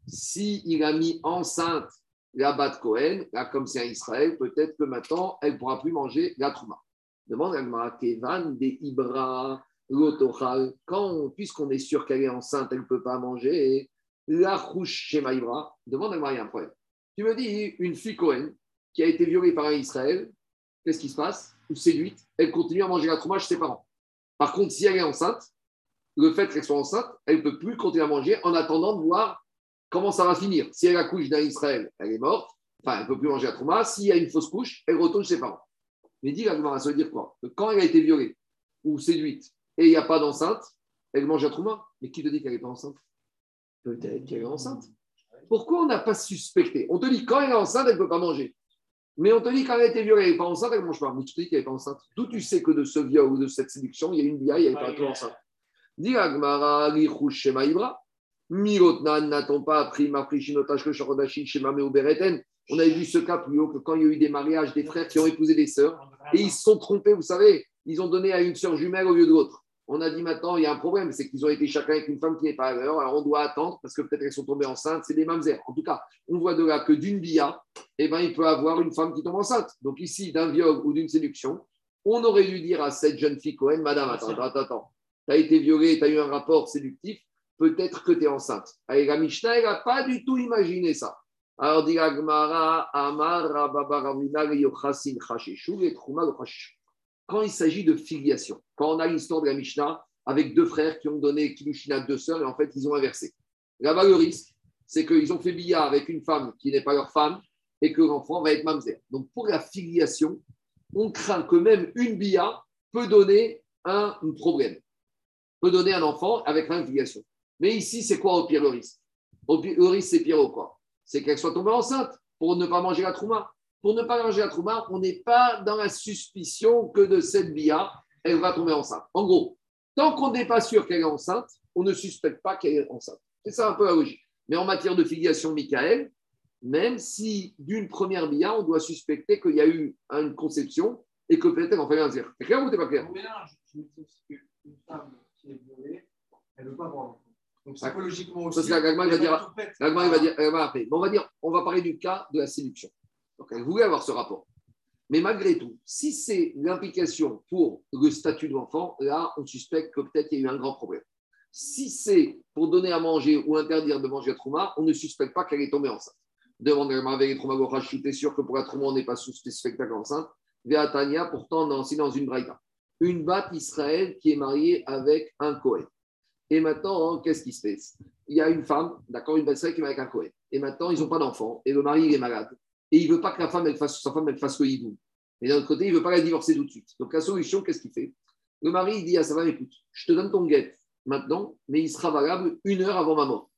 s'il a mis enceinte la bat Kohen, là comme c'est un Israël, peut-être que maintenant elle ne pourra plus manger la trouma. Demande à Gmara Kevan des Ibra Lotochal, quand puisqu'on est sûr qu'elle est enceinte, elle ne peut pas manger la chouche chez Maïbra. Demande à Gmara, il y a un problème. Tu me dis, une fille Cohen qui a été violée par un Israël, qu'est-ce qui se passe? Ou séduite, elle continue à manger la trouma chez ses parents. Par contre, si elle est enceinte, le fait qu'elle soit enceinte, elle ne peut plus continuer à manger en attendant de voir comment ça va finir. Si elle accouche d'un Israël, elle est morte, enfin, elle ne peut plus manger la trouma. S'il y a une fausse couche, elle retourne chez ses parents. Mais dis, ça veut dire quoi? Que quand elle a été violée ou séduite et il n'y a pas d'enceinte, elle mange la trouma. Mais qui te dit qu'elle n'est pas enceinte? Peut-être qu'elle est enceinte. Pourquoi on n'a pas suspecté? On te dit quand elle est enceinte, elle ne peut pas manger. Mais on te dit quand elle a été violée, elle n'est pas enceinte, elle ne mange pas. Mais tu te dis qu'elle n'est pas enceinte. D'où tu sais que de ce viol ou de cette séduction, il y a une biaille, elle n'est pas tout enceinte. Dis Agmara, Richouch, Shema Ibra. Mirotnan n'a-t-on pas appris ma frichinotage que Sharodashi, Shema ou Bereten? On avait vu ce cas plus haut que quand il y a eu des mariages des frères qui ont épousé des sœurs et ils se sont trompés, vous savez, ils ont donné à une sœur jumelle au lieu de l'autre. On a dit maintenant, il y a un problème, c'est qu'ils ont été chacun avec une femme qui n'est pas à l'heure, alors on doit attendre parce que peut-être qu'elles sont tombées enceintes, c'est des mamzères. En tout cas, on voit de là que d'une bia, eh ben, il peut avoir une femme qui tombe enceinte. Donc ici, d'un viol ou d'une séduction, on aurait dû dire à cette jeune fille Cohen, madame, attends, attends, attends, tu as été violée, tu as eu un rapport séductif, peut-être que tu es enceinte. Et la Mishnah, elle n'a pas du tout imaginé ça. Alors, dit Agmara, Amar, Rababaravina, Yochasin, Chacheshu, et Trouma, Chacheshu. Quand il s'agit de filiation, quand on a l'histoire de la Mishnah avec deux frères qui ont donné Kiddushin à deux sœurs et en fait, ils ont inversé. Là-bas, le risque, c'est qu'ils ont fait billard avec une femme qui n'est pas leur femme et que l'enfant va être mamzer. Donc, pour la filiation, on craint que même une billa peut donner un problème, peut donner un enfant avec la filiation. Mais ici, c'est quoi au pire le risque? Au pire, le risque, c'est pire ou quoi? C'est qu'elle soit tombée enceinte pour ne pas manger la trouma. Pour ne pas manger la trouma, on n'est pas dans la suspicion que de cette bia, elle va tomber enceinte. En gros, tant qu'on n'est pas sûr qu'elle est enceinte, on ne suspecte pas qu'elle est enceinte. C'est ça un peu la logique. Mais en matière de filiation Michael, même si d'une première bia, on doit suspecter qu'il y a eu une conception et que peut-être elle en fait un zéro. C'est clair ou c'est pas clair? Je me dis qu'une femme qui est violée, elle ne veut pas avoir l'enfant. Donc psychologiquement aussi. Parce que l'Agma, il va dire, l'Agma, il va dire, il va après. Bon, on va dire, on va parler du cas de la séduction. Donc, elle voulait avoir ce rapport. Mais malgré tout, si c'est l'implication pour le statut de l'enfant, là, on suspecte que peut-être il y a eu un grand problème. Si c'est pour donner à manger ou interdire de manger la trouma, on ne suspecte pas qu'elle est tombée enceinte. Demande à avec les trouma gocha, je suis sûr que pour la trouma, on n'est pas suspect qu'elle est enceinte. Véatania, pourtant, dans, c'est dans une braïta. Une batte Israël qui est mariée avec un Kohen. Et maintenant, hein, qu'est-ce qui se passe? Il y a une femme, d'accord, une batte Israël qui est mariée avec un Kohen. Et maintenant, ils n'ont pas d'enfant. Et le mari, il est malade. Et il ne veut pas que la femme, elle fasse, sa femme, elle fasse le hibou. Mais d'un autre côté, il ne veut pas la divorcer tout de suite. Donc la solution, qu'est-ce qu'il fait? Le mari, il dit à sa femme, écoute, je te donne ton guet maintenant, mais il sera valable une heure avant ma mort.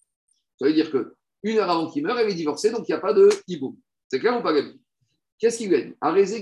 Ça veut dire que une heure avant qu'il meure, elle est divorcée, donc il n'y a pas de hibou. C'est clair ou pas, Gabi? Qu'est-ce qu'il lui a dit?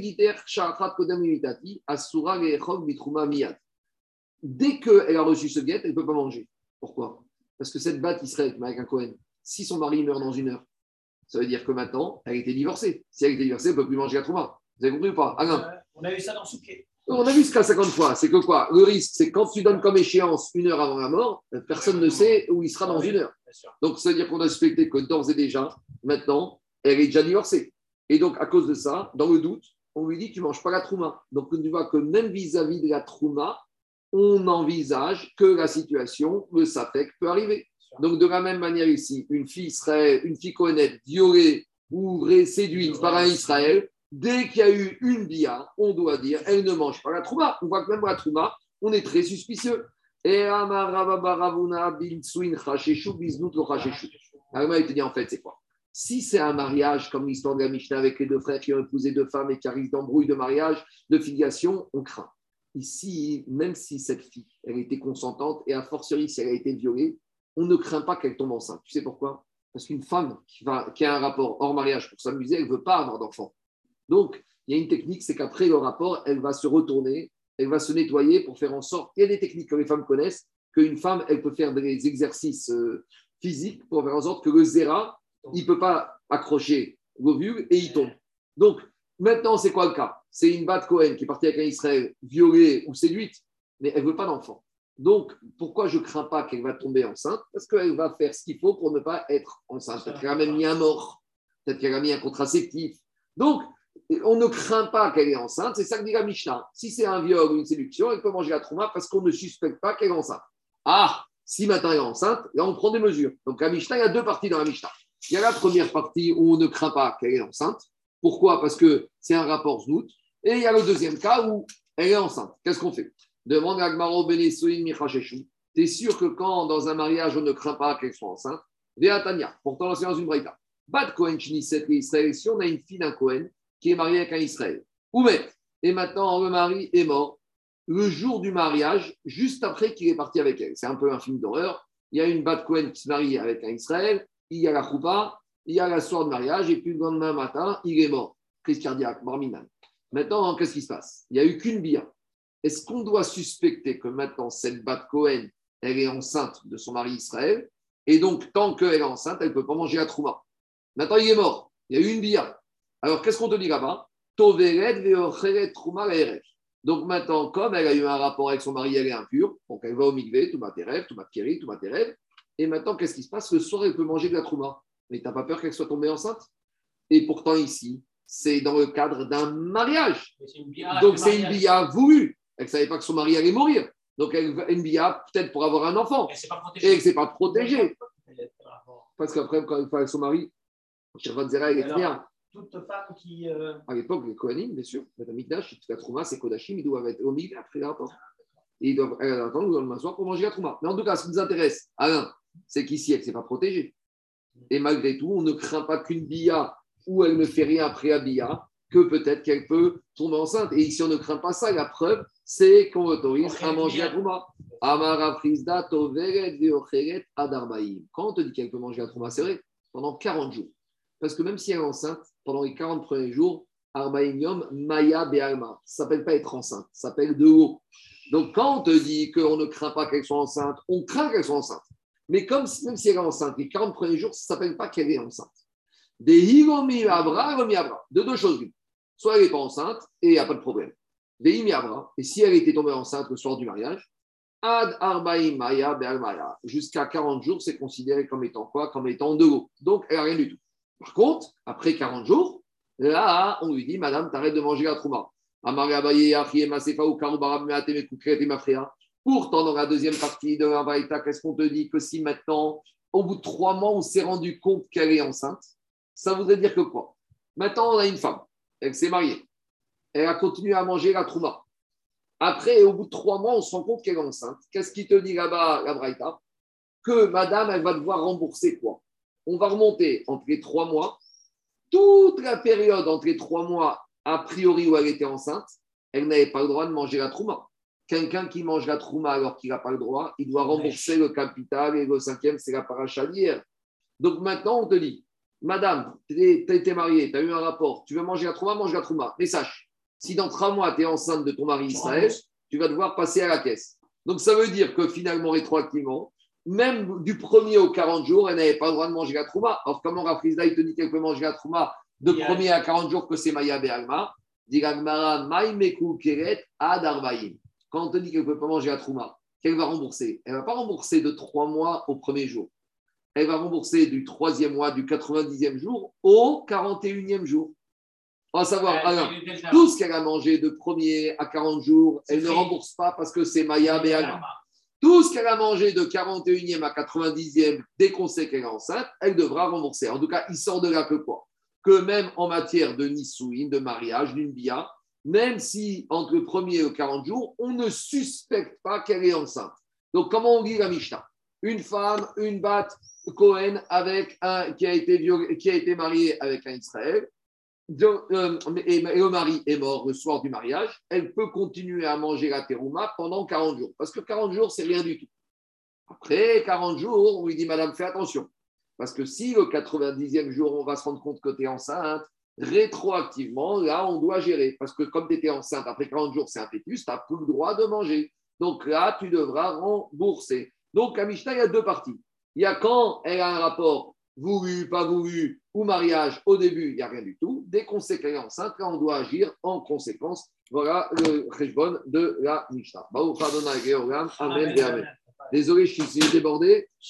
Dès qu'elle a reçu ce guet, elle ne peut pas manger. Pourquoi? Parce que cette batte Israël avec un Cohen, si son mari meurt dans une heure, ça veut dire que maintenant, elle était divorcée. Si elle était divorcée, elle ne peut plus manger la trouma. Vous avez compris ou pas? Alain? euh, On a eu ça dans Souquet. On a vu ce cas cinquante fois. C'est que quoi? Le risque, c'est quand tu donnes comme échéance une heure avant la mort, personne ne sait où il sera dans une heure. Donc, ça veut dire qu'on a suspecté que d'ores et déjà, maintenant, elle est déjà divorcée. Et donc, à cause de ça, dans le doute, on lui dit tu ne manges pas la trouma. Donc, tu vois que même vis-à-vis de la trouma, on envisage que la situation, le safek, peut arriver. Donc, de la même manière ici, une fille serait, une fille honnête, violée ou séduite par un Israël, dès qu'il y a eu une bia, on doit dire, elle ne mange pas la trouma. On voit que même la trouma, on est très suspicieux. Et Amarababaravuna bin Swin Chacheshu, Biznout lo Chacheshu. Alors, il te dit, en fait, c'est quoi? Si c'est un mariage, comme l'histoire de la Mishnah avec les deux frères qui ont épousé deux femmes et qui arrivent d'embrouille de mariage, de filiation, on craint. Ici, même si cette fille, elle était consentante, et a fortiori, si elle a été violée, on ne craint pas qu'elle tombe enceinte. Tu sais pourquoi? Parce qu'une femme qui, va, qui a un rapport hors mariage pour s'amuser, elle ne veut pas avoir d'enfant. Donc, il y a une technique, c'est qu'après le rapport, elle va se retourner, elle va se nettoyer pour faire en sorte, il y a des techniques que les femmes connaissent, qu'une femme, elle peut faire des exercices euh, physiques pour faire en sorte que le zéra, il ne peut pas accrocher l'ovule et il tombe. Donc, maintenant, c'est quoi le cas? C'est une Bat Cohen qui est partie avec un Israël violée ou séduite, mais elle ne veut pas d'enfant. Donc, pourquoi je ne crains pas qu'elle va tomber enceinte? Parce qu'elle va faire ce qu'il faut pour ne pas être enceinte. Peut-être qu'elle a même mis un mort, peut-être qu'elle a mis un contraceptif. Donc, on ne craint pas qu'elle est enceinte. C'est ça que dit la Mishnah. Si c'est un viol ou une séduction, elle peut manger la trouma parce qu'on ne suspecte pas qu'elle est enceinte. Ah, si maintenant elle est enceinte, là on prend des mesures. Donc la Mishnah, il y a deux parties dans la Mishnah. Il y a la première partie où on ne craint pas qu'elle est enceinte. Pourquoi? Parce que c'est un rapport znout. Et il y a le deuxième cas où elle est enceinte. Qu'est-ce qu'on fait? Demande à Gmaro Benesoïn Michacheshou. Tu es sûr que quand dans un mariage on ne craint pas qu'elle soit enceinte? Veatania. Pourtant, là c'est dans une braïta. Bat Kohen Shniset Israël. Si on a une fille d'un Kohen qui est mariée avec un Israël, ou met, et maintenant le mari est mort le jour du mariage, juste après qu'il est parti avec elle. C'est un peu un film d'horreur. Il y a une Bat Kohen qui se marie avec un Israël, il y a la choupa, il y a la soirée de mariage, et puis le lendemain matin, il est mort. Crise cardiaque, mort minane. Maintenant, qu'est-ce qui se passe? Il n'y a eu qu'une bia. Est-ce qu'on doit suspecter que maintenant, cette Bat Cohen, elle est enceinte de son mari Israël, et donc, tant qu'elle est enceinte, elle ne peut pas manger la trouma? Maintenant, il est mort. Il y a eu une bia. Alors, qu'est-ce qu'on te dit là-bas? Toveret veocheret trouma laeret. Donc maintenant, comme elle a eu un rapport avec son mari, elle est impure, donc elle va au mikvé, tout matérev, tout matkeri, tout matérev. Et maintenant, qu'est-ce qui se passe? Le soir, elle peut manger de la trouma. Mais tu n'as pas peur qu'elle soit tombée enceinte? Et pourtant, ici, c'est dans le cadre d'un mariage. C'est une bia, donc, c'est une bia voulue. Elle ne savait pas que son mari allait mourir. Donc, elle a une bia peut-être pour avoir un enfant. Et elle ne s'est pas protégée. Parce qu'après, quand elle fait avec son mari, Shirvan Zera, elle est bien. Toute femme qui. Euh... À l'époque, les Kohanim, bien sûr, la Mikdash, la Trouma, c'est Kodachim, ils doivent être au milieu après le rapport. Et ils doivent attendre le lendemain soir pour manger la Trouma. Mais en tout cas, ce qui nous intéresse, Alain, c'est qu'ici, elle ne s'est pas protégée. Et malgré tout, on ne craint pas qu'une bia où elle ne fait rien après la bia, que peut-être qu'elle peut tomber enceinte. Et ici, on ne craint pas ça. La preuve, c'est qu'on autorise à manger la Trouma. Amara Frisda, Toveret, Veocheret, Adarbaïm. Quand on te dit qu'elle peut manger la Trouma, c'est vrai, pendant quarante jours. Parce que même si elle est enceinte, pendant les quarante premiers jours, Arbaïm Yom, Maya Be'alma. Ça ne s'appelle pas être enceinte, ça s'appelle de haut. Donc quand on te dit qu'on ne craint pas qu'elle soit enceinte, on craint qu'elle soit enceinte. Mais comme, même si elle est enceinte, les quarante premiers jours, ça ne s'appelle pas qu'elle est enceinte. Des Hilomi Abra, Hilomi Abra. De deux choses. Soit elle n'est pas enceinte et il n'y a pas de problème. Des Himi Abra. Et si elle était tombée enceinte le soir du mariage, Ad Arbaïm Maya Be'almaya. Jusqu'à quarante jours, c'est considéré comme étant quoi? Comme étant de haut. Donc elle n'a rien du tout. Par contre, après quarante jours, là, on lui dit, Madame, t'arrêtes de manger la trouma. Pourtant, dans la deuxième partie de la Vaïta, qu'est-ce qu'on te dit? Que si maintenant, au bout de trois mois, on s'est rendu compte qu'elle est enceinte, ça voudrait dire que quoi? Maintenant, on a une femme, elle s'est mariée, elle a continué à manger la trouma. Après, au bout de trois mois, on se rend compte qu'elle est enceinte. Qu'est-ce qui te dit là-bas, la Vaïta? Que Madame, elle va devoir rembourser quoi? On va remonter entre les trois mois, toute la période entre les trois mois, a priori où elle était enceinte, elle n'avait pas le droit de manger la trouma. Quelqu'un qui mange la trouma alors qu'il n'a pas le droit, il doit rembourser le capital et le cinquième, c'est la paracha d'hier. Donc maintenant, on te dit, Madame, tu étais mariée, tu as eu un rapport, tu veux manger la trouma, mange la trouma. Mais sache, si dans trois mois, tu es enceinte de ton mari Israël, tu vas devoir passer à la caisse. Donc ça veut dire que finalement, rétroactivement, même du premier au quarante jours, elle n'avait pas le droit de manger la trouma. Alors, comment Rafrizda, il te dit qu'elle peut manger la trouma de premier à quarante jours que c'est Maya Be'alma? Dit Gagmara, Maïmeku Keret Ad Arbaïm. Quand on te dit qu'elle ne peut pas manger la trouma, qu'elle va rembourser, elle ne va pas rembourser de trois mois au premier jour. Elle va rembourser du troisième mois, du quatre-vingt-dixième jour au quarante et unième jour. On va savoir, alors, tout ce qu'elle a mangé de premier à quarante jours, elle ne rembourse pas parce que c'est Maya Be'alma. Tout ce qu'elle a mangé de quarante et unième à quatre-vingt-dixième, dès qu'on sait qu'elle est enceinte, elle devra rembourser. En tout cas, il sort de là que quoi? Que même en matière de nissouine, de mariage, d'une bia, même si entre le premier et le quarante jours, on ne suspecte pas qu'elle est enceinte. Donc, comment on lit la Mishnah? une femme, une bat Cohen avec un, qui, a été violé, qui a été marié avec un Israël, de, euh, et, et le mari est mort le soir du mariage, elle peut continuer à manger la terouma pendant quarante jours. Parce que quarante jours, c'est rien du tout. Après quarante jours, on lui dit, madame, fais attention. Parce que si le quatre-vingt-dixième jour, on va se rendre compte que tu es enceinte, rétroactivement, là, on doit gérer. Parce que comme tu étais enceinte, après quarante jours, c'est un fœtus, tu n'as plus le droit de manger. Donc là, tu devras rembourser. Donc, à Mishnah, il y a deux parties. Il y a quand elle a un rapport voulu, pas voulu, ou mariage, au début, il n'y a rien du tout. Dès qu'on sait qu'elle est enceinte, là, on doit agir en conséquence. Voilà le cheshbon de la Mishnah. Amen et amen. Désolé, je suis débordé.